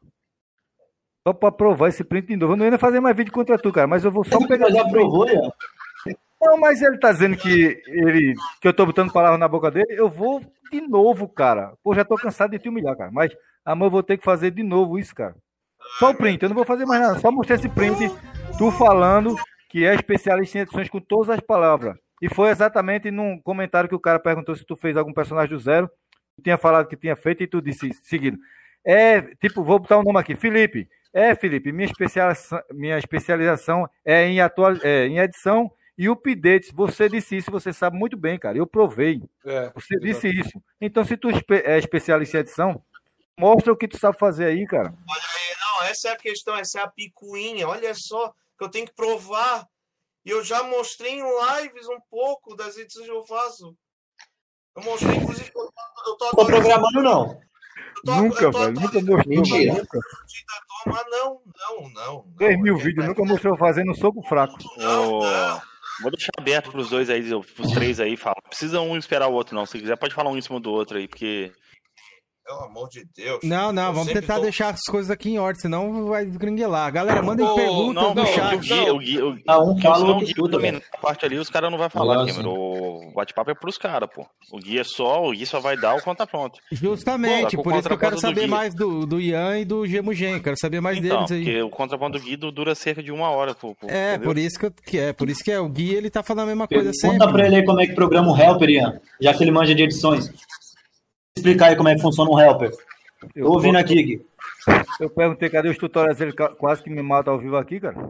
Só pra provar esse print de novo. Eu não ia fazer mais vídeo contra tu, cara, mas eu vou só pegar. Você já provou, Ian? Não, mas ele tá dizendo que, ele, que eu tô botando palavras na boca dele. Eu vou de novo, cara. Pô, já tô cansado de te humilhar, cara. Mas amanhã eu vou ter que fazer de novo isso, cara. Só o print, eu não vou fazer mais nada. Só mostrar esse print, tu falando que é especialista em edições com todas as palavras. E foi exatamente num comentário que o cara perguntou se tu fez algum personagem do zero. Tu tinha falado que tinha feito e tu disse seguindo. É, tipo, vou botar um nome aqui. Felipe. É, Felipe, minha especialização, minha especialização é em, atual, é em edição e updates. Você disse isso, você sabe muito bem, cara. Eu provei. É, você disse exatamente. Isso. Então, se tu é especialista em edição, mostra o que tu sabe fazer aí, cara. Olha aí, não, essa é a questão, essa é a picuinha. Olha só, que eu tenho que provar. E eu já mostrei em lives um pouco das edições que eu faço. Eu mostrei, inclusive, eu tô, eu tô, tô programando, não. Tô, nunca, velho. Nunca mostrou. Mentira. Nunca. Mas não, não, não. três mil vídeos, nunca mostrou fazendo um soco fraco. Não, não. Vou deixar aberto pros dois aí, pros três aí. Fala. Não precisa um esperar o outro, não. Se quiser, pode falar um em cima do outro aí, porque... Pelo amor de Deus. Não, não, vamos tentar tô... deixar as coisas aqui em ordem, senão vai gringuelar. Galera, mandem oh, perguntas não, no não, chat. O Gui, o Gui, o Gui, ah, um fala, o Gui também, a parte ali, os caras não vão falar, Cameron. O bate-papo é pros caras, pô. O Gui é só, o Gui só vai dar o conta pronto. Justamente, pô, por isso que eu quero saber do mais do, do Ian e do Gemugen. Quero saber mais então, deles aí. Porque o contraponto do Gui dura cerca de uma hora, pô. pô é, entendeu? por isso que, eu, que é. Por isso que é. O Gui, ele tá falando a mesma coisa Conta sempre. Conta pra ele aí como é que programa o Helper, Ian. Já que ele manja de edições. Explicar aí como é que funciona um Helper. Eu Tô ouvindo aqui, Gui. Eu perguntei, cadê os tutoriais? Ele quase que me mata ao vivo aqui, cara.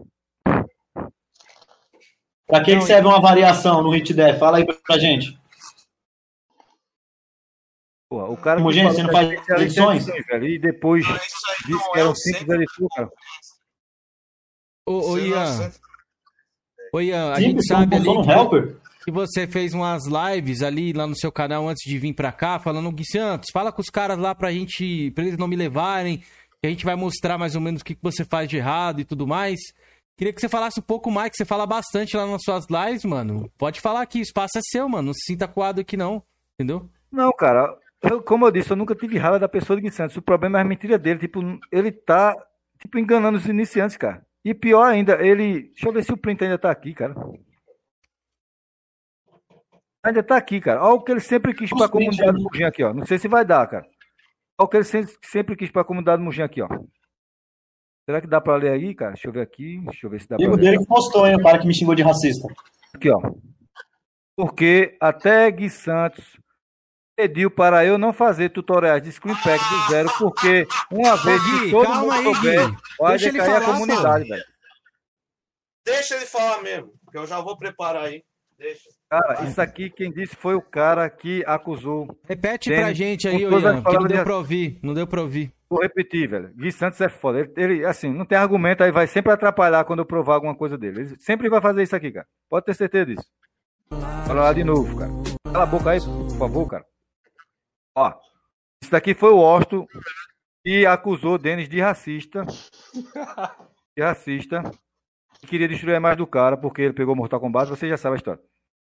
Pra que, que serve uma variação no HitDef? Fala aí pra gente. Pô, o cara Como, gente, você não faz edições? Velho, e depois disse que eram simples edições, cara. Ô, ô Ian. Ô, Ian, a Simples, gente sabe ali um helper? que você fez umas lives ali lá no seu canal antes de vir pra cá, falando, Gui Santos, fala com os caras lá pra gente, pra eles não me levarem, que a gente vai mostrar mais ou menos o que você faz de errado e tudo mais. Queria que você falasse um pouco mais, que você fala bastante lá nas suas lives, mano. Pode falar aqui, o espaço é seu, mano. Não se sinta coado aqui não, entendeu? Não, cara, eu, como eu disse, eu nunca tive raiva da pessoa do Gui Santos. O problema é a mentira dele, tipo, ele tá, tipo, enganando os iniciantes, cara. E pior ainda, ele... Deixa eu ver se o print ainda tá aqui, cara. Ainda tá aqui, cara. Olha o que ele sempre quis pra comunidade do Mugen aqui, ó. Não sei se vai dar, cara. Olha o que ele sempre, sempre quis pra comunidade do Mugen aqui, ó. Será que dá pra ler aí, cara? Deixa eu ver aqui. Deixa eu ver se dá pra ler. O dele que postou, hein? O cara que me xingou de racista. Aqui, ó. Porque até Gui Santos pediu para eu não fazer tutoriais de Screen Pack do zero, porque uma vez que todo calma mundo aí, souber, Gui. vai Deixa ele decair a falar, comunidade, pô. velho. Deixa ele falar mesmo, que eu já vou preparar aí. Deixa. Cara, isso aqui quem disse foi o cara que acusou. Repete Denis, pra gente aí, com ô todas Ian, as porque não palavras deu de- pra ouvir. Não deu pra ouvir. Vou repetir, velho. Gui Santos é foda. Ele, ele, assim, não tem argumento, aí vai sempre atrapalhar quando eu provar alguma coisa dele. Ele sempre vai fazer isso aqui, cara. Pode ter certeza disso. Fala lá de novo, cara. Cala a boca aí, por favor, cara. Ó, isso daqui foi o Osto que acusou o Denis de racista. De racista. E queria destruir a imagem do cara porque ele pegou Mortal Kombat. Você já sabe a história.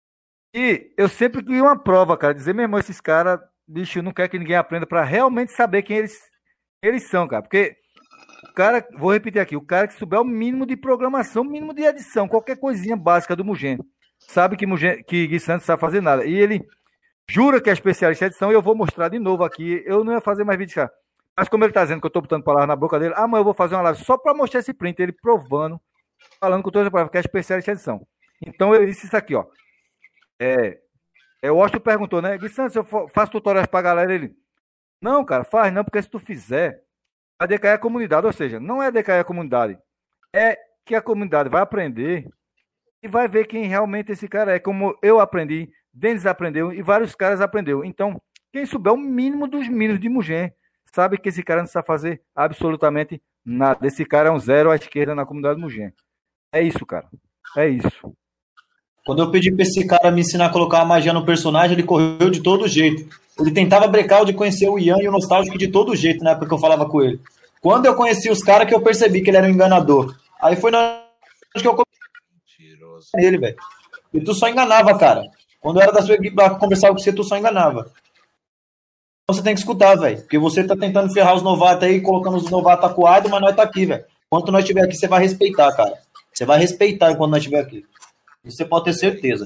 E eu sempre queria uma prova, cara. Dizer, meu irmão, esses caras, bicho, não quer que ninguém aprenda pra realmente saber quem eles, eles são, cara. Porque o cara, vou repetir aqui, o cara que souber o mínimo de programação, o mínimo de edição, qualquer coisinha básica do Mugen, sabe que, Mugen, que Gui Santos sabe fazer nada. E ele jura que é especialista em edição e eu vou mostrar de novo aqui. Eu não ia fazer mais vídeos, cara. Mas como ele tá dizendo que eu tô botando palavras na boca dele, amanhã eu vou fazer uma live só pra mostrar esse print, ele provando, falando com todas as palavras que é especialista em edição. Então eu disse isso aqui, ó. É, é, o Austin perguntou, né? Gui Santos, eu fa- faço tutoriais pra galera. Ele, não, cara, faz não, porque se tu fizer, vai decair a comunidade. Ou seja, não é decair a comunidade, é que a comunidade vai aprender e vai ver quem realmente esse cara é. Como eu aprendi, Denis aprendeu e vários caras aprenderam. Então, quem souber o mínimo dos mínimos de Mugen, sabe que esse cara não sabe fazer absolutamente nada. Esse cara é um zero à esquerda na comunidade Mugen. É isso, cara. É isso. Quando eu pedi pra esse cara me ensinar a colocar a magia no personagem, ele correu de todo jeito. Ele tentava brecar o de conhecer o Ian e o Nostálgico de todo jeito na época que eu falava com ele. Quando eu conheci os caras que eu percebi que ele era um enganador. Aí foi na hora que eu comecei nele, velho. E tu só enganava, cara. Quando eu era da sua equipe lá, conversava com você, tu só enganava. Então você tem que escutar, velho. Porque você tá tentando ferrar os novatos aí, colocando os novatos acuados, mas nós tá aqui, velho. Enquanto nós estiver aqui, você vai respeitar, cara. Você vai respeitar enquanto nós estiver aqui. Isso você pode ter certeza.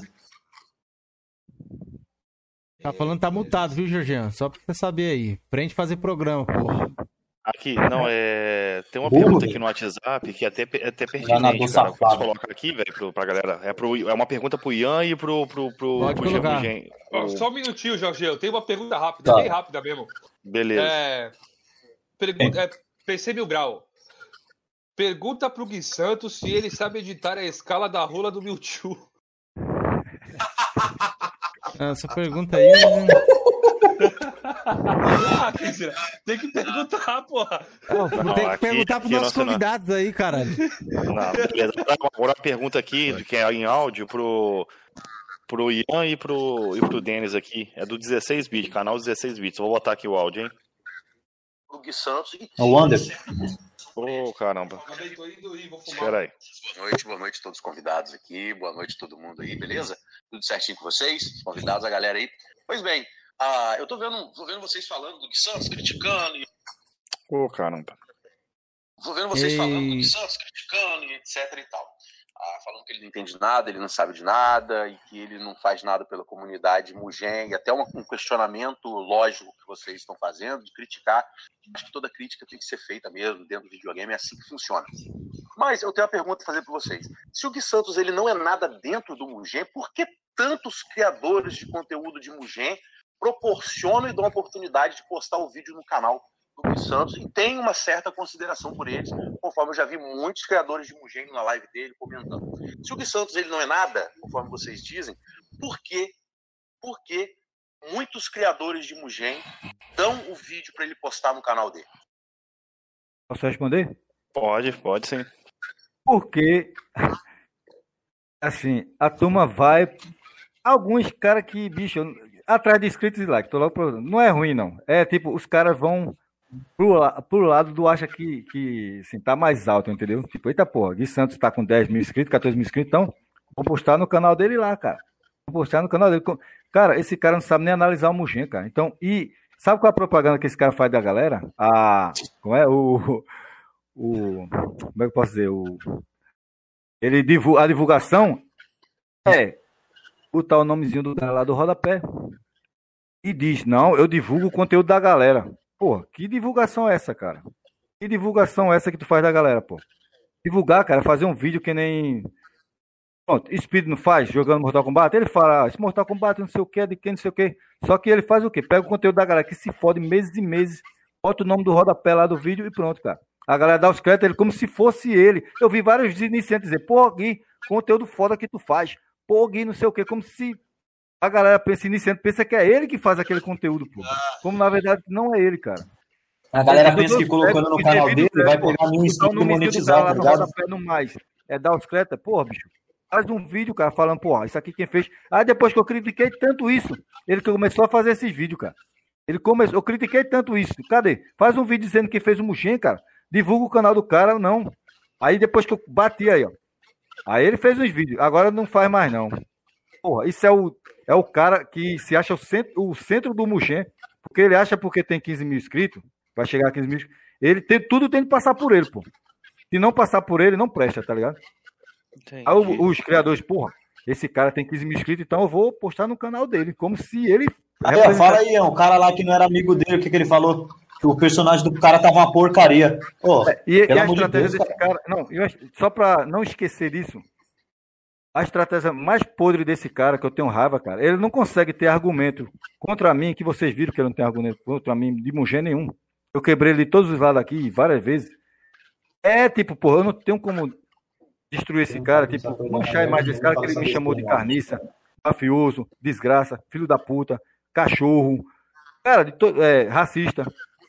Tá falando que tá mutado, viu, Jorgian? Só pra você saber aí. Prende fazer programa, porra. Aqui, não, é. Tem uma Burro, pergunta aqui velho. no WhatsApp que é até, é até Enganador pertinente, cara. Eu posso safado. colocar aqui, velho, pro- pra galera. É, pro, é uma pergunta pro Ian e pro, pro, pro, Pode pro colocar. Gen- Ó, o- só um minutinho, Jorge. Eu tenho uma pergunta rápida, Tá. bem rápida mesmo. Beleza. É, pergunta, é, P C Mil Grau. Pergunta pro Gui Santos se ele sabe editar a escala da rola do Mewtwo. Essa pergunta aí. né? Ah, Cristina, tem que perguntar, porra. Ó, Não, tem que aqui- perguntar pros aqui nossos nossa- convidados aí, caralho. Não, beleza. Agora uma pergunta aqui, que é em áudio, pro, pro Ian e pro, e pro Denis aqui. É do dezesseis bits, canal dezesseis bits. Vou botar aqui o áudio, hein? O Gui Santos. É o Wander. Ô, caramba. Acabei, tô indo ir, vou fumar. Espera aí. Boa noite, boa noite a todos os convidados aqui, boa noite a todo mundo aí, beleza? Tudo certinho com vocês? Os convidados, a galera aí. Pois bem, ah, eu tô vendo, tô vendo vocês falando do Gui Santos, criticando, e Ô, caramba. tô vendo vocês Ei. falando do Gui Santos, criticando e etc e tal. Ah, falando que ele não entende nada, ele não sabe de nada e que ele não faz nada pela comunidade Mugen, e até uma- um questionamento lógico que vocês estão fazendo, de criticar. Acho que toda crítica tem que ser feita mesmo dentro do videogame, é assim que funciona. Mas eu tenho uma pergunta a fazer para vocês. Se o Gui Santos ele não é nada dentro do Mugen, por que tantos criadores de conteúdo de Mugen proporcionam e dão a oportunidade de postar o vídeo no canal do Gui Santos e tem uma certa consideração por eles, conforme eu já vi muitos criadores de Mugen na live dele comentando. Se o Gui Santos ele não é nada, conforme vocês dizem, por que, por que muitos criadores de Mugen dão o vídeo para ele postar no canal dele? Posso responder? Pode, pode sim. Porque, assim, a turma vai. Alguns caras que, bicho, atrás de inscritos e likes, tô logo pro... não é ruim, não. É tipo, os caras vão pro, la- pro lado do acha que, que assim, tá mais alto, entendeu? Tipo, eita porra, Gui Santos tá com dez mil inscritos, quatorze mil inscritos, então vou postar no canal dele lá, cara. Vou postar no canal dele. Com- Cara, esse cara não sabe nem analisar o Mugen, cara. Então, e sabe qual é a propaganda que esse cara faz da galera? A. Como é? O. O. Como é que eu posso dizer? O. Ele divulga, a divulgação é botar o nomezinho do cara lá do rodapé e diz, não, eu divulgo o conteúdo da galera. Pô, que divulgação é essa, cara? Que divulgação é essa que tu faz da galera, pô? Divulgar, cara, fazer um vídeo que nem... Pronto, Speed não faz, jogando Mortal Kombat, ele fala, ah, esse Mortal Kombat não sei o que, é de quem, não sei o que. Só que ele faz o quê? Pega o conteúdo da galera que se fode meses e meses, bota o nome do rodapé lá do vídeo e pronto, cara. A galera dá os créditos, ele como se fosse ele. Eu vi vários iniciantes dizer, pô, Gui, conteúdo foda que tu faz. Pô, Gui, não sei o que, como se a galera pensa, iniciante, pensa que é ele que faz aquele conteúdo, pô. Como na verdade não é ele, cara. A galera Eu pensa dou que colocando no crédito, canal devido dele vai crédito, pegar mil botar o inscritos e nomezinho do monetizar, cara tá lá no ligado? rodapé no mais. É dar os créditos, porra, bicho. Faz um vídeo, cara, falando, porra, isso aqui quem fez. Aí depois que eu critiquei tanto isso, ele que começou a fazer esses vídeos, cara. Ele começou, eu critiquei tanto isso. Cadê? Faz um vídeo dizendo que fez o Mugen, cara. Divulga o canal do cara, não. Aí depois que eu bati aí, ó. Aí ele fez uns vídeos. Agora não faz mais, não. Porra, isso é o, é o cara que se acha o centro, o centro do Mugen. Porque ele acha porque tem quinze mil inscritos, vai chegar a quinze mil inscritos. Ele tem, tudo tem que passar por ele, pô. Se não passar por ele, não presta, tá ligado? Entendi. Aí o- os criadores, porra, esse cara tem quinze mil inscritos, então eu vou postar no canal dele. Como se ele. Aí, ó, fala aí, ó, o cara lá que não era amigo dele, o que, que ele falou? Que o personagem do cara tava uma porcaria. Ô, E, e pelo a amor de estratégia Deus, desse cara. Não, eu acho- só pra não esquecer disso. A estratégia mais podre desse cara, que eu tenho raiva, cara, ele não consegue ter argumento contra mim, que vocês viram que ele não tem argumento contra mim de Mugen nenhum. Eu quebrei ele de todos os lados aqui várias vezes. É tipo, porra, eu não tenho como destruir esse cara, tipo, manchar a imagem desse cara, que ele me chamou de carniça, mafioso, desgraça, filho da puta, cachorro, cara, de to- é, racista.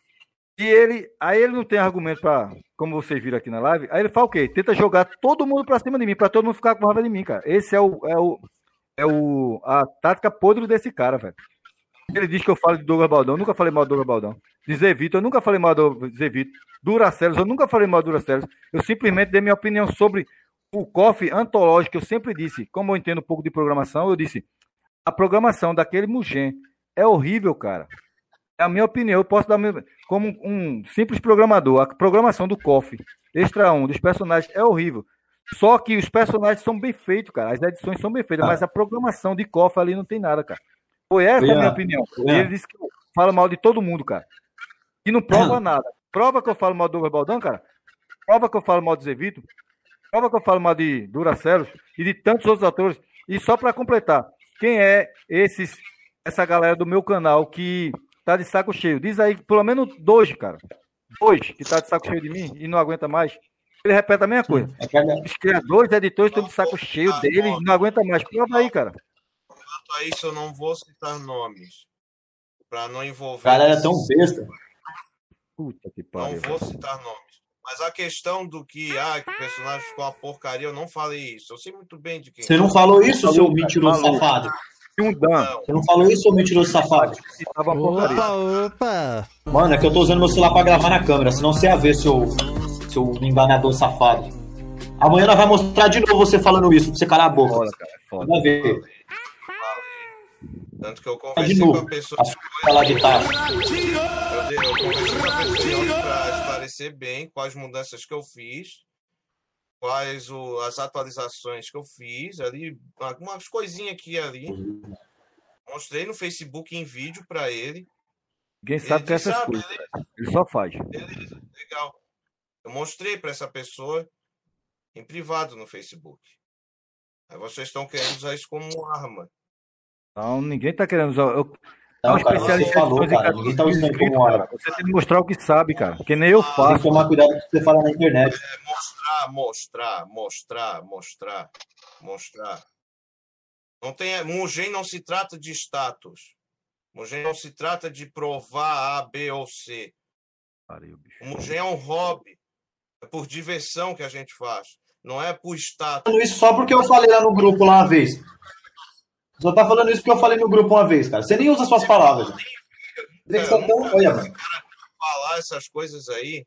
E ele, aí ele não tem argumento pra, como vocês viram aqui na live, aí ele fala o quê? Tenta jogar todo mundo pra cima de mim, pra todo mundo ficar com raiva de mim, cara. Esse é o, é o, é o, a tática podre desse cara, velho. Ele diz que eu falo de Douglas Baldão, eu nunca falei mal do Douglas Baldão. De Zé Vitor, eu nunca falei mal do Zé Vitor. Duracelos, eu nunca falei mal do Duracelos. Eu simplesmente dei minha opinião sobre o C O F antológico, eu sempre disse, como eu entendo um pouco de programação, eu disse, a programação daquele Mugen é horrível, cara. É a minha opinião, eu posso dar meu, como um simples programador, a programação do C O F, Extra um, dos personagens, é horrível. Só que os personagens são bem feitos, cara. As edições são bem feitas, Ah. mas a programação de cofre ali não tem nada, cara. Foi essa a Ian, minha opinião. E Ian. ele disse que fala mal de todo mundo, cara. E não prova nada. Prova que eu falo mal do Douglas Baldão, cara. Prova que eu falo mal de Zé Vito. Prova que eu falo mal de Duracelos e de tantos outros atores. E só pra completar, quem é esses, essa galera do meu canal que tá de saco cheio? Diz aí, pelo menos dois, cara. Dois que tá de saco cheio de mim e não aguenta mais. Ele repete a mesma coisa. É que a- Os criadores, editores estão de saco cheio dele e não aguenta mais. Prova aí, cara. Quanto a isso, eu não vou citar nomes. Pra não envolver. a galera é tão esses- besta. Puta que Não pariu. vou citar nomes. Mas a questão do que, ah, que o personagem ficou uma porcaria, eu não falei isso. Eu sei muito bem de quem. Você não falou isso, Falou, seu cara, mentiroso falou. safado? Tinha um Dan. Não, Você não falou isso, seu mentiroso safado? Que tava uma porcaria. Opa, opa. Mano, é que eu tô usando meu celular pra gravar na câmera, senão você ia ver, seu, seu enganador safado. Amanhã nós vamos mostrar de novo você falando isso, pra você calar a boca. Foda, cara. É foda. Vai ver. tanto que eu De conversei com novo. a pessoa. A sua lá de taça. Eu, dei- eu conversei com a pessoa para esclarecer bem quais mudanças que eu fiz, quais o, as atualizações que eu fiz ali, algumas coisinhas aqui e ali. Mostrei no Facebook em vídeo para ele. Ninguém Ele sabe que é disse, essas ah, coisas. beleza, cara. Ele só faz. beleza, legal. Eu mostrei para essa pessoa em privado no Facebook. Aí vocês estão querendo usar isso como arma. Não, ninguém tá querendo usar. Eu, Não, um cara, especialista você falou, em coisa cara, que ninguém tá é usando inscrito, como arma. cara. Você tem que mostrar o que sabe, cara. Que nem eu Tem que faço. tomar cuidado com o que você fala na internet. É mostrar, mostrar, mostrar, mostrar, mostrar. Não tem, Mugen não se trata de status. Mugen não se trata de provar A, B ou C. Pariu, bicho. O Mugen é um hobby. É por diversão que a gente faz. Não é por status. Falando isso só porque eu falei lá no grupo lá uma vez. Só tá falando isso porque eu falei no grupo uma vez, cara. Você nem usa suas palavras. Né? Tem que ser tão... Olha, mano. Falar essas coisas aí.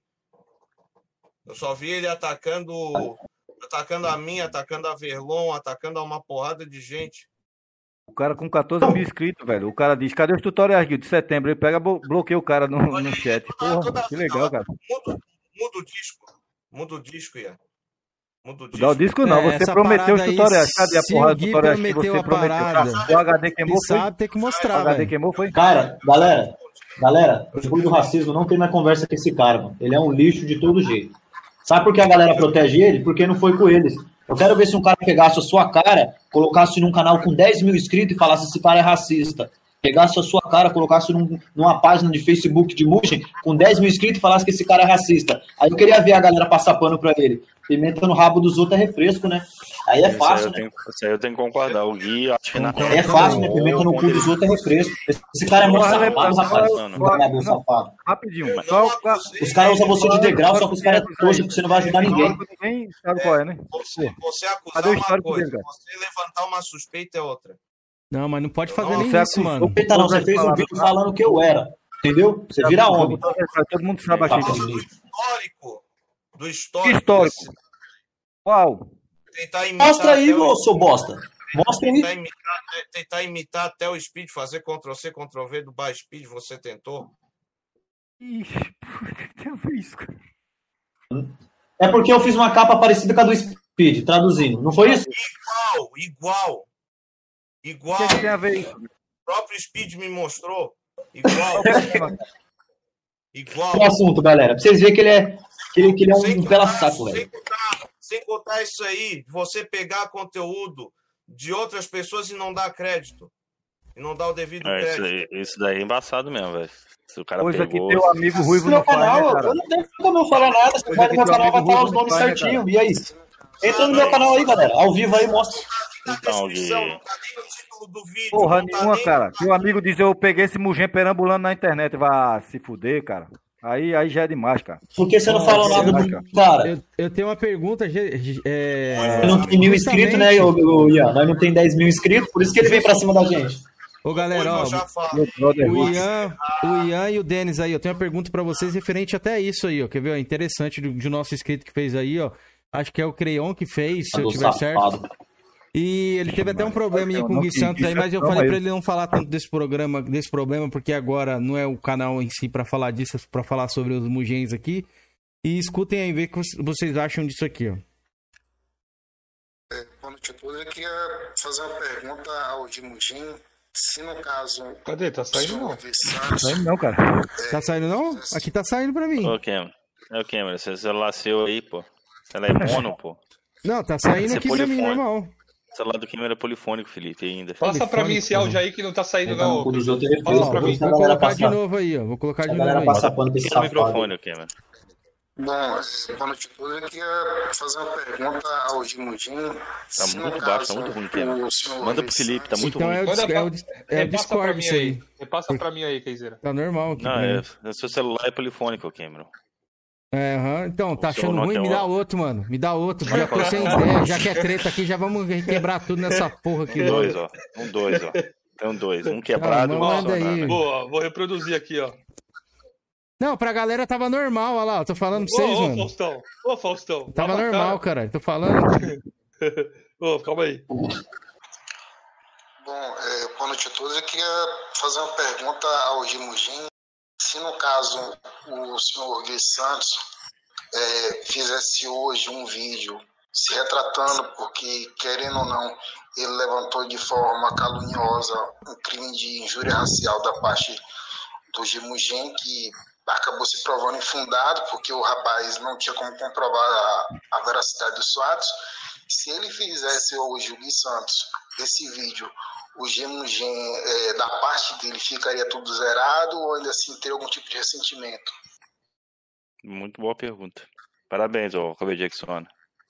Eu só vi ele atacando, atacando a mim, atacando a Verlon, atacando a uma porrada de gente. O cara com catorze mil inscritos, velho. O cara diz, cadê os tutoriais, Guilherme, de setembro? Ele pega, blo- bloqueia o cara no, no chat. Porra, que legal, cara. Muda, muda o disco. Muda o disco, Ian. Muda o disco. Dá o disco não, É, você essa prometeu os parada aí, tutoriais. Cadê a se porra o do Gui tutorial que prometeu você a prometeu? parada, Tá, o H D Ele queimou, foi? sabe, tem que O mostrar, H D velho. queimou, foi? Cara, galera, galera, depois do racismo não tem mais conversa com esse cara, mano. Ele é um lixo de todo jeito. Sabe por que a galera protege ele? Porque não foi com eles. Eu quero ver se um cara pegasse a sua cara, colocasse num canal com dez mil inscritos e falasse esse cara é racista. Pegasse a sua cara, colocasse num, numa página de Facebook de Mugen com dez mil inscritos e falasse que esse cara é racista. Aí eu queria ver a galera passar pano pra ele. Pimenta no rabo dos outros é refresco, né? Aí é Isso aí fácil, eu né? tenho, isso aí eu tenho que concordar. O Gui, acho que na É fácil, né? Pimenta no cu dos outros é refresco. Esse cara é muito Porra, safado, né, rapaz. mano? Enganador safado. Rapidinho. Eu Só não o- acusei. Os caras usam você de degrau, só que os caras é trouxa, porque você não vai ajudar ninguém. Ninguém sabe qual é, né? Você, você acusar Cadê o uma histórico coisa, dele, cara? você levantar uma suspeita é outra. Não, mas não pode fazer Não, nem você isso, acusou- mano. Eita, não, você fez um vídeo falando que eu era. Entendeu? Você vira homem. Todo mundo sabe a Tá. gente. Do histórico. Do histórico. Que histórico? desse- Qual? Tentar imitar Mostra aí, até o- ô, seu bosta. Mostra aí. tentar imitar, tentar imitar até o Speed, fazer Ctrl-C, Ctrl-V do Bar Speed, você tentou? Ixi, por que tem a ver isso, cara? É porque eu fiz uma capa parecida com a do Speed, traduzindo. Não foi isso? Igual, igual. O Igual. que, é que tem a ver isso? O próprio Speed me mostrou. Igual. Igual. O assunto, galera. Pra vocês verem que ele é, que ele, que ele é Sem um contar- pela-saco, sem velho. contar, sem contar isso aí, você pegar conteúdo de outras pessoas e não dar crédito. E não dar o devido É, isso, crédito. aí- isso daí é embaçado mesmo, velho. Se o cara Coisa que pegou. teu amigo Ruivo No meu não faz, né, canal, cara? eu não tenho como eu falar nada. Você Coisa vai no que meu teu canal, vai amigo estar Ruivo os não nomes faz, né, certinho. E aí? Entra no meu canal aí, galera. Ao vivo aí, mostra. Na Então, descrição, Gui. não tá nem no título do vídeo. Porra não tá nenhuma, nem- cara. Teu amigo diz, eu peguei esse Mugen perambulando na internet. Vai se fuder, cara. Aí, aí já é demais, cara. Por que você não Não, falou é nada verdade, do cara? Eu, eu tenho uma pergunta. ge- ge- É... Eu não tem mil inscritos, né, ô, ô, Ian? Nós não tem dez mil inscritos, por isso que ele vem pra cima da gente. Ô, galera, Depois ó, eu já falo. Meu brother o Ruivo. Ian, o Ian e o Denis aí, eu tenho uma pergunta pra vocês referente até a isso aí, ó. Quer ver? É interessante do, de nosso inscrito que fez aí, ó. Acho que é o Creion que fez, se eu Do tiver certo. safado. E ele teve até um problema aí Eu com o não Gui quis, Santos aí, isso mas eu calma falei aí. pra ele não falar tanto desse programa, desse problema, porque agora não é o canal em si pra falar disso, é pra falar sobre os Mugens aqui. E escutem aí, ver o que vocês acham disso aqui, ó. tudo, eu queria fazer uma pergunta ao Dimujin. Se no caso. Cadê? Tá saindo não? Tá saindo não, cara. Tá saindo não? Aqui tá saindo pra mim. Ô, Cameron. É o Cameron, esse celular seu aí, pô. Ela é mono, pô. Não, tá saindo aqui pra mim, normal. O celular do Cameron é polifônico, Felipe, ainda. Passa pra mim esse áudio aí que não tá saindo não. O dos outros é Fala pra mim. Vou colocar de novo aí, ó. Vou colocar de novo aí. Passa pano pra esse Fica no safado. microfone, Cameron. Bom, boa noite a todos. Eu queria fazer uma pergunta ao Dimujin. Tá muito baixo, tá muito ruim, Cameron. Manda pro Felipe, tá muito Então ruim. é o, Manda dis- pra- é o, dis- é o Repassa pra Discord mim isso aí. aí. Repassa pra mim aí, Keizeira. Tá normal aqui. Não, pra é, mim. seu celular é polifônico, Cameron. É, aham. Então, tá O seu achando ruim? Nokia Me dá ó. outro, mano. Me dá outro. Já tô sem ideia. Já que é treta aqui, já vamos quebrar tudo nessa porra aqui. Um dois, ó. Um dois, ó. Tem um dois. Um quebrado e um manda aí. funcionando. Boa, vou reproduzir aqui, ó. Não, pra galera tava normal, olha lá. Eu tô falando pra Ô, vocês, ô, mano. Faustão. Ô, Faustão. Tava lava a normal, cara. cara. Tô falando. Ô, calma aí. Bom, é, boa noite a todos. Eu queria fazer uma pergunta ao Dimujin. Se no caso o senhor Gui Santos é, fizesse hoje um vídeo se retratando porque, querendo ou não, ele levantou de forma caluniosa um crime de injúria racial da parte do Dimujin, que acabou se provando infundado porque o rapaz não tinha como comprovar a, a veracidade dos fatos. Se ele fizesse hoje o Gui Santos esse vídeo, o Gemugem, é, da parte dele, ficaria tudo zerado ou ainda assim teria algum tipo de ressentimento? Muito boa pergunta. Parabéns, ó, Kobe Jackson.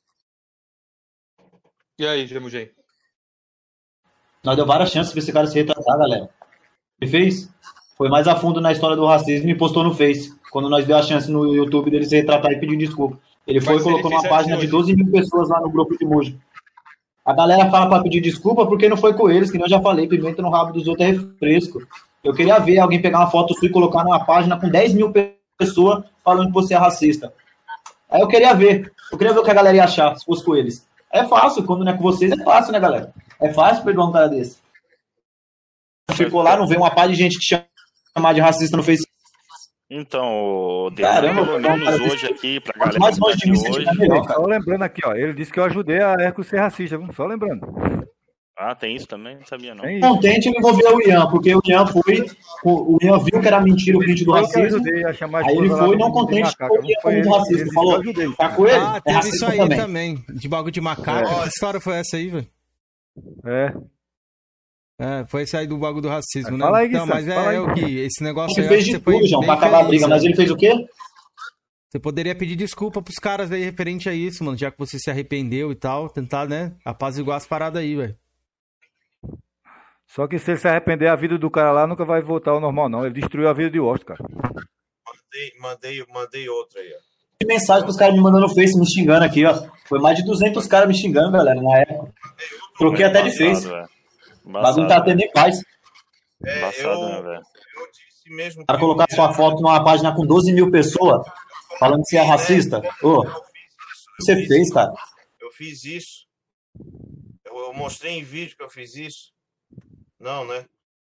E aí, Gemugem? Nós deu várias chances pra esse cara se retratar, galera. Ele fez? Foi mais a fundo na história do racismo e postou no Face. Quando nós deu a chance no YouTube dele se retratar e pedir desculpa. Ele foi e Mas se ele colocou numa fizesse página de hoje? doze mil pessoas lá no grupo de Muji. A galera fala pra pedir desculpa porque não foi com eles, que nem eu já falei, pimenta no rabo dos outros é refresco. Eu queria ver alguém pegar uma foto sua e colocar numa página com dez mil pessoas falando que você é racista. Aí eu queria ver. Eu queria ver o que a galera ia achar se fosse com eles. É fácil, quando não é com vocês é fácil, né, galera? É fácil perdoar um cara desse. Ficou lá, não vê uma par de gente que chama de racista no Facebook. Então, Caramba, pelo cara, menos cara, hoje aqui, pra quanto galera mais que tá longe de aqui mim você hoje... estiver, melhor, cara. Só lembrando aqui, ó. Ele disse que eu ajudei a Hércules ser racista, viu? Só lembrando. Ah, tem isso também? Não sabia, não. Tem isso. Contente ele envolver o Ian, porque o Ian foi, o, o Ian viu que era mentira o vídeo do Foi eu que racismo, ajudei a chamar a aí ele esposa lá foi do- não de contente macaca, com o não Ian foi muito ele, racismo, ele disse que falou, eu ajudei. tá com ele? Ah, É teve racista isso aí também. também. De bagulho de macaco. É. Que história foi essa aí, velho? É. É, foi esse aí do bagulho do racismo, né? Fala aí, Gui Não, mas Santos, é, fala aí. é o que esse negócio Ele aí, fez acho que de você foi tudo, João, bem pra acabar a feliz, briga, né? mas ele fez o quê? Você poderia pedir desculpa pros caras aí referente a isso, mano, já que você se arrependeu e tal, tentar, né, apaziguar as paradas aí, velho. Só que se ele se arrepender, a vida do cara lá nunca vai voltar ao normal, não. Ele destruiu a vida de Washington, cara. Mandei, mandei, mandei outra aí, ó. Que mensagem que os caras me mandando no Face me xingando aqui, ó. Foi mais de duzentos caras me xingando, galera, na época. Troquei até de Face. velho. O bagulho não tá tendo nem paz. É, Embaçado, eu, né, velho? eu disse mesmo O cara que colocar eu- sua foto numa página com doze mil pessoas, falando que você é racista. Ô, o que você fez, cara? Eu fiz isso. Eu, eu mostrei em vídeo que eu fiz isso. Não, né?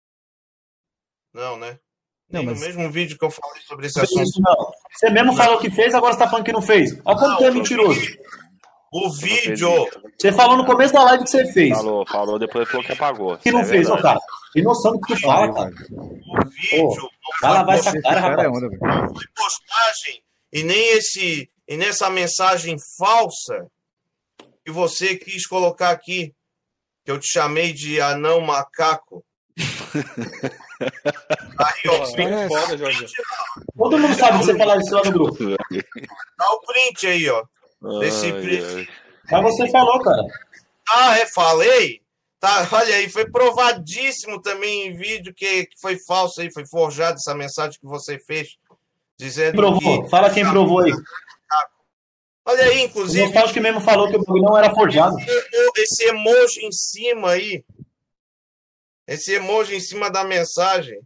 Não, né? Não, Nem mas- no mesmo vídeo que eu falei sobre esse Não fez assunto. isso, não. Você mesmo falou que fez, agora você tá falando que não fez. Olha como Não, você é eu mentiroso. O fez vídeo. isso. Você falou no começo da live que você fez. Falou, falou, depois falou que apagou. Que não É fez, ô, verdade. cara. Tem noção do que tu fala, cara. O vídeo. Ô, não vai foi lavar essa Esse cara, cara é rapaz. onda, velho. não foi postagem e nem esse e nessa mensagem falsa que você quis colocar aqui, que eu te chamei de anão macaco. Aí, ó, Pô, é foda, Jorge. Todo mundo sabe que você falar isso lá no grupo. dá o print aí, ó. Desse Ai, print. ai. Mas você falou, cara. Ah, é, falei? Tá, olha aí, foi provadíssimo também em vídeo que, que foi falso aí, foi forjado essa mensagem que você fez, dizendo Provou. que... Fala quem provou aí. Olha aí, O inclusive, Nostálgico que mesmo falou que o bagulho não era forjado. esse emoji em cima aí. Esse emoji em cima da mensagem.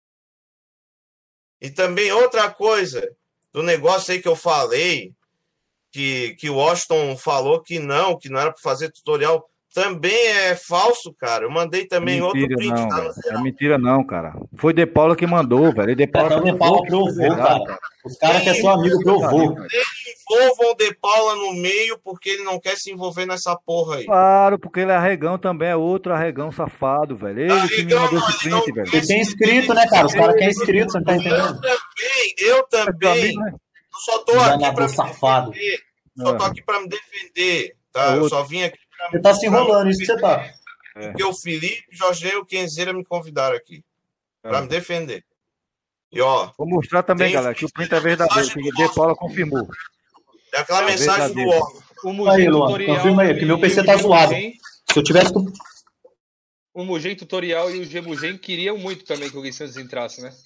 E também outra coisa, do negócio aí que eu falei, que, que o Washington falou que não, que não era para fazer tutorial, também é falso, cara. Eu mandei também outro Mentira print. não, Tá? velho. É mentira não, cara. Foi De Paula que mandou, velho. E De Paula Então, De Paula provou, cara. Os caras que é seu amigo provou. Tem envolvam o De Paula no meio porque ele não quer se envolver nessa porra aí. Claro, porque ele é arregão também, é outro arregão safado, velho. Ele que me mandou esse print, velho. Ele tem inscrito, né, cara? Os caras querem inscrito, você não tá entendendo? Eu também, eu também. Eu só tô aqui pra me safado. defender. Só tô aqui pra me defender, tá? Eu só vim aqui pra me Você tá se enrolando, isso que você tá. Porque o Felipe, o Jorge e o Kenzeira me convidaram aqui pra É. me defender. E ó, Vou mostrar também, tem galera, que o print é verdadeiro, que o De Paula confirmou. é aquela É mensagem do verdadeiro. órgão. O Aí, Mugen Luan, Tutorial confirma aí, que meu P C e tá o zoado. Gemugen- Se eu tivesse. com- O Mugen Tutorial e o Gemugen queriam muito também que o Gui Santos entrasse, né?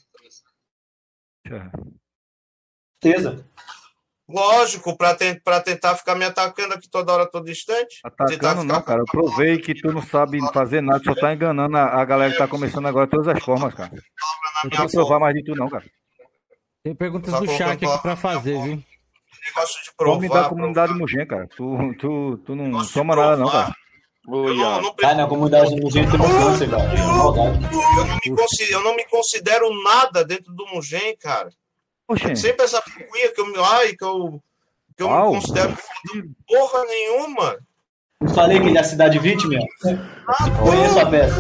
Certeza. Lógico, pra, ten- pra tentar ficar me atacando aqui toda hora, todo instante. Tentar Atacando ficar- não, cara. Eu provei que tu não sabe fazer nada, só tá enganando a, a galera que tá começando agora de todas as formas, cara. Não tem que provar mais de tu, não, cara. Tem perguntas Só do chat colocando aqui pra fazer, viu? negócio de Nome provar. da comunidade Mugen, cara. Tu, tu, tu não toma nada, não, cara. Ô, Eu não, Ian, não Ai, na comunidade do Mugen tem um câncer, cara. É maldade. Eu não, me considero, eu não me considero nada dentro do Mugen, cara. Oxê. Sempre essa picuinha que eu me. Ai, que eu, que eu Uau. me considero porra nenhuma. Eu falei que ele é a cidade vítima. Conheço a peça.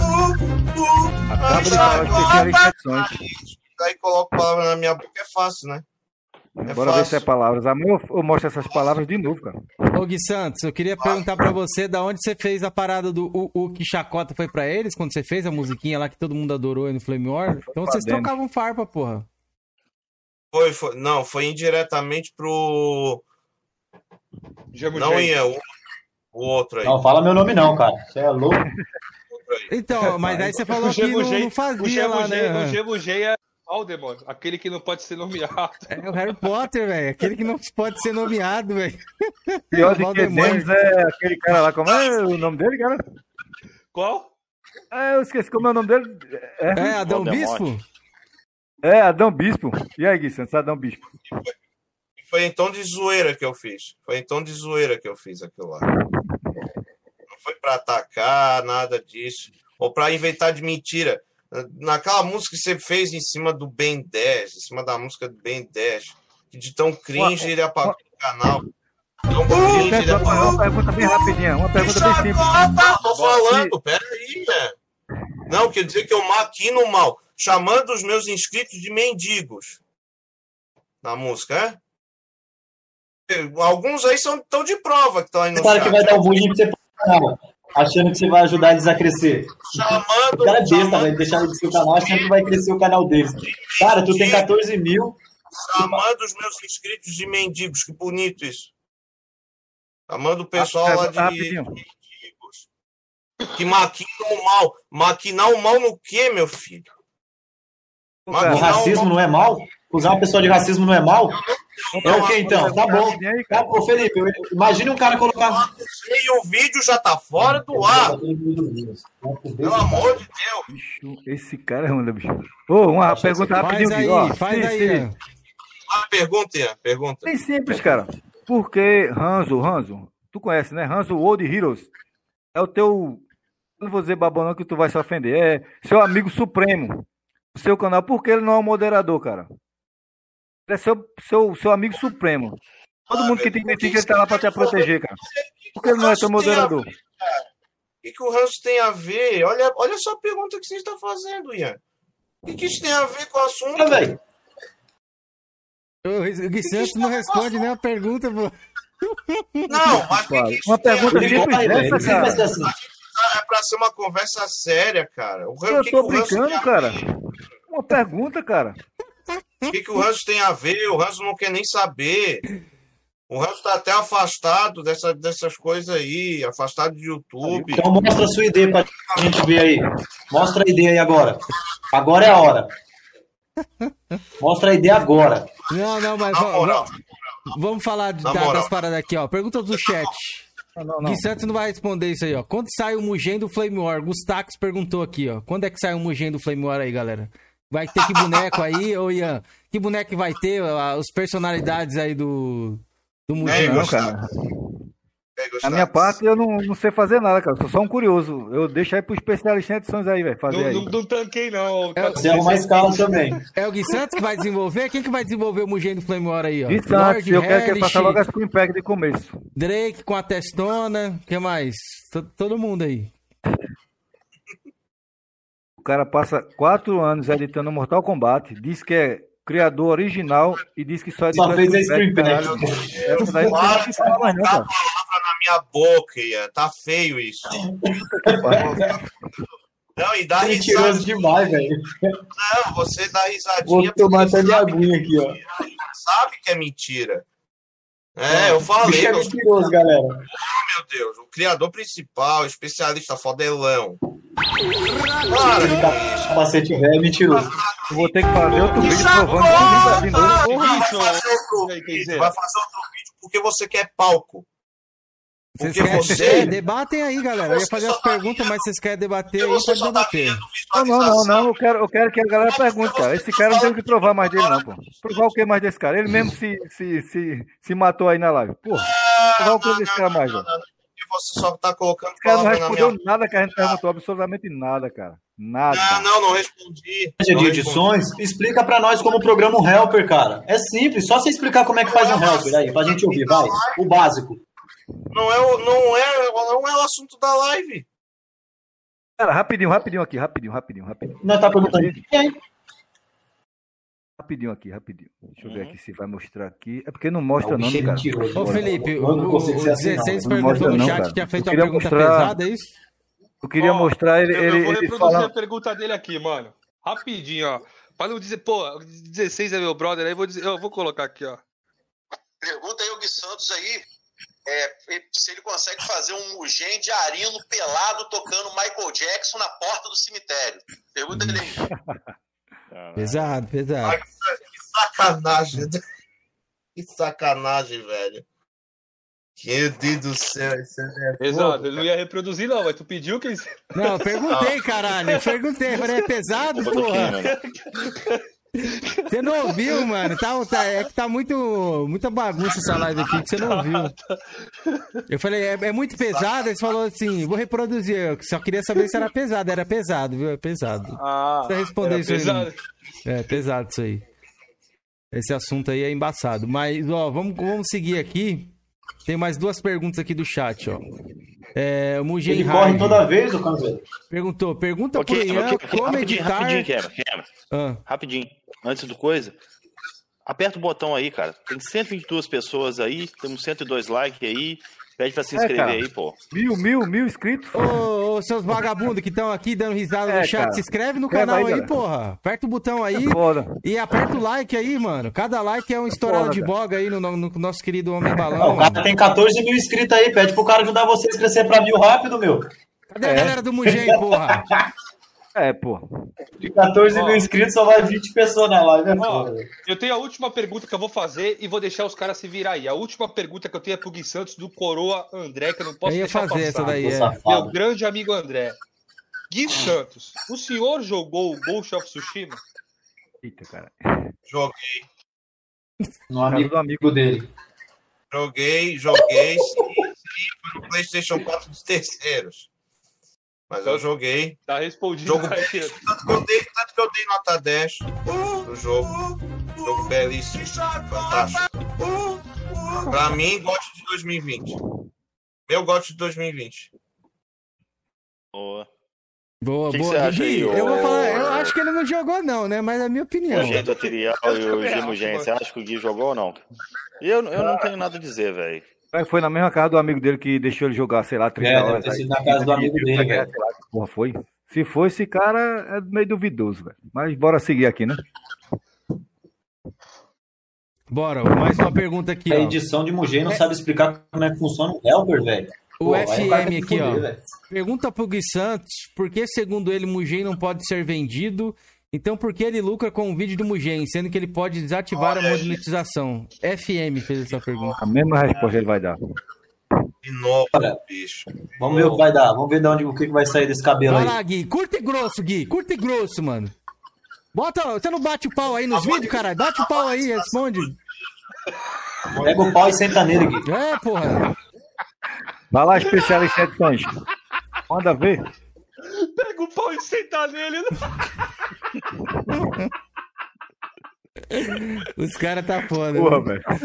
Acaba de falar que você tinha restrições. Aí coloco palavra na minha boca, é fácil, né? É Bora ver fácil. se é palavras. Amanhã eu, eu mostro essas palavras de novo, cara. Ô Gui Santos, eu queria perguntar pra você da onde você fez a parada do o, o que chacota foi pra eles, quando você fez a musiquinha lá que todo mundo adorou aí no Flame War. Então vocês dentro. trocavam farpa, porra. Foi, foi, não, foi indiretamente pro. Gemugen. Não ia, o, o outro aí. Não, fala meu nome não, cara. Você é louco. Outro aí. Então, mas aí você falou O que não, Gemugen não o fazia lá, Gemugen- o né? Gemugen é Aldemon, aquele que não pode ser nomeado. É o Harry Potter, velho. Aquele que não pode ser nomeado, velho. Pior de que Voldemort. Denis é aquele cara lá. Como é o nome dele, cara? Qual? É, eu esqueci como é o nome dele. É, É, Adão Voldemort. Bispo? é Adão Bispo. E aí, Gui Santos, Adão Bispo? Foi em tom de zoeira que eu fiz. Foi em tom de zoeira que eu fiz aquilo lá. Não foi pra atacar, nada disso. Ou pra inventar de mentira. Naquela música que você fez em cima do Ben dez, em cima da música do Ben dez, que de tão cringe ele apagou o canal. Tão cringe ele Uma, apagou. uma pergunta bem rapidinha. Uma pergunta bem simples. Chacota, tô falando, peraí, né? Não, quer dizer que eu maquino mal, chamando os meus inscritos de mendigos. Na música, é? Alguns aí são tão de prova que estão aí no Esse cara que chat. vai dar um bullying pra você pro canal, achando que você vai ajudar eles a crescer. Chamando, O cara é besta, chamando, vai deixar ele do seu canal achando que vai crescer o canal deles. Cara, tu tem catorze mil. chamando os meus inscritos de mendigos. Que bonito isso. Chamando o pessoal Ah, lá de rapidinho. mendigos. Que maquinam o mal. Maquinar o mal no quê, meu filho? O Maquinar racismo não é mal? Usar uma pessoa de racismo não é mal? É o que então? Tá bom. Rapidinho aí, cara. Tá, ô Felipe, eu- imagine um cara colocar. E o vídeo já tá fora do ar. Pelo amor de Deus. Bicho, esse cara onda, bicho. Ô, uma pergunta Faz rapidinho, aí, Gui. Ó, faz sim, aí. sim. ó. Ah, pergunta, Ian, pergunta. Bem simples, cara. Porque Hanzo, Hanzo, tu conhece, né? Hanzo World Heroes. É o teu. Não vou dizer babão não que tu vai se ofender. É seu amigo supremo. O seu canal. Por que ele não é um moderador, cara? Ele é seu, seu, seu amigo supremo. Todo Ah, mundo que velho, tem por que critica, ele isso tá lá pra tem te a ver? proteger, cara. Por que ele não é teu Ranço tem a moderador? ver, cara? O que, que o ranço tem a ver? Olha, olha só a pergunta que você está fazendo, Ian. O que, que isso tem a ver com o assunto? Ah, velho. O Gui Santos não responde nem a pergunta, pô. Não, mas o que, que isso Uma tem a pergunta ver? simples Vai, velho. dessa, Sempre vai cara. ser assim. É pra ser uma conversa séria, cara. O, Eu que, que tô o ranço brincando, tem a cara. ver? Uma pergunta, cara. O que, que o ranço tem a ver? O ranço não quer nem saber. O ranço tá até afastado dessa, dessas coisas aí, afastado de YouTube. Então mostra a sua I D pra gente ver aí. Mostra a I D aí agora. Agora é a hora. Mostra a I D agora. Não, não, mas Na va- moral. va- vamos falar de- Na da- moral. das paradas aqui, ó. Pergunta do chat. Não, não, não. Gui Santos não vai responder isso aí, ó. Quando sai o Mugen do Flame War? Gustax perguntou aqui, ó. Quando é que sai o Mugen do Flame War aí, galera? Vai ter que boneco aí, ô Ian? Que boneco que vai ter? ah, As personalidades aí do, do Mugen? É, Não, Gustavo. cara. É, A minha parte, eu não, não sei fazer nada, cara. Sou só um curioso. Eu deixo aí pro especialista em edições aí, velho. Fazer Não, aí. não, não tanquei, não. É, Você arruma escala também. É o Gui Santos que vai desenvolver? Quem que vai desenvolver o Mugen do Flame War aí, ó? Gui Santos, Lord eu quero que ele Hellish, faça logo as Screen Pack de começo. Drake com a testona. O que mais? T- Todo mundo aí. O cara passa quatro anos editando Mortal Kombat, diz que é criador original e diz que só editou Só fez a Screen Screen Pack. caralho. Essa daí não Para tem de que falar mais, não, colocar cara. a palavra na minha boca, Ian. Tá feio isso. Não, e dá risada. Mentiroso demais, velho. Não, você dá risadinha. Vou tomar porque até minha sabe aguinha aqui, ó. que- sabe que é mentira. É, eu O falei. bicho é meu, mentiroso, galera. meu Deus, o criador principal, especialista fodelão. Ele tá com macete velho, é mentiroso. Eu vou ter que fazer outro vídeo Isso provando agora, tudo de novo. mano, vai Isso, fazer outro aí, quer vídeo, dizer. vai fazer outro vídeo porque você quer palco. Vocês Porque querem... você- É, debatem aí, galera. Eu ia fazer as Você só tá perguntas, mas vocês querem debater Porque aí, você pode só tá debater. vendo Não, não, não, visualização. não. Eu quero, eu quero que a galera pergunte, cara. Esse cara não tem o que provar mais dele, não, pô. Provar o que mais desse cara? Ele mesmo se, se, se, se matou aí na live. Porra, provar o que desse cara mais, velho. E você só tá colocando Esse cara não palavra na minha respondeu nada que a gente perguntou, absolutamente nada, cara. Nada. Não, não, não respondi. De Não respondi. edições, explica pra nós como programa um helper, cara. É simples, só você explicar como é que faz um helper aí, pra gente ouvir, vai. O básico. Não é, o- não, é, não é o assunto da live. Cara, rapidinho, rapidinho aqui, rapidinho, rapidinho, rapidinho. Nós tá perguntando quem? Rapidinho aqui, rapidinho. Deixa eu ver Uhum. aqui se vai mostrar aqui. É porque não mostra O não, bicho é cara. mentiroso. Ô, Felipe, Eu o, não o, consigo o ser assim, não. dezesseis Não perguntou mostra no não, chat cara. que tinha feito Eu uma queria pergunta mostrar- pesada, é isso? Eu queria Ó, mostrar ele, Eu, ele, eu vou ele reproduzir falando. a pergunta dele aqui, mano. Rapidinho, ó. Pra não dizer, pô, dezesseis é meu brother, aí eu vou dizer, eu vou colocar aqui, ó. Pergunta aí o Gui Santos aí é, se ele consegue fazer um Mugen de Arino pelado tocando Michael Jackson na porta do cemitério. Pergunta ele aí. Pesado, pesado. Ai, que sacanagem. Que sacanagem, velho. Meu Deus do céu. Isso é Exato, eu não ia reproduzir, não, mas tu pediu que. Não, eu perguntei, caralho. Eu perguntei. Falei, é pesado, Bota aqui, porra? mano. Você não ouviu, mano? Tá, tá- é que tá muito, muita bagunça essa live aqui que você não ouviu. Eu falei, é, é muito pesado? Ele falou assim, vou reproduzir. Eu só queria saber se era pesado. Era pesado, viu? É pesado. Ah, Você responder era isso aí. pesado. É, pesado isso aí. Esse assunto aí é embaçado. Mas, ó, vamos, vamos seguir aqui. Tem mais duas perguntas aqui do chat, ó. É, o Mugen Ele corre Hard toda vez, o Canzeiro? perguntou, pergunta Ok, pro Ian ok, como rapidinho, editar... rapidinho, Cameron, Cameron. Ah, Rapidinho. Antes do coisa, aperta o botão aí, cara. Tem cento e vinte e duas pessoas aí, temos cento e dois likes aí. Pede pra se É, inscrever cara. aí, pô. Mil, mil, mil inscritos. Ô, ô, seus vagabundos que estão aqui dando risada É, no chat, cara. se inscreve no Inscreve canal aí, aí, galera. porra. Aperta o botão aí Foda. e aperta o like aí, mano. Cada like é um estourado foda, de cara. boga aí no, no- no nosso querido Homem Não, Balão. o cara tem catorze mil inscritos aí, pede pro cara ajudar vocês a crescer pra mil rápido, meu. Cadê a É. galera do Mugen, porra? É, pô. De catorze Ó. mil inscritos só vai vinte pessoas na live. É Ó, foda, velho. eu tenho a última pergunta que eu vou fazer e vou deixar os caras se virar aí. A última pergunta que eu tenho é pro Gui Santos do Coroa André, que eu não posso Eu ia deixar fazer passar. essa daí, Tô é. safado. Meu grande amigo André. Gui Santos, o senhor jogou o Ghost of Tsushima? Eita, cara. Joguei, No amigo do amigo. dele. joguei, joguei. Sim, sim, foi no PlayStation quatro dos terceiros. Mas eu joguei. Tá respondido. Jogo aí. Tanto que eu dei, tanto que eu dei nota dez no jogo. Jogo belíssimo. Fantástico. Pra mim, G O T de dois mil e vinte. Meu G O T de dois mil e vinte. Boa. Boa, Que que boa. você acha Gui, aí, eu ô- vou falar, eu acho que ele não jogou não, né? Mas é a minha opinião. O Gento Material e o também Gimo acho, Gen, mano. você acha que o Gui jogou ou não? Eu, eu não tenho nada a dizer, velho. Foi na mesma casa do amigo dele que deixou ele jogar, sei lá, trinta É, deve horas. ter aí. sido na casa do amigo dele, Sei velho. lá que porra foi. Se for esse cara, é meio duvidoso, velho. Mas bora seguir aqui, né? Bora, mais uma pergunta aqui, A ó. edição de Mugen não sabe explicar como é que funciona um helper, velho. O Pô, aí F o cara M tem que aqui, ó. fuder, velho. Pergunta pro Gui Santos por que, segundo ele, Mugen não pode ser vendido. Então, por que ele lucra com o vídeo do Mugen, sendo que ele pode desativar Olha a aí. monetização? F M fez essa pergunta. A mesma resposta ele vai dar. De novo, Olha. bicho. Vamos ver o que vai dar. Vamos ver de onde, o que que vai sair desse cabelo Vai aí. lá, Gui. Curta e grosso, Gui. Curta e grosso, mano. Bota. Você não bate o pau aí nos vídeos, caralho? Bate o pau aí, responde. Pega o pau e senta nele, Gui. É, porra. Vai lá, especialista em edições. Manda ver. Pega o pau e senta nele. Os caras tá foda. Porra, né? velho.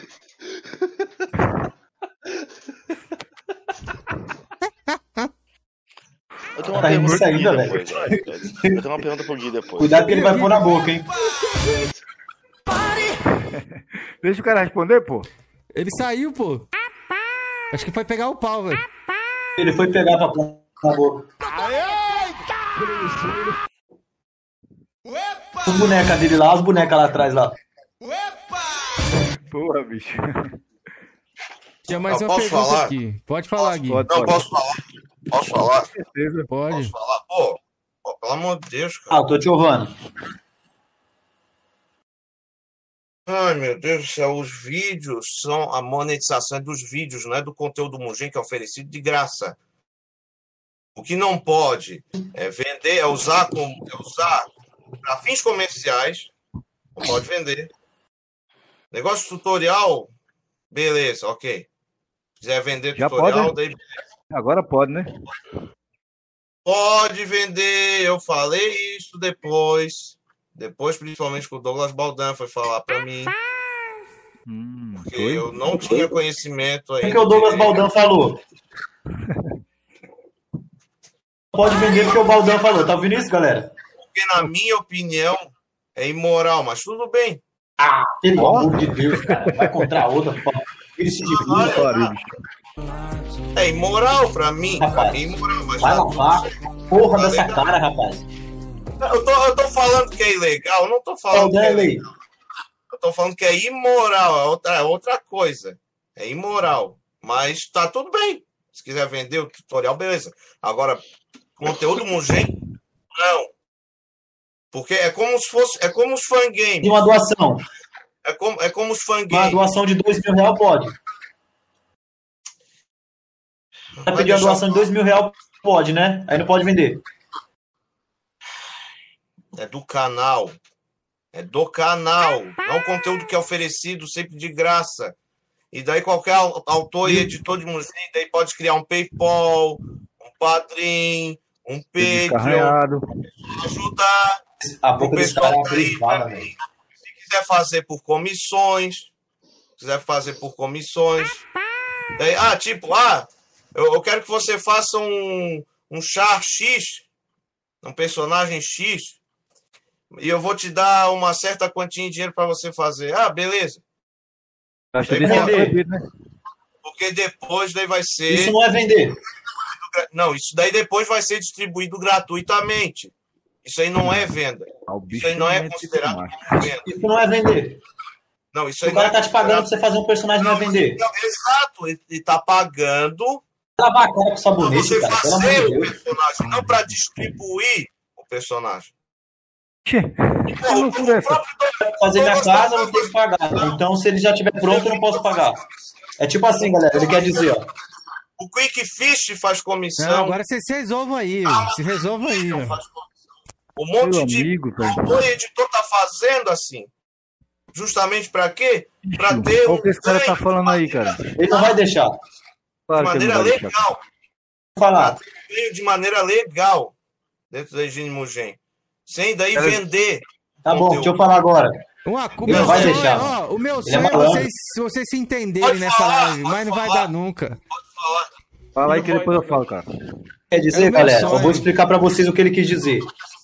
Eu tenho uma Tá pergunta isso pro Gui ainda, depois. velho. Eu tenho uma pergunta pro Gui depois. Cuidado que ele vai pôr na boca, hein? Deixa o cara responder, pô. Ele saiu, pô. Acho que foi pegar o pau, velho. Ele foi pegar pra pôr na boca. Os bonecas dele lá, as bonecas lá atrás lá. Porra, bicho. Tinha mais Eu uma posso pergunta falar? aqui. Pode falar, Gui. Pode, Não, pode. posso falar? Posso falar? Com certeza. Pode. Posso falar? Pô, pô, pelo amor de Deus, Ah, cara. eu tô te ouvindo. Ai, meu Deus do céu, os vídeos são a monetização dos vídeos, não é do conteúdo Mugen que é oferecido de graça. O que não pode é vender, é usar como é usar para fins comerciais, não pode vender. Negócio tutorial, beleza, ok. Se quiser vender Já tutorial, pode, daí Agora pode, né? pode vender. Eu falei isso depois. Depois, principalmente, que o Douglas Baldan foi falar para mim. Hum, Porque foi? eu não tinha conhecimento O ainda. que o Douglas de- Baldan falou? Pode vender porque o Baldan falou. Tá ouvindo isso, galera? Porque, na minha opinião, é imoral, mas tudo bem. Ah, pelo amor de Deus, cara. Vai contra a outra. pô. Ele se divide. Pariu, bicho. É imoral pra mim. Rapaz, É imoral, mas Vai tá lavar. tudo Porra Tá dessa legal. cara, rapaz. Eu tô, eu tô falando que é ilegal, eu não tô falando que Baldan é é lei. legal. Eu tô falando que é imoral, é outra, é outra coisa. É imoral. Mas tá tudo bem. Se quiser vender o tutorial, beleza. Agora, conteúdo Mugen, não. Porque é como se fosse. É como os E fangames. uma doação? É como, é como os Uma fangames. doação de dois mil reais pode. Vai Vai pedir uma deixar- doação de dois mil reais, pode, né? Aí não pode vender. É do canal. É do canal. Não é um conteúdo que é oferecido sempre de graça. E daí qualquer au- autor e editor de música daí pode criar um PayPal, um Padrim, um Patreon, Descarranhado. ajudar A o boca desse pessoal cara é aí privada, também. velho. Se quiser fazer por comissões, quiser fazer por comissões. Daí, ah, tipo, ah, eu, eu quero que você faça um, um char X, um personagem X, e eu vou te dar uma certa quantia de dinheiro para você fazer. Ah, beleza. Acho que Aí isso é vender. proibido, né? Porque depois daí vai ser. Isso não é vender. Não, isso daí depois vai ser distribuído gratuitamente. Isso aí não é venda. Ah, o Isso bicho aí não é mete considerado demais. como venda. Isso não é vender. Não, isso Se aí o cara não tá é te pagando pra considerado- você fazer um personagem, não é vender. Não, exato, ele ele tá pagando Lavar a cara com pra sabonete, você cara. Pelo amor fazer de o Deus. personagem, não para distribuir o personagem. Tchê, Pô, que loucura é essa? próprio Fazer minha casa, eu não tenho que pagar. Então, se ele já estiver pronto, eu não posso pagar. É tipo assim, galera. Ele quer dizer, ó. O Quick Fish faz Não, comissão. agora vocês se resolvam aí. Se resolvam aí. Não ó. faz comissão. Um monte Meu de amigo, cara. autor e editor tá fazendo assim. Justamente para quê? Para ter Qual um que esse cara tá ganho falando aí, cara? Ele não vai deixar. de Claro que ele maneira não vai deixar. legal. Vou falar. Ganho de maneira legal dentro da Higiene Mugen. Sem daí Cara, vender. Tá bom, conteúdo. deixa eu falar agora. Uma, o Ele meu não vai sonho, deixar. ó, o meu Ele é sonho é malandro. vocês, vocês se entenderem Pode nessa falar, live, pode mas não vai falar. dar nunca. Fala aí que depois eu falo, cara. Quer É dizer, o meu galera, sonho. eu vou explicar pra vocês o que ele quis dizer.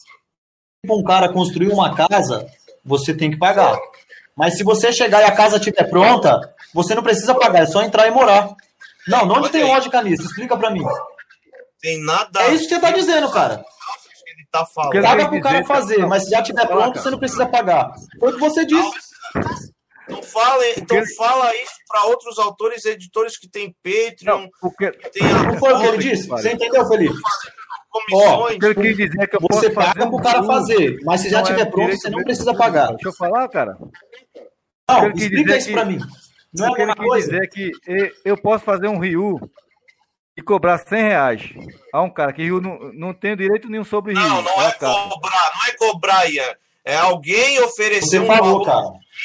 Se um cara construir uma casa, você tem que pagar. Mas se você chegar e a casa estiver pronta, você não precisa pagar, é só entrar e morar. Não, não Olha tem aí. lógica nisso. Explica pra mim. Tem nada. É isso que você tá dizendo, cara. que ele tá falando. Porque ele Paga quer pro cara dizer, fazer, cara. mas se já estiver Fala, pronto, cara. você não precisa pagar. Foi o que você disse. Então fala, então Porque- fala isso para outros autores e editores que têm Patreon, Não, porque, que têm Não foi o que ele apoio, disse? Vale. Você entendeu, Felipe? comissões. o que ele quis dizer é que eu Você posso fazer paga pro um cara jogo. fazer, mas se já Não é estiver pronto, direito você não mesmo. precisa pagar. Deixa eu falar, cara. Não, ele quis explica dizer isso que- pra mim. Não é O que a ele mesma quis coisa? dizer é que e- eu posso fazer um Ryu e cobrar cem reais a um cara que Ryu não, não tem direito nenhum sobre Ryu. Não, não é a capa. cobrar, não é cobrar, Ian. É alguém oferecer Você um falou, valor cara.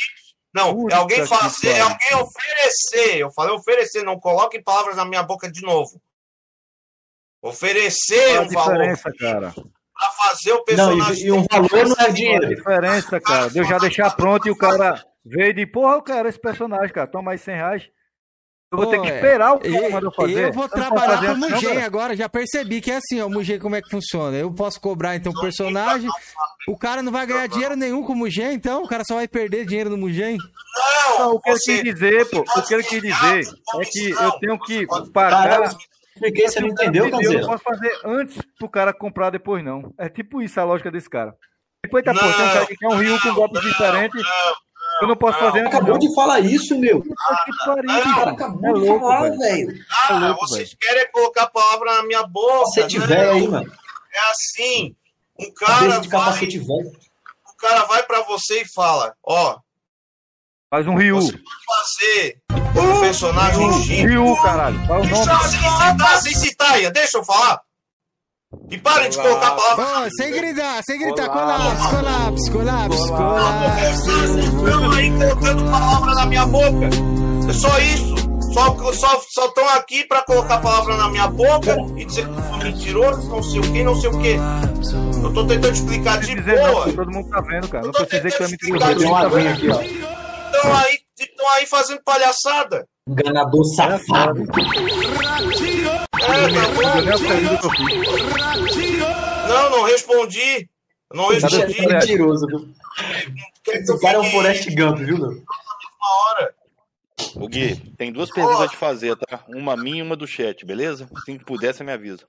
Não, Puta é alguém que fazer, é pariu. alguém oferecer. Eu falei oferecer, não coloque palavras na minha boca de novo. Oferecer Qual a um valor diferença, cara? pra fazer o Não, personagem. e, e um valor não é Qual a dinheiro. diferença, cara? De eu já deixar pronto e o cara veio de, porra, eu quero esse personagem, cara. Toma aí cem reais. Eu vou Pô, ter que é. esperar o cara E- mandar eu fazer. Eu vou Eu não posso trabalhar fazer pro antes, não, Mugen cara. agora, já percebi que é assim, ó, o Mugen como é que funciona. Eu posso cobrar então o personagem, o cara não vai ganhar dinheiro nenhum com o Mugen, então o cara só vai perder dinheiro no Mugen. Não, Não, o que ele você- quis dizer, pô, o que ele quis dizer é que eu tenho que Cara, pagar. eu expliquei, você não entendeu, Eu não Canzeira? posso fazer antes pro cara comprar depois, não. É tipo isso a lógica desse cara. Depois tá, pô, tem um Não, cara que quer um Ryu com golpes diferentes. Eu não posso fazer antes, Acabou não. de falar isso, meu. Puta que pariu, Não, bicho. Cara, acabou É de louco, falar, velho. velho. Ah, É louco, vocês querem colocar a palavra na minha boca. Capacete né? velho aí, mano. É assim. Um Cabeça cara de vai, capacete velho. o cara vai pra você e fala, ó, Faz um Ryu. você vai fazer um personagem X. Ryu, caralho. Qual é o nome? Não, sem citar, sem citar, Ian, deixa eu falar. E parem de colocar a palavra. Ô, sem gritar, sem gritar, colapso, colapso, colapso, colapso. Não, aí colocando palavra na minha boca. É só isso. Só só só estão aqui pra colocar a palavra na minha boca e dizer que eu sou mentiroso, não sei o que, não sei o que. Eu tô tentando explicar Não de precisa dizer não, boa. porque todo mundo tá vendo, cara. Não Eu tô precisa dizer que tu é tentando mentiroso. Tem Todo uma mundo tá aguinha vendo. aqui, ó. Estão aí, estão aí fazendo palhaçada. Enganador safado. É, tá bom. Eu nem acredito que eu fiz. Não, não respondi. Eu não Esse bicho respondi. é mentiroso, viu? Quer que Esse eu cara é um fique Forrest Gump, viu, meu? uma hora? O Gui, tem duas perguntas a te fazer, tá? Uma minha e uma do chat, beleza? Se puder, você me avisa.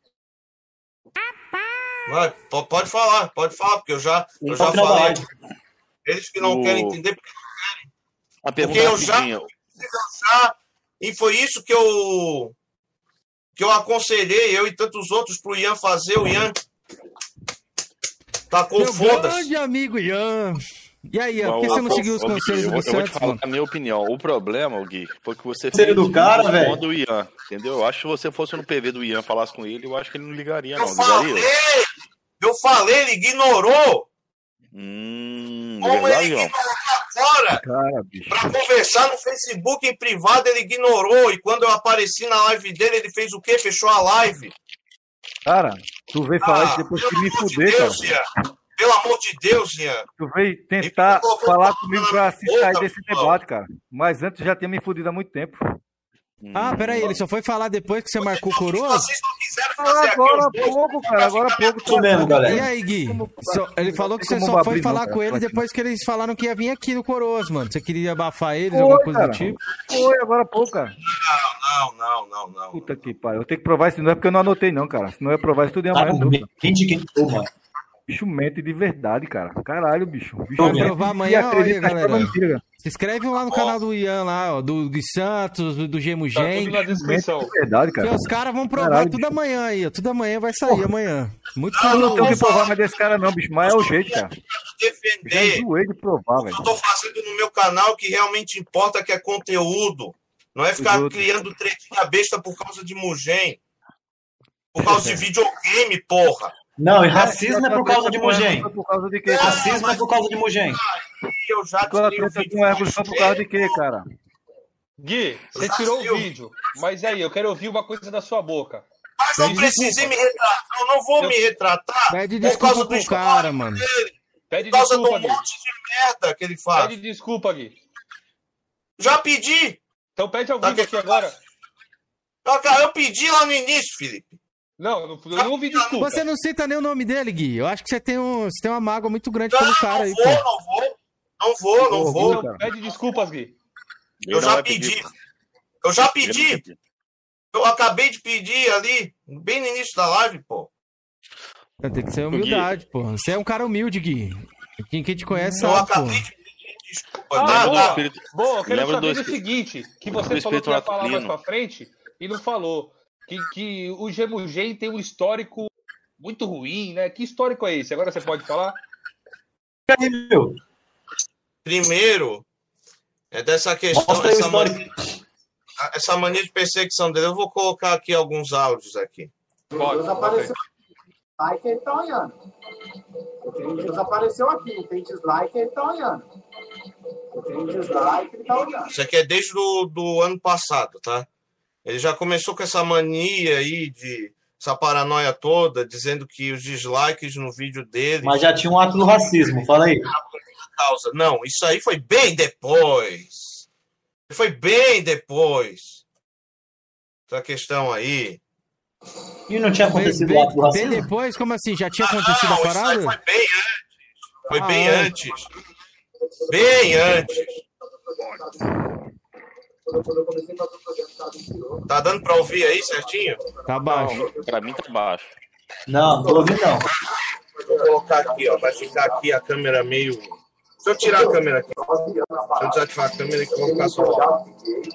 Vai, po- pode falar, pode falar, porque eu já, eu já Tá final da falei. live. Eles que não O- querem entender, porque A pergunta Porque eu já- rapidinha. já, e foi isso que eu que eu aconselhei, eu e tantos outros, pro Ian fazer. O Ian tá com Meu foda-se. grande amigo Ian. E aí, Ian, por que Ô, você não ô, seguiu os ô, Gui, conselhos eu, do vou- eu vou te Santos, falar mano? a minha opinião. O problema, o Gui, foi que você Conselho do cara, vídeo velho. do Ian, entendeu? Eu acho que se você fosse no P V do Ian falasse com ele, eu acho que ele não ligaria, Eu não. falei, Ligaria? eu falei, ele ignorou. Hum, Como verdade, ele João? ignorou fora Cara, bicho. pra conversar no Facebook em privado, ele ignorou. E quando eu apareci na live dele, ele fez o quê? Fechou a live. Cara, tu veio falar isso Ah, depois pelo que me amor de fuder, cara. Deus, Ian. Pelo amor de Deus, Ian. Tu veio tentar Ele colocou falar a comigo boca pra na assistir boca, desse irmão. debate, cara. Mas antes já tinha me fudido há muito tempo. Ah, peraí, ele só foi falar depois que você marcou o Coroa? Vocês não quiseram Ah, fazer aqui agora há os dois. pouco, cara. Agora há pouco. Isso mesmo, E galera. aí, Gui? Só- ele falou que tem você como só foi abrir, falar não, cara. com eles Pode depois que eles falaram que ia vir aqui no Coroas, mano. Você queria abafar eles, Foi, alguma coisa cara. do tipo? Foi agora há pouco, cara. Não, não, não, não. Puta que pariu. Eu tenho que provar isso, não é porque eu não anotei, não, cara. Se não eu ia provar isso tudo em Tá amanhã. com mente quem tô, mano. Bicho mente de verdade, cara. Caralho, bicho. bicho Vai mente provar e amanhã, acredita olha aí, em toda galera. mentira, cara. Se inscreve lá no canal do Ian lá, ó, do Gui Santos, do, do Gemo Tá Gen. tudo na descrição. Mente de verdade, Porque cara. os caras vão provar Caralho, tudo bicho. amanhã aí, ó. Tudo amanhã vai sair amanhã. Muito Eu não tenho conteúdo. que provar mais desse cara, não, bicho. Mas é o jeito, cara. Já Defender. enjoei de provar, O que velho. eu tô fazendo no meu canal, o que realmente importa, que é conteúdo. Não é ficar Os outros. criando tretinha besta por causa de Mugen. Por causa de videogame, porra. Não, e racismo é por causa de Mugen. Foi por causa de quê? Racismo é por causa de Mugen. E eu já Ficou a tirei o treta vídeo com o Hércules foi por causa de quê, cara? Gui, você Já tirou sei. o vídeo. Mas aí, eu quero ouvir uma coisa da sua boca. Mas eu Pede precisei me retratar. Eu não vou Eu- me retratar Pede por causa desculpa do pro cara, histórico mano. dele. Pede Por causa de desculpa, um Gui. monte de merda que ele faz. Pede desculpa, Gui. Já pedi. Então pede ao Tá vivo aqui que- agora. Eu, cara, eu pedi lá no início, Felipe. Não, não- eu não ouvi desculpa. Você não cita nem o nome dele, Gui. Eu acho que você tem, um, você tem uma mágoa muito grande Não, pelo cara não aí, vou, pô. não vou. Não vou, não vou. Orgulho, cara. Pede desculpas, Gui. Eu Ele não já vai pedi. pedir. Eu já Ele não pedi. quer pedir. Eu acabei de pedir ali, bem no início da live, pô. Tem que ser humildade, pô. Você é um cara humilde, Gui. Quem, quem te conhece Eu sabe, pô. acabei de pedir desculpa. Ah, Nada. Lembra do boa. espírito. Bom, eu quero Lembra saber do o espí- seguinte, que do você falou espírito que ia falar mais natalino. pra frente e não falou. Que, que o Gemugen tem um histórico muito ruim, né? Que histórico é esse? Agora você pode falar? Aí, meu. Primeiro, é dessa questão, Mostra aí o essa histórico. mania, essa mania de perseguição dele. Eu vou colocar aqui alguns áudios aqui. Pode. Deus apareceu like, ele tá olhando. O Deus apareceu aqui, não tem dislike, ele tá olhando. Isso aqui é desde do, do ano passado, tá? Ele já começou com essa mania aí de essa paranoia toda, dizendo que os dislikes no vídeo dele... Mas já tinha um ato do racismo, fala aí. Causa. Não, isso aí foi bem depois. Foi bem depois. Essa questão aí. E não tinha acontecido bem, o ato do racismo? Bem depois? Como assim? Já tinha acontecido não, a parada? Isso aí foi bem antes. Foi ah, bem é. antes. Bem antes. Tá dando pra ouvir aí certinho? Tá baixo. Não, pra mim tá baixo. Não, não tô ouvindo não. Vou colocar aqui, ó. Vai ficar aqui a câmera meio... Deixa eu tirar a câmera aqui. Deixa eu desativar a câmera que eu vou ficar só lá.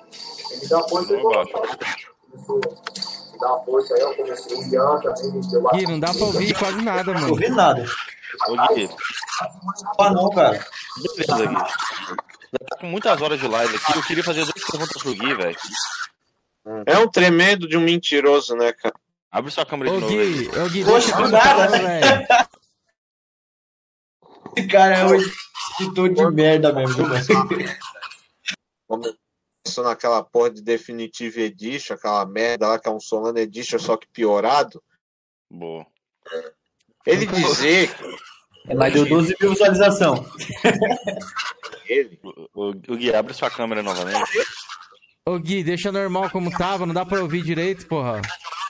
Gui, não dá pra ouvir quase nada, Não tô mano. ouvindo nada. Ô, Gui, Ah, não, cara. beleza, Gui. Já tá com muitas horas de live aqui. Eu queria fazer duas perguntas pro Gui, velho. É um tremendo de um mentiroso, né, cara? Abre sua câmera de Ô, novo aí. Gui, ô, Gui, Poxa, deixa eu do nada, perguntar, né? velho. Esse cara é um editor de merda mesmo, mano. Começou naquela porra de Definitive Edition, aquela merda lá que é um Solano Edition, só que piorado. Boa. Ele dizer É, mas deu doze mil visualização. que ele... O, o Gui, abre sua câmera novamente. Ô, Gui, deixa normal como tava, não dá pra ouvir direito, porra.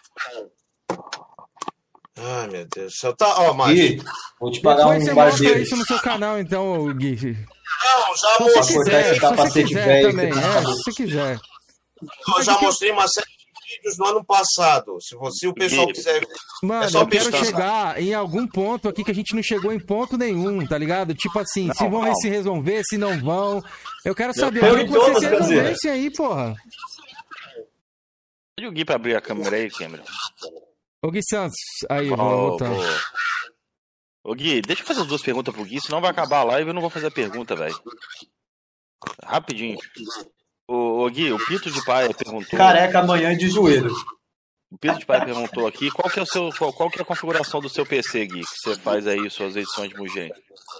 Ai, meu Deus do céu. Tá, ó, mas... Gui, vou te pagar Depois um você mostra barbeiro. isso no seu canal, então, ô, Gui. Se Não, já você mostrei. cortar quiser, esse se você capacete quiser velho também, que é, tá- se você quiser. Eu já mostrei uma série de vídeos no ano passado. Se, você, se o pessoal Gui. quiser... Mano, É só eu quero pesquisar. chegar em algum ponto aqui que a gente não chegou em ponto nenhum, tá ligado? Tipo assim, Não, se vão calma. se resolver, se não vão. Eu quero saber, Eu eu quero que vocês todas, se Caseira. resolvessem aí, porra. Pede o Gui pra abrir a câmera aí, Cameron. Ô, Gui Santos, aí, Ó, vamos voltar. Ô, Gui, deixa eu fazer as duas perguntas pro Gui, senão vai acabar a live e eu não vou fazer a pergunta, velho. Rapidinho. Ô, ô, Gui, o Pito de Pai perguntou. Careca amanhã de joelho. O Pito de Pai perguntou aqui qual que é o seu, qual, qual que é a configuração do seu P C, Gui, que você faz aí suas edições de Mugen.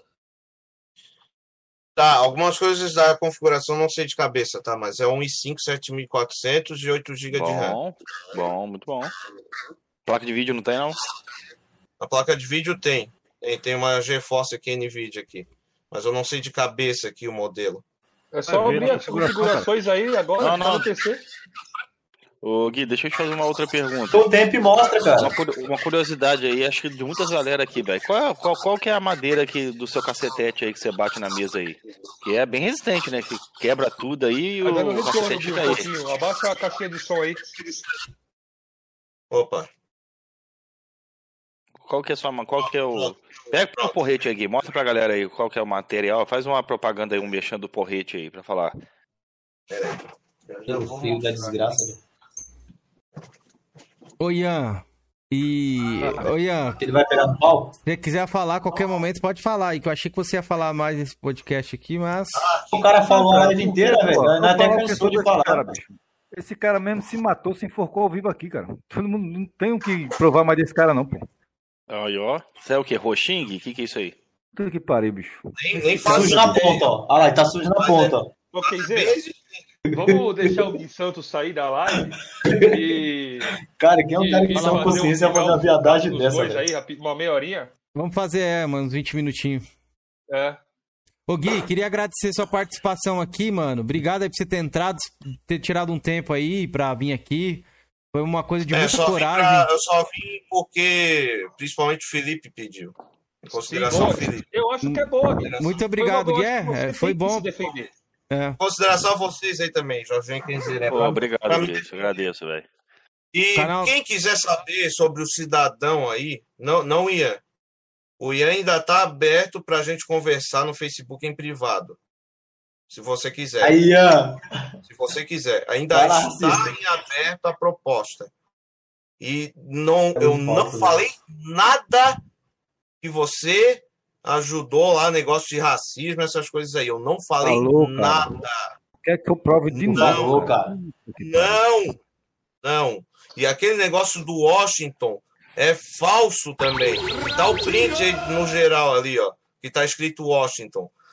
Tá, algumas coisas da configuração não sei de cabeça, tá? Mas é um i cinco sete mil e quatrocentos e oito gigas de RAM. Bom, bom, muito bom. Placa de vídeo não tem, não? A placa de vídeo tem. Tem, tem uma GeForce aqui, NVIDIA aqui. Mas eu não sei de cabeça aqui o modelo. É só Vai ver abrir na as configuração, configurações aí agora Não, tá não. no P C. Ô, Gui, deixa eu te fazer uma outra pergunta. O tempo mostra, cara. Uma, cu- uma curiosidade aí, acho que de muitas galera aqui, velho. Qual, é- qual, qual que é a madeira que, do seu cacetete aí que você bate na mesa aí? Que é bem resistente, né? Que quebra tudo aí e Tá dando o retorno cacetete aqui fica um aí. pouquinho. Abaixa a caixinha de som aí. Opa. Qual que é a sua, qual que é o... Pega um porrete aí, Gui, mostra pra galera aí qual que é o material. Faz uma propaganda aí, um mexendo do porrete aí pra falar. Pelo fio da desgraça. velho. Ô, Ian. E. Ô, Ian, Ele vai pegar no pau? se você quiser falar a qualquer momento, pode falar aí, que eu achei que você ia falar mais nesse podcast aqui, mas. O cara falou a live inteira, velho. Pô, Nós vou até falar o que cansou eu de sou desse falar. cara, bicho. Esse cara mesmo se matou, se enforcou ao vivo aqui, cara. Todo mundo não tem o que provar mais desse cara, não, pô. Aí, ó. Isso é o quê? Roxing? O que que é isso aí? Tudo que pariu, bicho. Nem, nem Tá faço sujo na ideia. ponta, ó. Olha lá, ele tá sujo na ponta, ó. Ô, Kenzeira, vamos deixar o Gui Santos sair da live e... Cara, quem é um e- cara que e tem fazer um- consciência pra fazer uma um viadagem dos dessa, dois velho? aí, rapi- uma meia horinha. Vamos fazer, é, mano, uns vinte minutinhos. É. Ô, Gui, queria agradecer sua participação aqui, mano. Obrigado aí por você ter entrado, ter tirado um tempo aí pra vir aqui. Foi uma coisa de É, muita só vim coragem. pra- eu só vim porque principalmente o Felipe pediu. Em consideração ao boa. Felipe. Eu acho que é boa, Gui. Muito obrigado, Foi uma boa, Gué. acho que você É, foi tem que bom. se defender. É. Em consideração a vocês aí também, Jorginho Kenzeira. É Pô, pra- obrigado, pra me Gui. Eu agradeço, velho. E Canal- quem quiser saber sobre o cidadão aí, não, não o Ian. O Ian ainda está aberto para a gente conversar no Facebook em privado. Se você quiser. Aí, Ian. Se você quiser. Ainda Vai lá, está racista. em aberto a proposta. E não, É eu muito não fácil, né? falei nada que você ajudou lá, negócio de racismo, essas coisas aí. Eu não falei Falou, cara. nada. Quer que eu prove de Não novo? falou, cara. Não, não. E aquele negócio do Washington é falso também. Tá o print aí no geral ali, ó, que tá escrito Washington.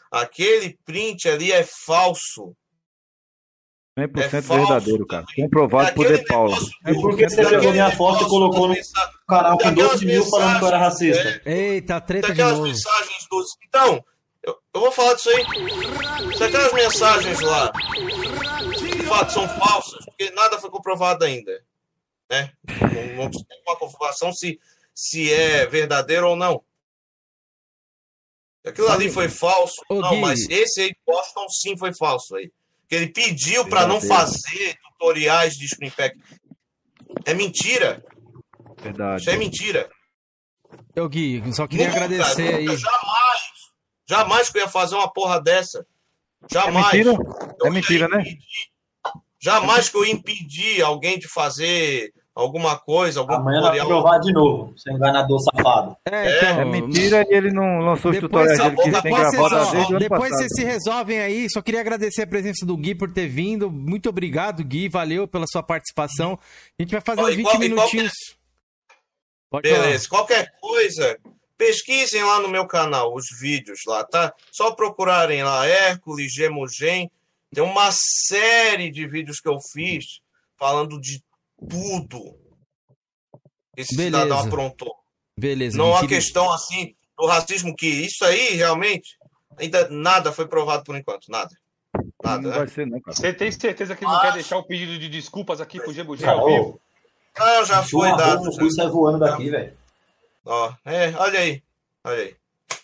Aquele print ali é falso. cem por cento É falso verdadeiro, cara. também. Comprovado por Aquele De Paula. negócio É do- porque você daquele pegou minha foto e negócio colocou no das mensa- canal com daquelas doze mil falando que eu era mensagens, racista. é, Eita, treta de daquelas novo. mensagens dos. Então, eu, eu vou falar disso aí. Se aquelas mensagens lá de fato são falsas, porque nada foi comprovado ainda. Né? Não, não tem uma comprovação se, se é verdadeiro ou não. Aquilo ali foi falso. Ô, Não, Gui. mas esse aí de Boston sim foi falso aí. Que ele pediu para não Verdadeiro. fazer tutoriais de Screen Pack. É mentira. Verdade. Isso é mentira. Ô, Gui, só queria Nunca, agradecer nunca, aí. Jamais. Jamais que eu ia fazer uma porra dessa. É Jamais. mentira? Eu É ia mentira, né? impedir. Jamais que eu ia impedir alguém de fazer alguma coisa, algum Amanhã nós tutorial. vamos provar de novo, seu enganador safado. É, então, É mentira e ele não lançou os Depois, tutoriais dele que ele tem depois, gravado vocês, desde o ó, ano depois passado. vocês se resolvem aí. Só queria agradecer a presença do Gui por ter vindo. Muito obrigado, Gui. Valeu pela sua participação. A gente vai fazer Ó, uns e vinte qual- e minutinhos. Pode falar. Beleza. Qualquer coisa, pesquisem lá no meu canal os vídeos lá, tá? Só procurarem lá Hércules, Gemugen. Tem uma série de vídeos que eu fiz falando de tudo. Esse Beleza. cidadão aprontou. Beleza. Não Gui, há queria- questão assim do racismo, que isso aí realmente ainda nada foi provado por enquanto. Nada. Nada, Não né? vai ser, não, cara. Você tem certeza que ele não Mas- quer deixar o pedido de desculpas aqui pro Gebugen Ah, ao vivo? ô, Não, já foi uma dado. roupa, já. o cu sai voando daqui, velho. Ó, é, olha aí. Olha aí.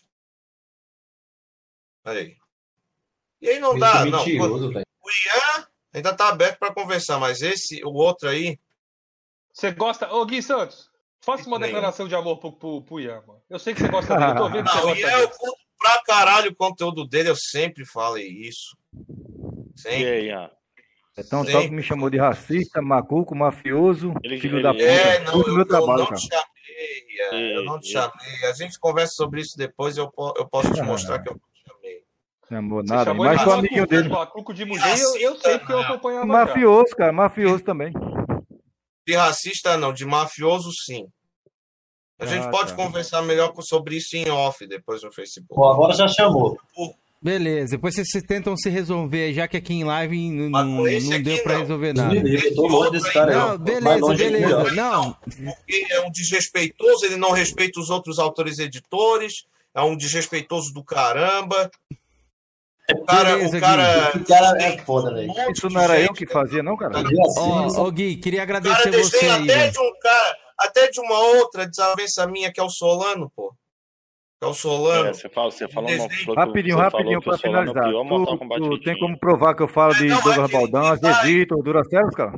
Olha aí. E aí não dá, não. Mentiroso, velho. O Ian ainda tá aberto para conversar, mas esse, o outro aí, Você gosta. Ô, Gui Santos, faça uma Nem. declaração de amor pro, pro, pro Ian, mano. Eu sei que você gosta dele, eu tô vendo que você não, o gosta Ian eu dele. curto pra caralho o conteúdo dele, eu sempre falei isso. E Sempre. aí, Ian? É tão Sim. só que me chamou de racista, macuco, mafioso, Ele- filho ele- da puta. É, não, Tudo eu, meu eu trabalho, não cara. te chamei, Ian, eu não te E- chamei. A gente conversa sobre isso depois, eu, po- eu posso te mostrar que eu não te chamei. Não amor, Você nada. chamou Mas ele sou de amiguinho macuco, dele. macuco de mulher, eu, eu sei porque eu acompanhava já. Mafioso, cara, mafioso também. De racista não, de mafioso sim. A gente Ah, pode tá. conversar melhor sobre isso em off depois no Facebook. Pô, agora já chamou. Beleza. Depois vocês se- tentam se resolver, já que aqui em live não, Mas não, com esse não deu aqui, pra não. resolver Deus nada. me livre, eu tô longe desse cara aí. Não, Mais beleza, longe beleza. melhor. Não, Porque é um desrespeitoso, ele não respeita os outros autores editores, é um desrespeitoso do caramba. O cara, Beleza, o cara, Esse cara é foda, velho. um monte Isso de não era eu gente, que fazia, não, cara? Viu assim? ó, ó, Gui, queria O cara agradecer você desdenha aí, até velho. de um cara, até de uma outra desavença minha, que é o Solano, pô. Que é o Solano. É, você, fala, você falou uma Desenho. falou que Rapidinho, você rapidinho, falou pra que o Solano é o finalizar. pior Mortal Tu, Kombat tu que tem tinha. como provar que eu falo de Não, Douglas aquele Baldan, que vai- Vitor, Duracelos, cara?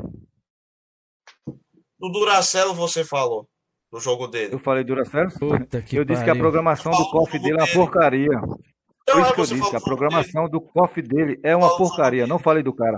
Do Duracell você falou, do jogo dele. Eu falei Duracelos? Puta que Eu disse que a pariu. programação do Falou cofre do dele é uma dele. porcaria. Então, Foi isso é, que eu você disse, falou a do jogo programação do cofre dele é uma Falou do jogo porcaria. dele. Não falei do cara.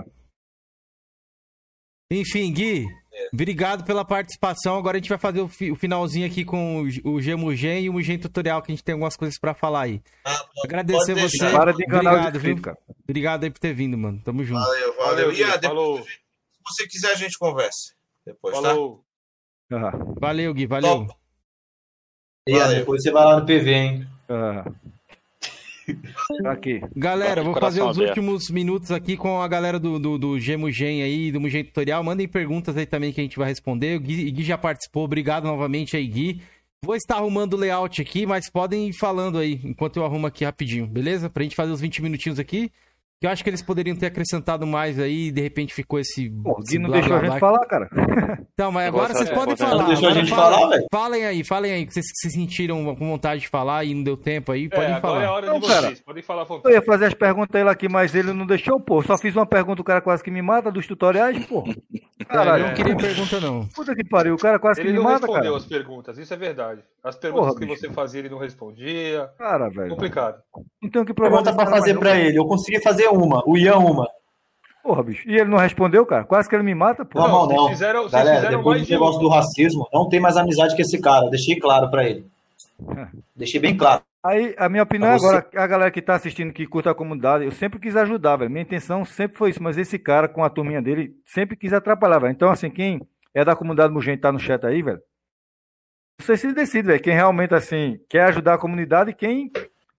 Enfim, Gui, obrigado pela participação. Agora a gente vai fazer o, fi- o finalzinho aqui com o, o Gemugen e o Mugen Tutorial, que a gente tem algumas coisas pra falar aí. Ah, pode- Agradecer pode você. deixar. Para de enganar Obrigado, o inscrito, viu? cara. Obrigado aí por ter vindo, mano. Tamo junto. Valeu, valeu. Valeu, Ian, Gui, depois, falou. se você quiser, a gente conversa. Depois, tá? Falou. Ah, Valeu, Gui, valeu. Top. E Valeu. depois você vai lá no P V, hein? ah. Aqui. Galera, vou fazer Coração os aberto. últimos minutos aqui com a galera do, do, do Gemugen aí, do Mugen Tutorial. Mandem perguntas aí também que a gente vai responder. O Gui, Gui já participou, obrigado novamente aí, Gui. Vou estar arrumando o layout aqui, mas podem ir falando aí, enquanto eu arrumo aqui rapidinho, beleza? Pra gente fazer os vinte minutinhos aqui. Que eu acho que eles poderiam ter acrescentado mais aí e de repente ficou esse. Pô, o esse Gui não blá, deixou blá, a gente blá. falar, cara. Então, mas agora Negócio vocês é- podem é- falar. Não deixou a Agora gente fala- falar, velho. Falem aí, falem aí, que vocês se sentiram com vontade de falar e não deu tempo aí, podem É, agora falar. é a hora Não, de cara. vocês. Podem falar à Eu vontade. ia fazer as perguntas a ele aqui, mas ele não deixou, pô. Só fiz uma pergunta, o cara quase que me mata dos tutoriais, pô. Cara, Caralho. eu não queria pergunta, não. Puta que pariu, o cara quase que Ele me não mata, respondeu cara. as perguntas, isso é verdade. As perguntas Porra, que bicho. você fazia, ele não respondia. Cara, velho. Complicado. Não tenho que provar. Pergunta desse pra cara fazer mais pra não. ele. Eu consegui fazer uma. O Ian uma. Porra, bicho. E ele não respondeu, cara? Quase que ele me mata, pô. Não, não, vocês não. fizeram- vocês Galera, fizeram depois mais do de negócio um. do racismo, não tem mais amizade com esse cara. Eu deixei claro pra ele. Deixei bem claro. Aí, a minha opinião é Você- agora, a galera que tá assistindo, que curta a comunidade, eu sempre quis ajudar, velho. Minha intenção sempre foi isso, mas esse cara, com a turminha dele, sempre quis atrapalhar, velho. Então, assim, quem é da comunidade Mugen tá no chat aí, velho, você se decide, velho. Quem realmente, assim, quer ajudar a comunidade e quem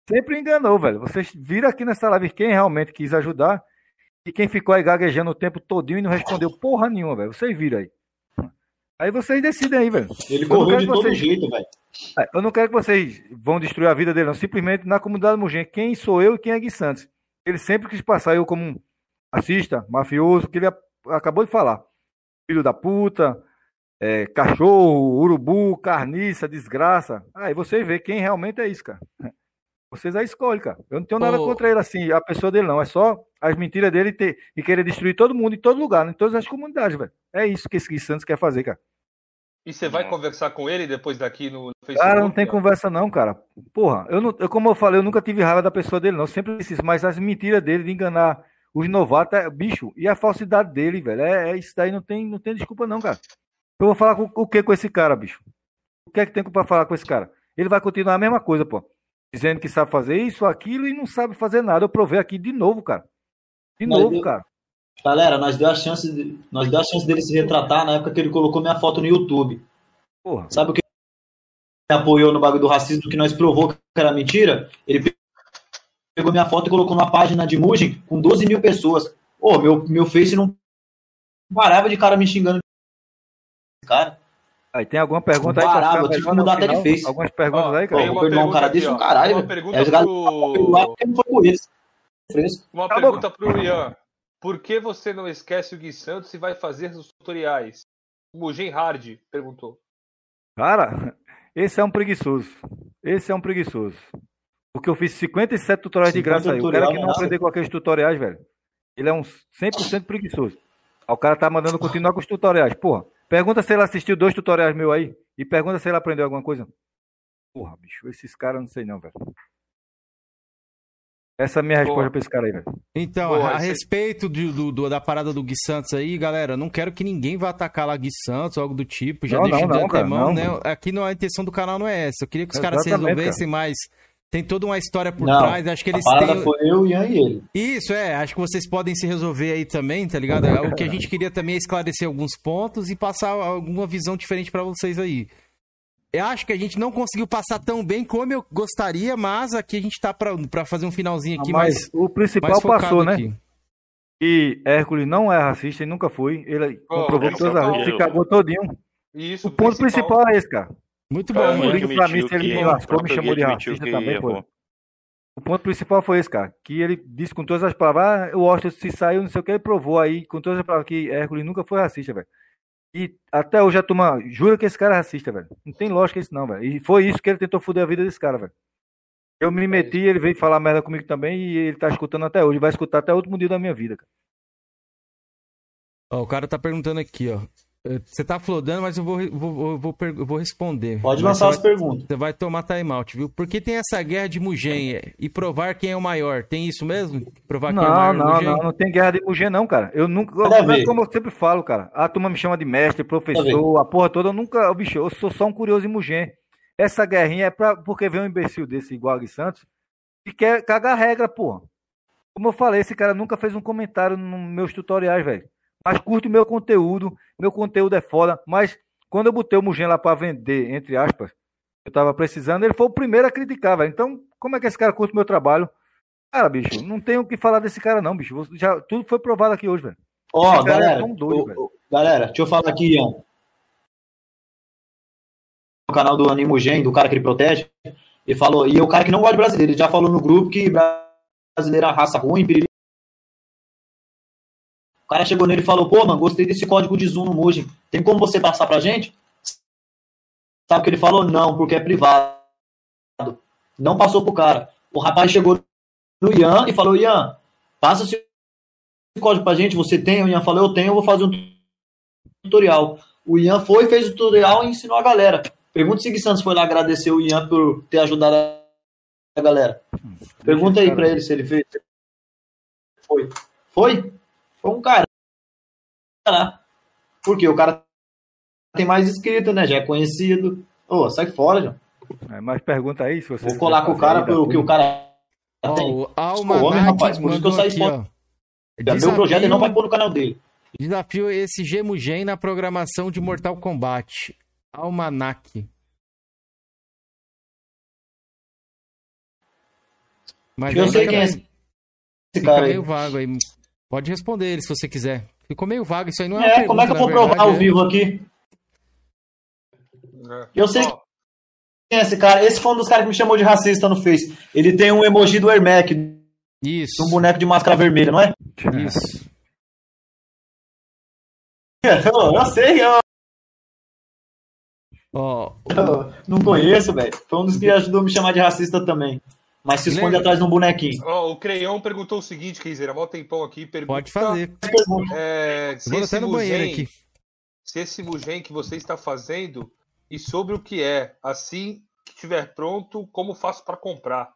Sempre enganou, velho. Vocês viram aqui nessa live quem realmente quis ajudar e quem ficou aí gaguejando o tempo todinho e não respondeu porra nenhuma, velho. Vocês viram aí. Aí vocês decidem aí, velho. Ele correu de todo vocês... jeito, velho. Eu não quero que vocês vão destruir a vida dele, não. Simplesmente na comunidade Mugen, quem sou eu e quem é Gui Santos. Ele sempre quis passar eu como um racista, mafioso, que ele acabou de falar. Filho da puta, é, cachorro, urubu, carniça, desgraça. Aí vocês vê quem realmente é isso, cara. Vocês aí escolhem, cara. Eu não tenho nada Ô... contra ele, assim, a pessoa dele não. É só as mentiras dele ter, e querer destruir todo mundo em todo lugar, em todas as comunidades, velho. É isso que esse Gui Santos quer fazer, cara. E você vai conversar com ele depois daqui no Facebook? Cara, não tem conversa não, cara. Porra, eu não, eu, como eu falei, eu nunca tive raiva da pessoa dele, não. Eu sempre disse isso, mas as mentiras dele de enganar os novatos, é, bicho, e a falsidade dele, velho, é, é isso daí, não tem, não tem desculpa não, cara. Eu vou falar com, o que com esse cara, bicho? O que é que tem pra falar com esse cara? Ele vai continuar a mesma coisa, pô. Dizendo que sabe fazer isso, aquilo e não sabe fazer nada. Eu provei aqui de novo, cara. De Nós novo, deu... cara. Galera, nós deu a chance de... nós deu a chance dele se retratar na época que ele colocou minha foto no YouTube. Porra. Sabe o que ele apoiou no bagulho do racismo que nós provou que era mentira? Ele pegou minha foto e colocou numa página de Mugen com doze mil pessoas. Ô, oh, meu, meu Face não parava de cara me xingando. Cara. Aí tem alguma pergunta não aí? Parava, eu tive que mudar até de Face. Algumas perguntas ó, aí, cara? Pô, vou perdoar um cara desse, um caralho. Uma pergunta é, pro... Não foi por isso. Uma pergunta pro Ian. Por que você não esquece o Gui Santos e vai fazer os tutoriais? O Mugen Hard perguntou. Cara, esse é um preguiçoso. Esse é um preguiçoso. Porque eu fiz cinquenta e sete tutoriais de graça aí. O cara que não aprendeu com aqueles tutoriais, velho, ele é um cem por cento preguiçoso. Aí o cara tá mandando continuar com os tutoriais. Porra, pergunta se ele assistiu dois tutoriais meus aí. E pergunta se ele aprendeu alguma coisa. Porra, bicho, esses caras não sei não, velho. Essa é a minha resposta Boa. pra esse cara aí, velho. Então, Boa, a respeito do, do, do, da parada do Gui Santos aí, galera, não quero que ninguém vá atacar lá Gui Santos ou algo do tipo. Já não, deixei não, de não, antemão, cara, né? Aqui não, a intenção do canal não é essa. Eu queria que os caras se resolvessem, cara. mas tem toda uma história por não, trás. Acho que eles a parada têm. Foi eu, Ian e ele. Isso, é. Acho que vocês podem se resolver aí também, tá ligado? O que a gente queria também é esclarecer alguns pontos e passar alguma visão diferente pra vocês aí. Eu acho que a gente não conseguiu passar tão bem como eu gostaria, mas aqui a gente tá pra, pra fazer um finalzinho aqui, ah, mas mais o principal mais passou, né? aqui. E Hércules não é racista e nunca foi. Ele oh, comprovou que todas as vezes se cagou todinho. Isso, o ponto principal, principal é esse, cara. Muito bom, mano. Liga pra mim se ele me lascou, me chamou de racista também, pô. O ponto principal foi esse, cara. Que ele disse com todas as palavras, ah, o Austin se saiu, não sei o que, ele provou aí, com todas as palavras, que Hércules nunca foi racista, velho. E até hoje a turma jura que esse cara é racista, velho. Não tem lógica isso não, velho. E foi isso que ele tentou foder a vida desse cara, velho. Eu me meti, ele veio falar merda comigo também e ele tá escutando até hoje. Vai escutar até o último dia da minha vida, cara. Ó, o cara tá perguntando aqui, ó. Você tá flodando, mas eu vou, vou, vou, vou, vou responder. Pode lançar as perguntas. Você vai tomar timeout, viu? Por que tem essa guerra de Mugen e provar quem é o maior? Tem isso mesmo? Provar não, quem é o maior não, Mugen? Não, não tem guerra de Mugen não, cara. Eu nunca, eu, como eu sempre falo, cara. A turma me chama de mestre, professor, a porra toda. Eu nunca, bicho, eu sou só um curioso em Mugen. Essa guerrinha é pra, porque vem um imbecil desse igual a Gui Santos e quer cagar regra, porra. Como eu falei, esse cara nunca fez um comentário nos meus tutoriais, velho. Mas curte o meu conteúdo, meu conteúdo é foda, mas quando eu botei o Mugen lá pra vender, entre aspas, eu tava precisando, ele foi o primeiro a criticar, velho. Então, como é que esse cara curte o meu trabalho? Cara, bicho, não tem o que falar desse cara não, bicho. Já, tudo foi provado aqui hoje, velho. Ó, oh, galera, é doido, eu, galera, deixa eu falar aqui, Ian. No canal do Animugen, do cara que ele protege, ele falou, e é o cara que não gosta de brasileiro, ele já falou no grupo que brasileiro é raça ruim, piriri. O cara chegou nele e falou, pô, mano, gostei desse código de Zoom no Mugen. Tem como você passar pra gente? Sabe o que ele falou? Não, porque é privado. Não passou pro cara. O rapaz chegou no Ian e falou, Ian, passa esse código pra gente, você tem? O Ian falou, eu tenho, eu vou fazer um tutorial. O Ian foi, fez o tutorial e ensinou a galera. Pergunta se o Gui Santos foi lá agradecer o Ian por ter ajudado a galera. Pergunta aí pra ele se ele fez. Foi. Foi? Foi um cara. Porque o cara tem mais inscrito, né? Já é conhecido. Ô, oh, sai fora, João. É, mas pergunta aí se você. Vou colar com o cara pelo que o cara oh, tem. O Almanac, rapaz, por isso que eu saí fora. Meu projeto ele não vai pôr no canal dele. Desafio esse Gemugen na programação de Mortal Kombat. Almanac. Mas Eu aí sei fica quem é meio- esse Fica cara aí. meio vago aí. Pode responder ele se você quiser. Ficou meio vago, isso aí não é uma É, pergunta, como é que eu na vou provar verdade, ao é- vivo aqui? É. Eu sei Ó, quem é esse cara. Esse foi um dos caras que me chamou de racista no Face. Ele tem um emoji do Ermac, Isso, um boneco de máscara vermelha, não é? isso. Eu, eu sei, eu, Ó, eu não conheço, velho. Foi um dos que ajudou a me chamar de racista também. Mas se esconde Lembra? atrás de um bonequinho. ó, o Creion perguntou o seguinte, Keizeira, mó tempão aqui, pergunta... pode fazer. É, se Vou esse até no banheiro Mugen- aqui. se esse Mugen que você está fazendo e sobre o que é, assim que estiver pronto, como faço para comprar?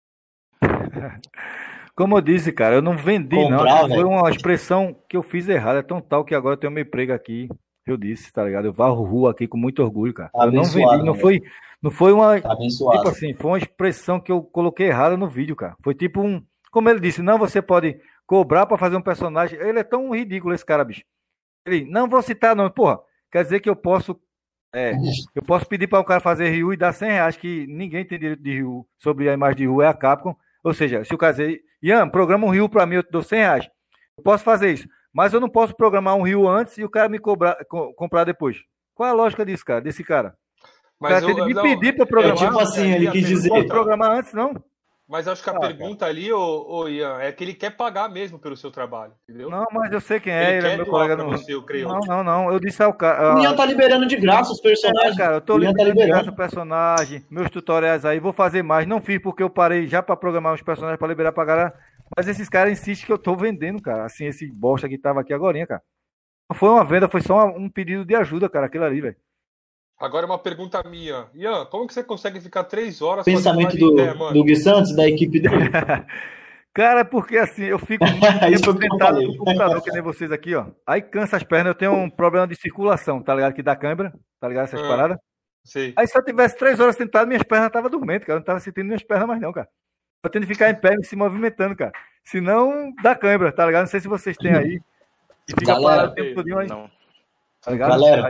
Como eu disse, cara, eu não vendi, não. Comprar, Foi velho. uma expressão que eu fiz errada. É tão tal que agora eu tenho meu emprego aqui. Eu disse, tá ligado? Eu varro rua aqui com muito orgulho, cara. Tá eu não abençoado, vendi, não né? foi, não foi uma. Tá abençoado. Tipo assim, foi uma expressão que eu coloquei errada no vídeo, cara. Foi tipo um. Como ele disse, não, você pode cobrar pra fazer um personagem. Ele é tão ridículo, esse cara, bicho. Ele, não vou citar, não. Porra, quer dizer que eu posso. É, eu posso pedir para um cara fazer Ryu e dar cem reais, que ninguém tem direito de Ryu sobre a imagem de Ryu, é a Capcom. Ou seja, se o cara dizer, Ian, programa um Ryu para mim, eu te dou cem reais. Eu posso fazer isso. Mas eu não posso programar um Ryu antes e o cara me cobrar, co- comprar depois. Qual é a lógica disso, cara? Desse cara? O cara tem que me não, pedir para eu programar. tipo acho assim, que ele a quis Não dizer- pode pergunta- programar antes, não. Mas acho que a Ah, cara. pergunta ali, ô, ô Ian, é que ele quer pagar mesmo pelo seu trabalho, entendeu? Não, mas eu sei quem Ele é, ele quer é meu doar colega. pra No... você, o Creion. Não, não, não. Eu disse ao cara. O Ian tá liberando de graça os personagens. É, cara, eu tô o Ian tá liberando de graça liberando. o personagem, meus tutoriais aí, vou fazer mais. Não fiz porque eu parei já pra programar os personagens pra liberar pra galera. Mas esses caras insistem que eu tô vendendo, cara. Assim, esse bosta que tava aqui agora, cara. Não foi uma venda, foi só uma- um pedido de ajuda, cara, aquilo ali, velho. Agora uma pergunta minha. Ian, como que você consegue ficar três horas Pensamento fazendo live do, em pé, mano? do Gui Santos, da equipe dele. Cara, é porque assim, eu fico muito Isso foi tempo o que eu sentado falei. no computador, que nem vocês aqui, ó. Aí cansa as pernas, eu tenho um problema de circulação, tá ligado? Que dá câimbra, tá ligado? Essas Ah. paradas. Sei. Aí se eu tivesse três horas sentado, minhas pernas estavam dormentes, cara. Eu não tava sentindo minhas pernas mais não, cara. Eu tenho que ficar em pé e se movimentando, cara. Senão dá câimbra, tá ligado? Não sei se vocês têm aí. E fica Galera, parado o tempo todo aí, Não. tá ligado? Galera, Aí-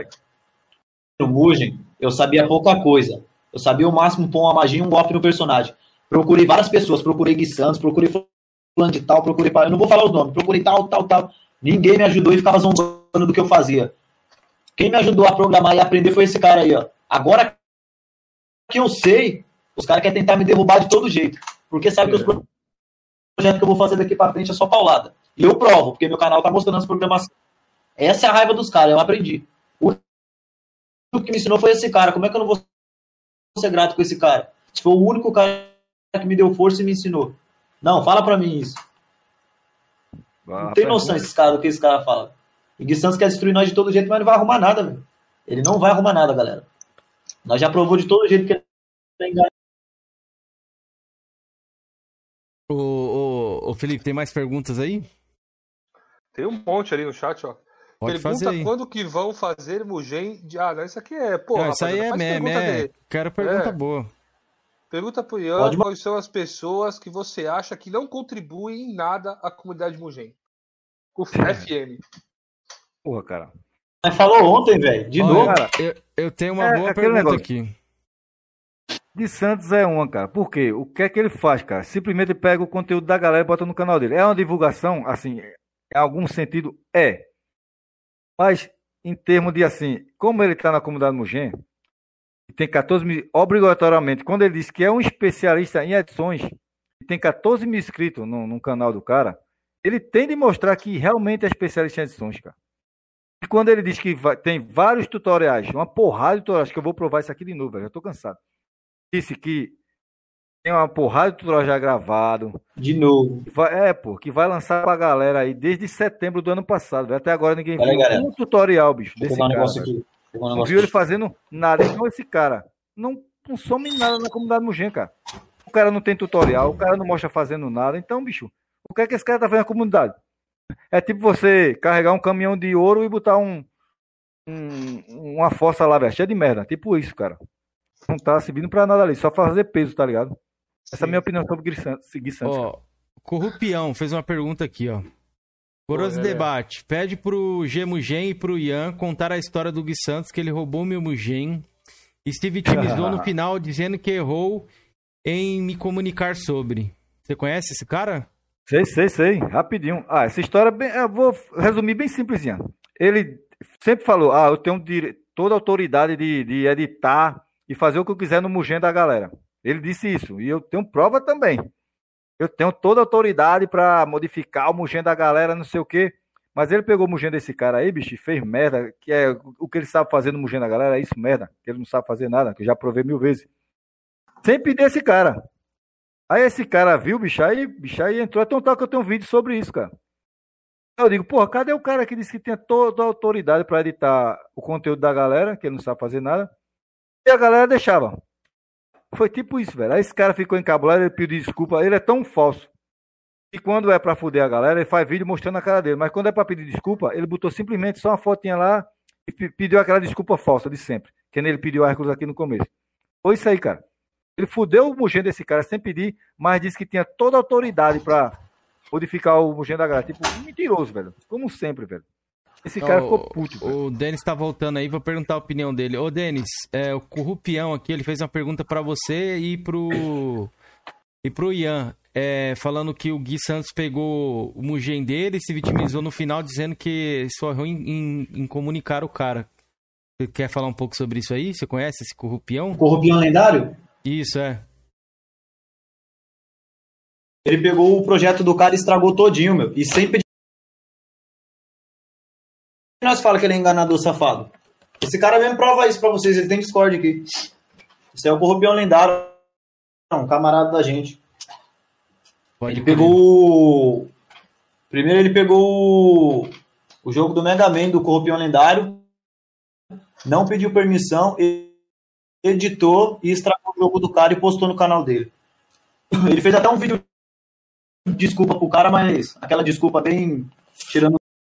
no Mugen, eu sabia pouca coisa. Eu sabia o máximo pôr uma magia e um golpe no personagem. Procurei várias pessoas, procurei Gui Santos, procurei fulano de tal, procurei... Eu não vou falar os nomes, procurei tal, tal, tal. Ninguém me ajudou e ficava zombando do que eu fazia. Quem me ajudou a programar e aprender foi esse cara aí, ó. Agora que eu sei, os caras querem tentar me derrubar de todo jeito. Porque sabe que os projetos que eu vou fazer daqui pra frente é só paulada. E eu provo, porque meu canal tá mostrando as programações. Essa é a raiva dos caras, eu aprendi. O único que me ensinou foi esse cara. Como é que eu não vou ser grato com esse cara? Foi o único cara que me deu força e me ensinou. Não, fala pra mim isso. Não tem noção esses caras do que esse cara fala. O Gui Santos quer destruir nós de todo jeito, mas não vai arrumar nada, velho. Ele não vai arrumar nada, galera. Nós já provou de todo jeito que ele tem enganado. Ô, ô, ô, Felipe, tem mais perguntas aí? Tem um monte ali no chat, ó. Pode fazer Pergunta aí. quando que vão fazer Mugen de... Ah, não, isso aqui é... Pô, Não, isso aí é faz meme, pergunta é. dele. Quero pergunta É. boa. Pergunta pro Ian Pode quais são as pessoas que você acha que não contribuem em nada à comunidade Mugen. O F M. Porra, cara. Mas falou ontem, velho. De Olha, novo. cara. eu, eu tenho uma É, boa aquele pergunta negócio. aqui. De Santos é uma, cara. Por quê? O que é que ele faz, cara? Simplesmente pega o conteúdo da galera e bota no canal dele. É uma divulgação, assim, em algum sentido, é. Mas, em termos de, assim, como ele tá na comunidade Mugen, e tem quatorze mil, obrigatoriamente, quando ele diz que é um especialista em edições, e tem quatorze mil inscritos no, no canal do cara, ele tem de mostrar que realmente é especialista em edições, cara. E quando ele diz que vai- tem vários tutoriais, uma porrada de tutoriais, que eu vou provar isso aqui de novo, velho, eu tô cansado. Disse que tem uma porrada de tutorial já gravado. De novo. Vai- é, pô, que vai lançar pra galera aí desde setembro do ano passado, velho. Até agora ninguém Pera aí, viu galera. um tutorial, bicho, Deixa eu desse pegar um cara. negócio velho. aqui. Vou pegar um Não negócio viu ele aqui. fazendo nada. Então esse cara não, não some nada na comunidade Mugen, cara. O cara não tem tutorial, o cara não mostra fazendo nada. Então, bicho, o que é que esse cara tá fazendo na comunidade? É tipo você carregar um caminhão de ouro e botar um, um- uma fossa lá, velho, cheia de merda. Tipo isso, cara. Não tá servindo pra nada ali, só fazer peso, tá ligado? Essa é a minha opinião sobre o Gui Santos. Gui Santos, cara. Ó, Corrupião fez uma pergunta aqui, ó. Coroas Pô, e é. debate. Pede pro G Mugen e pro Ian contar a história do Gui Santos, que ele roubou meu Mugen. E se vitimizou no final, dizendo que errou em me comunicar sobre. Você conhece esse cara? Sei, sei, sei. Rapidinho. Ah, essa história, bem, eu vou resumir bem simplesinha. Ele sempre falou, ah, eu tenho dire... toda a autoridade de, de editar e fazer o que eu quiser no Mugen da galera. Ele disse isso. E eu tenho prova também. Eu tenho toda a autoridade pra modificar o Mugen da galera, não sei o quê. Mas ele pegou o Mugen desse cara aí, bicho, e fez merda. Que é o que ele sabe fazer no Mugen da galera, é isso, merda. Que ele não sabe fazer nada, que eu já provei mil vezes. Sempre desse cara. Aí esse cara viu, bicho, aí, bicho, aí entrou. Então tá que eu tenho um vídeo sobre isso, cara. Eu digo, porra, cadê o cara que disse que tinha toda a autoridade pra editar o conteúdo da galera, que ele não sabe fazer nada? E a galera deixava. Foi tipo isso, velho. Aí esse cara ficou encabulado, ele pediu desculpa. Ele é tão falso. E quando é pra fuder a galera, ele faz vídeo mostrando a cara dele. Mas quando é pra pedir desculpa, ele botou simplesmente só uma fotinha lá e pediu aquela desculpa falsa de sempre. Que nem ele pediu a Hércules aqui no começo. Foi isso aí, cara. Ele fudeu o Mugen desse cara sem pedir, mas disse que tinha toda a autoridade pra modificar o Mugen da galera. Tipo, mentiroso, velho. Como sempre, velho. Esse cara oh, ficou puto, velho. O Denis tá voltando aí, vou perguntar a opinião dele. Ô, Denis, é, o Corrupião aqui, ele fez uma pergunta pra você e pro, e pro Ian. É, falando que o Gui Santos pegou o Mugen dele e se vitimizou no final, dizendo que só errou em, em, em comunicar o cara. Você quer falar um pouco sobre isso aí? Você conhece esse Corrupião? Corrupião lendário? Isso, é. Ele pegou o projeto do cara e estragou todinho, meu. E sempre... Nós fala que ele é enganador safado. Esse cara mesmo prova isso pra vocês. Ele tem Discord aqui. Esse é o Corrupião lendário. Um camarada da gente. Pode ele pegou... Primeiro ele pegou o... o jogo do Mega Man do Corrupião lendário. Não pediu permissão. Editou e estragou o jogo do cara e postou no canal dele. Ele fez até um vídeo de desculpa pro cara, mas aquela desculpa bem tirando.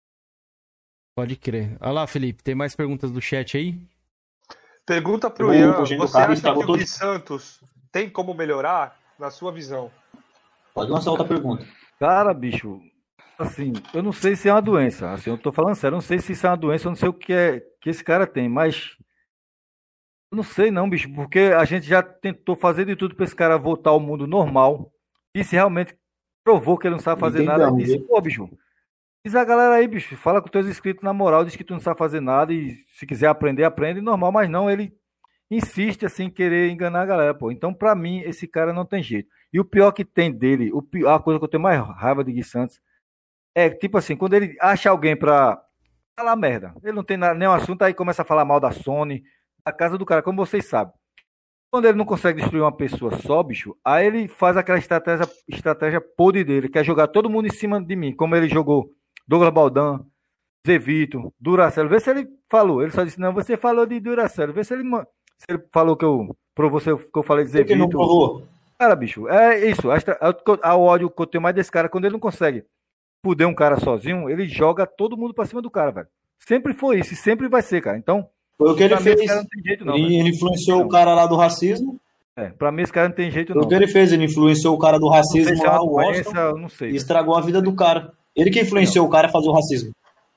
Pode crer. Olha lá, Felipe, tem mais perguntas do chat aí? Pergunta pro Ian, você acha que o Gui Santos tem como melhorar, na sua visão? Pode lançar outra pergunta. Cara, bicho, assim, eu não sei se é uma doença, assim, eu tô falando sério, eu não sei se isso é uma doença, eu não sei o que é que esse cara tem, mas eu não sei não, bicho, porque a gente já tentou fazer de tudo pra esse cara voltar ao mundo normal, e se realmente provou que ele não sabe fazer Entendi, nada, ele disse, pô, bicho, diz a galera aí, bicho, fala com teus inscritos na moral, diz que tu não sabe fazer nada, e se quiser aprender, aprende, normal, mas não, ele insiste, assim, em querer enganar a galera, pô, então pra mim, esse cara não tem jeito. E o pior que tem dele, o pior, a coisa que eu tenho mais raiva de Gui Santos, é tipo assim, quando ele acha alguém pra falar merda, ele não tem nenhum assunto, aí começa a falar mal da Sony, da casa do cara, como vocês sabem. Quando ele não consegue destruir uma pessoa só, bicho, aí ele faz aquela estratégia, estratégia podre dele, que é jogar todo mundo em cima de mim, como ele jogou Douglas Baldan, Zé Vito, Duracell. Vê se ele falou, ele só disse, não, você falou de Duracell, vê se ele, se ele falou que eu, provou você, que eu falei de Zé Vito. Não provou? Cara, bicho, é isso, o ódio que eu tenho mais desse cara, quando ele não consegue fuder um cara sozinho, ele joga todo mundo pra cima do cara, velho. Sempre foi isso, e sempre vai ser, cara. Então, foi o que ele fez. Jeito, não, ele, ele influenciou não. o cara lá do racismo. É, pra mim esse cara não tem jeito, não. Foi o que ele fez, ele influenciou o cara do racismo lá, o Washington, não sei, e estragou a vida do cara. Ele que influenciou não. o cara a fazer o racismo.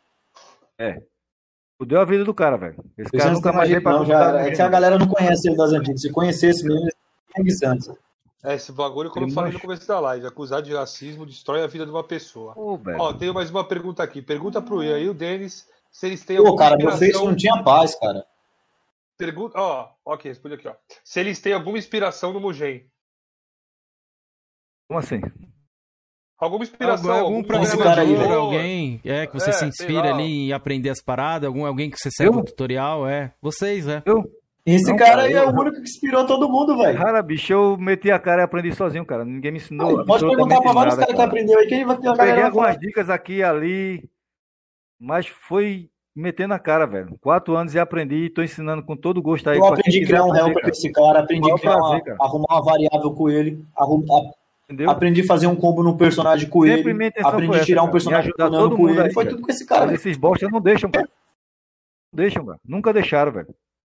É. Fudeu a vida do cara, velho. Esse cara nunca mais veio pra não, já, É que a galera não conhece ele das antigas. Se conhecesse mesmo, ele é Santos. É, esse bagulho, como ele eu falei no começo da live, acusar de racismo destrói a vida de uma pessoa. Oh, Ó, tenho mais uma pergunta aqui. Pergunta pro Ian e o Denis se eles têm Pô, alguma cara, inspiração... meu Face não tinha paz, cara. Pergunta, ó, ok, responde aqui, ó. Se eles têm alguma inspiração no Mugen. Como assim? Alguma inspiração, algum, algum programador, aí, alguém é, que você é, se inspira ali em aprender as paradas, algum, alguém que você segue no tutorial, é. Vocês, é. Eu? Esse não, cara, cara aí é o único que inspirou todo mundo, velho. Cara, bicho, eu meti a cara e aprendi sozinho, cara. Ninguém me ensinou. Aí, pode perguntar pra vários caras que aprendeu aí, quem vai ter a galera. Peguei algumas dicas aqui e ali, mas foi metendo a cara, velho. Quatro anos e aprendi e tô ensinando com todo gosto aí. Eu aprendi a criar um helper pra esse cara, aprendi a criar uma, arrumar uma variável com ele, arrumar, aprendi a fazer um combo no personagem com Sempre ele, aprendi a tirar um personagem todo com ele. Aí, foi velho. tudo com esse cara. Mas esses bosta não deixam, cara. Não deixam, velho. Nunca deixaram, velho.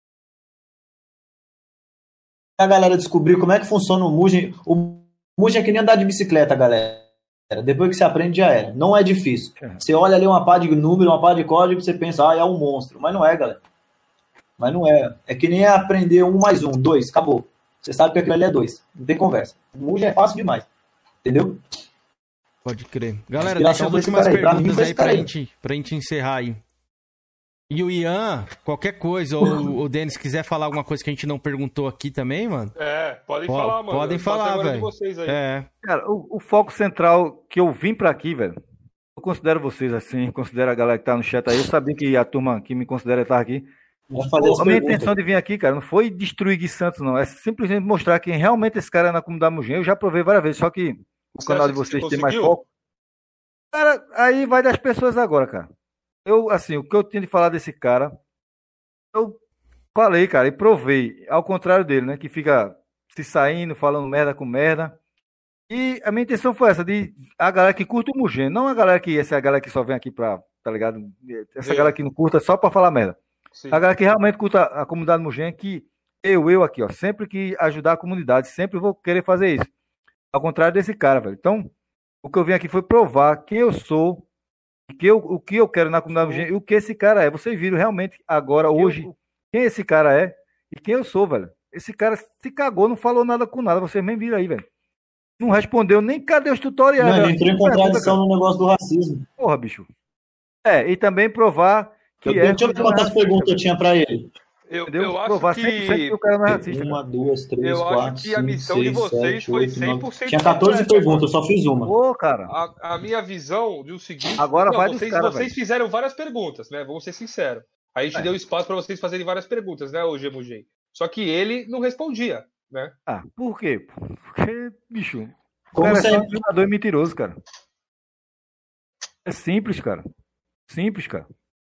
A galera descobrir como é que funciona o Mugen. O Mugen é que nem andar de bicicleta, galera. Depois que você aprende, já era. Não é difícil. É. Você olha ali uma pá de número, uma pá de código, você pensa, ah, é um monstro. Mas não é, galera. Mas não é. É que nem aprender um mais um, dois, acabou. Você sabe que aquilo ali é dois. Não tem conversa. O Mugen é fácil demais. Entendeu? Pode crer. Galera, Inspiração deixa as desse últimas cara aí. Pra mim, perguntas foi aí esse pra cara aí. gente, pra gente encerrar aí. E o Ian, qualquer coisa, ou o Denis quiser falar alguma coisa que a gente não perguntou aqui também, mano. É, podem Po- falar, mano. Podem Eu faço falar, agora de velho. vocês aí. É. Cara, o, o foco central que eu vim pra aqui, velho, eu considero vocês assim, considero a galera que tá no chat aí, eu sabia que a turma que me considera estar aqui. Vai fazer as A minha perguntas. intenção de vir aqui, cara, não foi destruir Gui Santos, não. É simplesmente mostrar quem realmente esse cara é na comunidade Mugen. Eu já provei várias vezes, só que o Você canal acha de que você vocês tem mais conseguiu? foco. Cara, aí vai das pessoas agora, cara. Eu, assim, o que eu tinha de falar desse cara, eu falei, cara, e provei. Ao contrário dele, né, que fica se saindo, falando merda com merda. E a minha intenção foi essa, de a galera que curta o Mugen, não a galera que, essa é a galera que só vem aqui pra, tá ligado? Essa Ver. galera que não curta só pra falar merda. Sim. A galera que realmente curta a comunidade Mugen, que eu, eu aqui, ó, sempre que ajudar a comunidade, sempre vou querer fazer isso. Ao contrário desse cara, velho. Então, o que eu vim aqui foi provar quem eu sou, que eu, o que eu quero na comunidade Mugen e o que esse cara é. Vocês viram realmente agora, hoje, quem esse cara é e quem eu sou, velho. Esse cara se cagou, não falou nada com nada. Vocês nem viram aí, velho. Não respondeu nem cadê os tutoriais. Não, ele velho? entrou em Pergunta, contradição cara. no negócio do racismo. Porra, bicho. É, e também provar que Eu, é. deixa eu ver quantas racista, perguntas eu velho. tinha pra ele. Eu, Entendeu? eu acho Provar cem por cento que que. o cara não é racista. Uma, duas, três, Eu acho quatro, que a cinco, missão de seis, vocês sete, foi oito, cem nove. por cento Tinha quatorze completa, perguntas, eu só fiz uma. Ô, cara. A, a minha visão de o seguinte. Agora não, vai dos vocês, cara, vocês velho. fizeram várias perguntas, né? Vamos ser sinceros. A gente É. deu espaço para vocês fazerem várias perguntas, né, o Gemugen? Só que ele não respondia, né? Ah, por quê? Porque, bicho, o Como cara é só sempre. um jogador mentiroso, cara. É simples, cara. Simples, cara.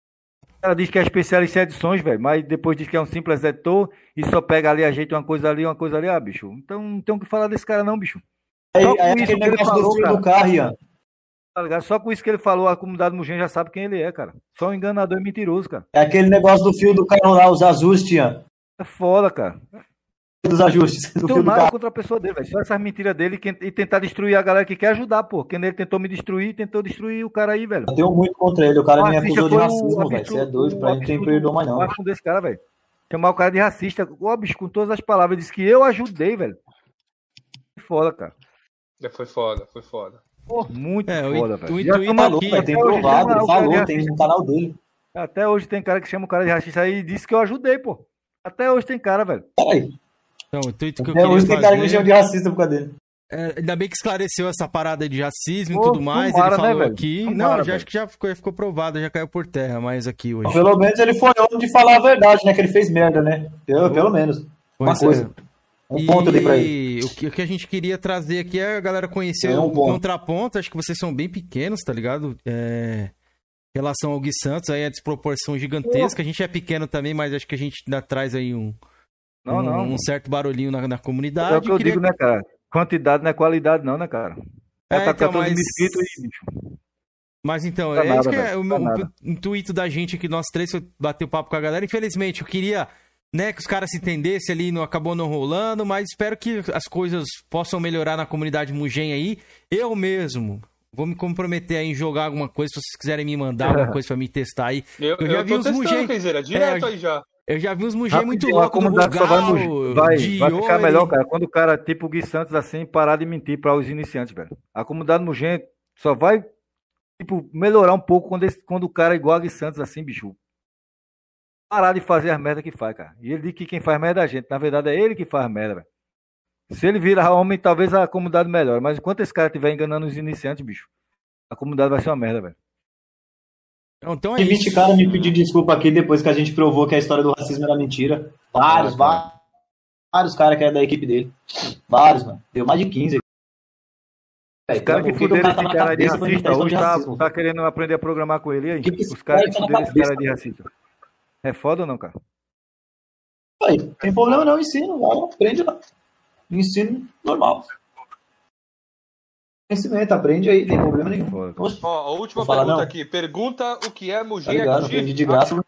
O cara diz que é especialista em edições, velho, mas depois diz que é um simples editor e só pega ali, ajeita uma coisa ali, uma coisa ali. Ah, bicho, então não tem o que falar desse cara não, bicho. Aí, Só com aí isso aquele que ele negócio do falou, fio cara. do carro, Ian. Tá ligado? Só com isso que ele falou, a comunidade Mugen já sabe quem ele é, cara. Só um enganador e mentiroso, cara. É aquele negócio do fio do carro lá, os ajustes, Ian. É foda, cara. Dos ajustes do Não fio tenho do nada carro. contra a pessoa dele, velho. Só essas mentiras dele e que- e tentar destruir a galera que quer ajudar, pô. Quem ele tentou me destruir, tentou destruir o cara aí, velho. Eu tenho muito contra ele, o cara O me racista acusou de foi o racismo, velho. absurdo- Você é doido, pra o mim não tem absurdo perdoa mais não. máximo desse cara, velho. Chamar o cara de racista. Ó, bicho, com todas as palavras, disse que eu ajudei, velho. Foda, cara. É, Foi foda, foi foda. Pô, muito É, o foda, in- velho. o Já intuito chama- Falou, aqui- velho, tem até hoje provado, chama ele o cara de falou, tem racista. no canal dele. Até hoje tem cara que chama o cara de racista aí e disse que eu ajudei, pô. Até hoje tem cara, velho. Peraí, Então, o intuito que eu até queria hoje tem cara que me chama fazer... de racista por causa dele. É, ainda bem que esclareceu essa parada de racismo e Pô, tudo mais. tomara, Ele falou né, velho? aqui. Tomara, Não, já velho. acho que já ficou, ficou provado, já caiu por terra mais aqui hoje. Pelo menos ele foi homem de falar a verdade, né? Que ele fez merda, né? Pelo, pelo menos. Uma Pois é. coisa. Um ponto ali pra ele. E o que, o que a gente queria trazer aqui é a galera conhecer É um o ponto. contraponto. Acho que vocês são bem pequenos, tá ligado? É, em relação ao Gui Santos, aí a desproporção gigantesca. A gente é pequeno também, mas acho que a gente ainda traz aí um, Não, um, não. um certo barulhinho na, na comunidade. É o que eu Queria- digo, né, cara? Quantidade não é qualidade, não, né, cara? É, É, tá então, com mas- mas... inscritos aí, bicho. Mas então, Dá é nada, isso que é velho, o, dá meu- nada. o intuito da gente aqui, nós três, foi bater o papo com a galera. Infelizmente, eu queria, né, que os caras se entendessem ali, não acabou não rolando, mas espero que as coisas possam melhorar na comunidade Mugen aí. Eu mesmo vou me comprometer aí em jogar alguma coisa, se vocês quiserem me mandar alguma coisa pra me testar aí. Eu, Eu eu, já vi tô uns testando, Mugen. Keizeira, direto É, aí já. Eu já vi uns Mugen muito Rapidinho, a loucos do comunidade só vai, Rugal, no- vai, de vai ficar Yori. melhor, cara, quando o cara, tipo o Gui Santos, assim, parar de mentir para os iniciantes, velho. A comunidade Mugen só vai, tipo, melhorar um pouco quando, esse- quando o cara é igual a Gui Santos, assim, bicho. Parar de fazer as merdas que faz, cara. E ele diz que quem faz merda é a gente. Na verdade, é ele que faz merda, velho. Se ele virar homem, talvez a comunidade melhore. Mas enquanto esse cara estiver enganando os iniciantes, bicho, a comunidade vai ser uma merda, velho. Então é E vinte isso. caras me pedir desculpa aqui depois que a gente provou que a história do racismo era mentira. Vários, Ah, cara. vários, vários caras que eram da equipe dele. Vários, mano. Deu mais de quinze. Os caras que O que do fuderam cara esse tá na cara de cabeça foi racista questão hoje de tá, racismo. tá querendo aprender a programar com ele aí. Que que esse Os caras cara que tá na fuderam esse cabeça? cara de racista. É foda ou não, cara? Aí, tem problema não, ensino. Vai, aprende lá. Ensino normal. Conhecimento, aprende aí, tem problema nenhum. Foda. Oxe, Ó, a última Vou falar, pergunta não. aqui. Pergunta o que é tá Mugen ligado? Aprendi de Archives. graça.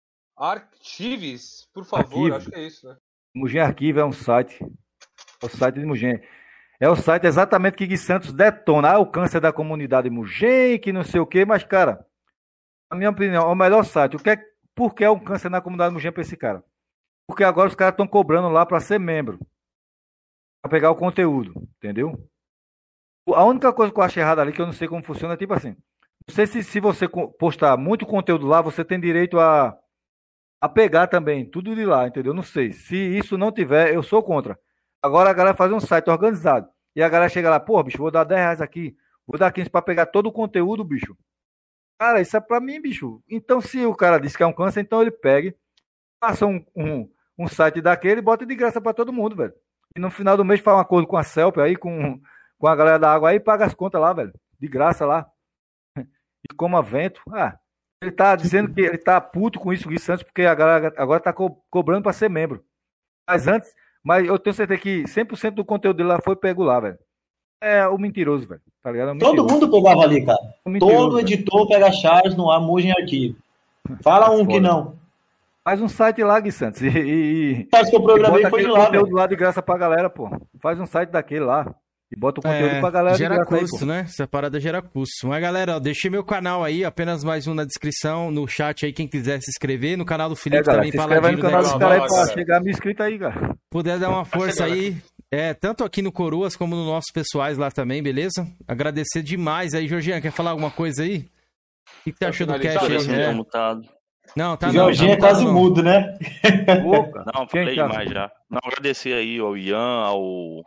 Archives, por favor, Arquivo. acho que é isso, né? Mugen Arquivo é um site. É o site de Mugen. É o site exatamente que Gui Santos detona. Ah, o câncer da comunidade Mugen, que não sei o quê, mas, cara, na minha opinião, é o melhor site. O que é, por que é um câncer na comunidade Mugen pra esse cara? Porque agora os caras estão cobrando lá pra ser membro. Pra pegar o conteúdo, entendeu? A única coisa que eu acho errada ali, que eu não sei como funciona, é tipo assim. Não sei se, se você postar muito conteúdo lá, você tem direito a, a pegar também tudo de lá, entendeu? Não sei. Se isso não tiver, eu sou contra. Agora a galera faz um site organizado. E a galera chega lá, pô, bicho, vou dar dez reais aqui, vou dar quinze pra pegar todo o conteúdo, bicho. Cara, isso é pra mim, bicho. Então, se o cara diz que é um câncer, então ele pegue, faça um, um, um site daquele e bota de graça pra todo mundo, velho. E no final do mês faz um acordo com a Celp aí, com, com a galera da água aí, e paga as contas lá, velho. De graça lá. E coma vento. Ah, ele tá dizendo que ele tá puto com isso, Gui Santos, porque a galera agora tá co cobrando pra ser membro. Mas antes, mas eu tenho certeza que cem por cento do conteúdo dele lá foi pego lá, velho. É o mentiroso, velho. Tá ligado? É o Todo mentiroso. mundo pegava ali, cara. O mentiroso, Todo velho. editor pega Charles no ar, Mugen arquivo. Fala um que não. Faz um site lá, Gui Santos. E, e, Faz que eu programei e bota foi de aquele lá, conteúdo velho. lá de graça pra galera, pô. Faz um site daquele lá. E bota o conteúdo É, pra galera de gera graça aí, custo, pô. né? Essa parada gera custo. Mas, galera, ó, deixei meu canal aí, apenas mais um na descrição, no chat aí, quem quiser se inscrever, no canal do Felipe É, galera, também, se inscreve aí no Paladino canal da dos caras aí Xbox. pra chegar mil inscritos aí, cara. Puder dar uma força chegar, aí, é, tanto aqui no Coroas como nos nossos pessoais lá também, beleza? Agradecer demais aí, Jorginho, quer falar alguma coisa aí? O que, que você achou do finalizar, cast aí? Jorginho, É. Tá mutado. Não, tá não. Jorginho tá é quase não. mudo, né? Opa, Não, quem falei tá? demais já. Não, agradecer aí ao Ian, ao,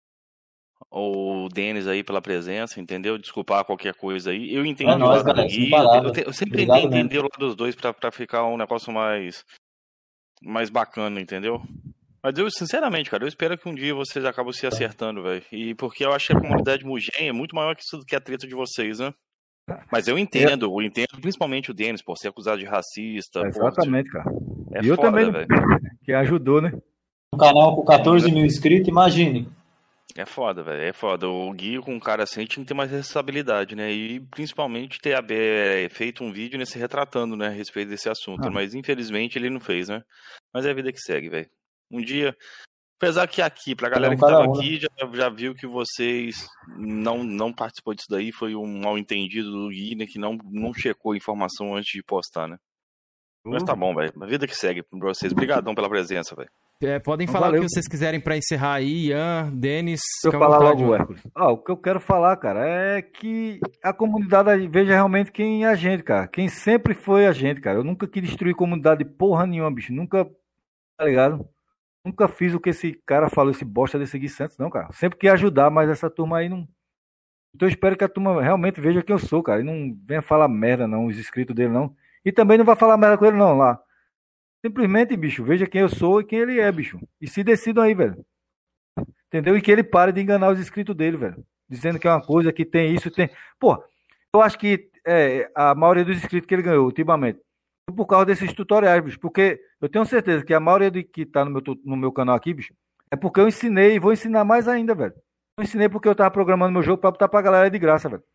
ao Denis aí pela presença, entendeu? Desculpar qualquer coisa aí. Eu entendi É o nóis, lado galera, do sem Gui. palavras. Eu, te- eu sempre Obrigado tentei mesmo. entender o lado dos dois pra, pra ficar um negócio mais, mais bacana, entendeu? Mas eu, sinceramente, cara, eu espero que um dia vocês acabem se acertando, velho. E porque eu acho que a comunidade Mugen é muito maior que isso do que a treta de vocês, né? Mas eu entendo, eu entendo principalmente o Denis, por ser acusado de racista. pô, Exatamente, cara. é e eu foda, também, velho. que ajudou, né? Um canal com catorze mil inscritos, imagine. É foda, velho. É foda. O Gui com um cara assim tinha que ter mais responsabilidade, né? E principalmente ter é, feito um vídeo nesse retratando, né? A respeito desse assunto. Ah. Mas infelizmente ele não fez, né? Mas é a vida que segue, velho. Um dia. Apesar que aqui, pra galera um que tava cada um, aqui, já, já viu que vocês não, não participou disso daí. Foi um mal entendido do Gui, né? Que não, não checou a informação antes de postar, né? Mas tá bom, velho. A vida que segue pra vocês. Obrigadão pela presença, velho. É, podem Então, falar valeu. o que vocês quiserem pra encerrar aí, Ian, Denis. Deixa eu fica à falar vontade, logo, mano. Hércules. Ah, o que eu quero falar, cara, é que a comunidade veja realmente quem é a gente, cara. Quem sempre foi a gente, cara. Eu nunca quis destruir comunidade porra nenhuma, bicho. Nunca, tá ligado? Nunca fiz o que esse cara falou, esse bosta desse Gui Santos, não, cara. Sempre quis ajudar, mas essa turma aí não... Então eu espero que a turma realmente veja quem eu sou, cara. E não venha falar merda, não, os inscritos dele, não. E também não vai falar merda com ele, não, lá. Simplesmente, bicho, veja quem eu sou e quem ele é, bicho. E se decidam aí, velho. Entendeu? E que ele pare de enganar os inscritos dele, velho. Dizendo que é uma coisa, que tem isso, tem... Pô, eu acho que é, a maioria dos inscritos que ele ganhou, ultimamente, foi por causa desses tutoriais, bicho. Porque eu tenho certeza que a maioria de que tá no meu, tu- no meu canal aqui, bicho, é porque eu ensinei e vou ensinar mais ainda, velho. Eu ensinei porque eu tava programando meu jogo pra botar pra galera de graça, velho.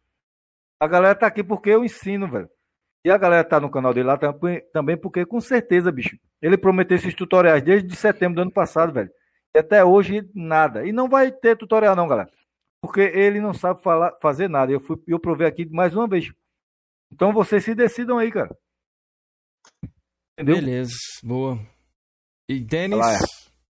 A galera tá aqui porque eu ensino, velho. E a galera tá no canal dele lá também também porque, com certeza, bicho, ele prometeu esses tutoriais desde setembro do ano passado, velho. E até hoje, nada. E não vai ter tutorial não, galera. Porque ele não sabe falar, fazer nada. Eu, fui, eu provei aqui mais uma vez. Então vocês se decidam aí, cara. Entendeu? Beleza, boa. E Denis? Vai lá, é.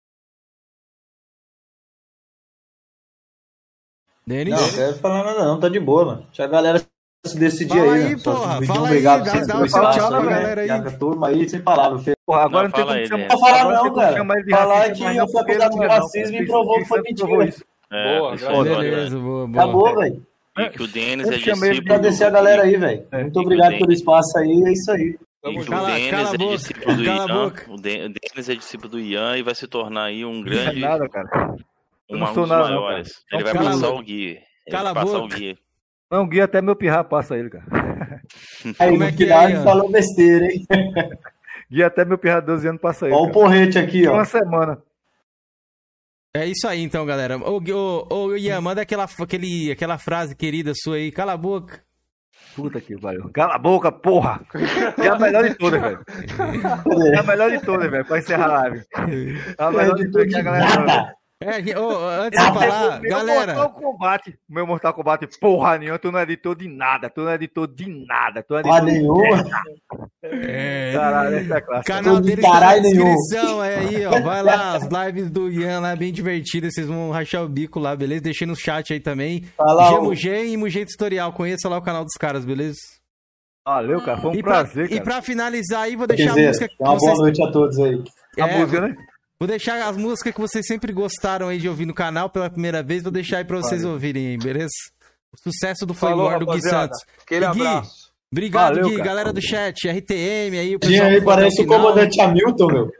Denis? Não, não quero falar nada não, tá de boa, mano. Deixa a galera se decidir Fala aí, aí, né? Só porra, pedir fala aí, obrigado dá- pra vocês dá o dois seu falar tchau isso pra aí, né? galera aí. Já que a turma aí sem palavras. Fe- Porra, agora Não, não, tem fala como aí, chamar. Denis. Não falar agora não, tem como cara. chamar ele de Falar racista, que mas eu não fui porque ele acusado não de é, não. racismo e Isso- provou que isso foi sempre provou mentira. isso. É, Boa, isso graças é a foda, Beleza, velho. boa, boa. Acabou, velho. E que o Denis Eu é chamei ele discípulo. Agradecer a galera aí, velho. É. Muito obrigado pelo espaço aí, é isso aí. E Tamo que junto. o Cala- Denis cala a é boca, discípulo do cala a Ian. boca. O Den- o Denis é discípulo do Ian e vai se tornar aí um Não é grande. nada, cara. Eu uma, não um sou dos nada, não, maiores. cara. Ele vai Cala a passar boca. o Gui. Ele Cala a vai passar o boca. Gui. Não, Gui até meu pirra passa ele, cara. Aí, Como é no que é, final Ian? falou besteira, hein? Gui até meu pirra de doze anos passa ele. Ó o cara. porrete aqui, ó. Uma semana. É isso aí, então, galera. Ô, Gui- ô, ô Ian, manda aquela, aquele, aquela frase querida sua aí. Cala a boca. Puta que pariu. Cala a boca, porra! É a melhor de todas, velho. É a melhor de todas, velho, pra encerrar a live. É a melhor de todas que a galera manda. É, ô, antes de falar, meu galera. Mortal Kombat, meu Mortal Kombat, porra nenhuma, tu não é editor de nada, tu não é editor de nada, tu é editor Porra nenhuma. É, Caralho, essa é a classe. canal Tudo de dele tá na caralho nenhum. descrição, é aí, ó. Vai lá, as lives do Ian lá, bem divertidas, vocês vão rachar o bico lá, beleza? Deixei no chat aí também. Fala, ô. Gemugen e Mugen Tutorial, conheça lá o canal dos caras, beleza? Valeu, cara, foi um E pra, prazer, e cara. pra finalizar aí, vou Quer deixar a dizer, música que uma vocês... boa noite a todos aí. A É, música, né? Vou deixar as músicas que vocês sempre gostaram aí de ouvir no canal pela primeira vez, vou deixar aí pra vocês Valeu. ouvirem aí, beleza? O sucesso do Foi Falou, War do Gui rapaziada. Santos. Aquele E Gui, abraço. obrigado, Valeu, Gui, cara. galera do chat, R T M aí, o Tinha pessoal aí, ficou até parece o final. comandante Hamilton, meu.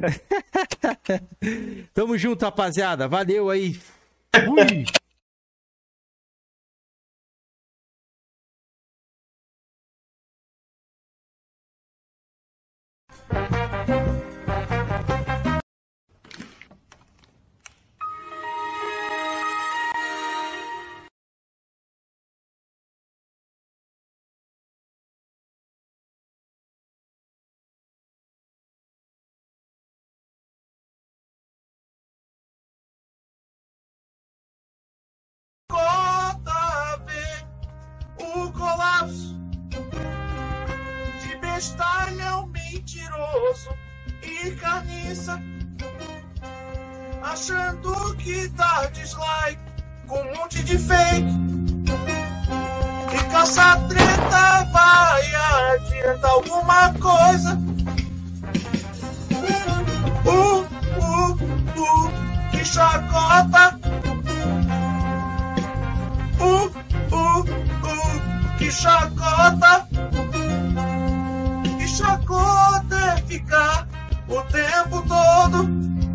Tamo junto, rapaziada. Valeu aí. Fui. Conta ver o colapso de bestalhão mentiroso e carniça, achando que dá dislike com um monte de fake e caça-treta vai adiantar alguma coisa. Uh, uh, uh, que chacota. Uh, uh, uh, que chacota. Que chacota é ficar o tempo todo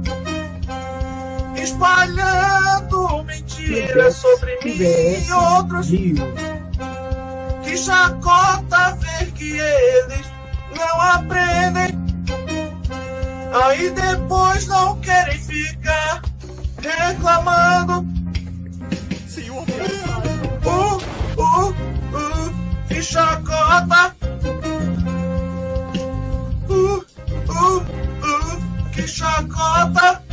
espalhando mentiras sobre mim e outros. Que chacota ver que eles não aprendem, aí depois não querem ficar reclamando. Uh, uh, uh, que chacota. Uh, uh, uh, que chacota.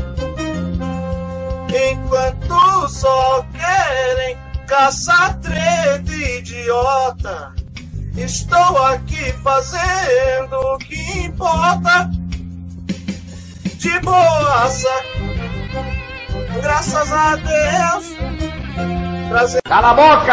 Enquanto só querem caçar treta idiota, estou aqui fazendo o que importa. De boaça, graças a Deus. Prazer. Cala a boca!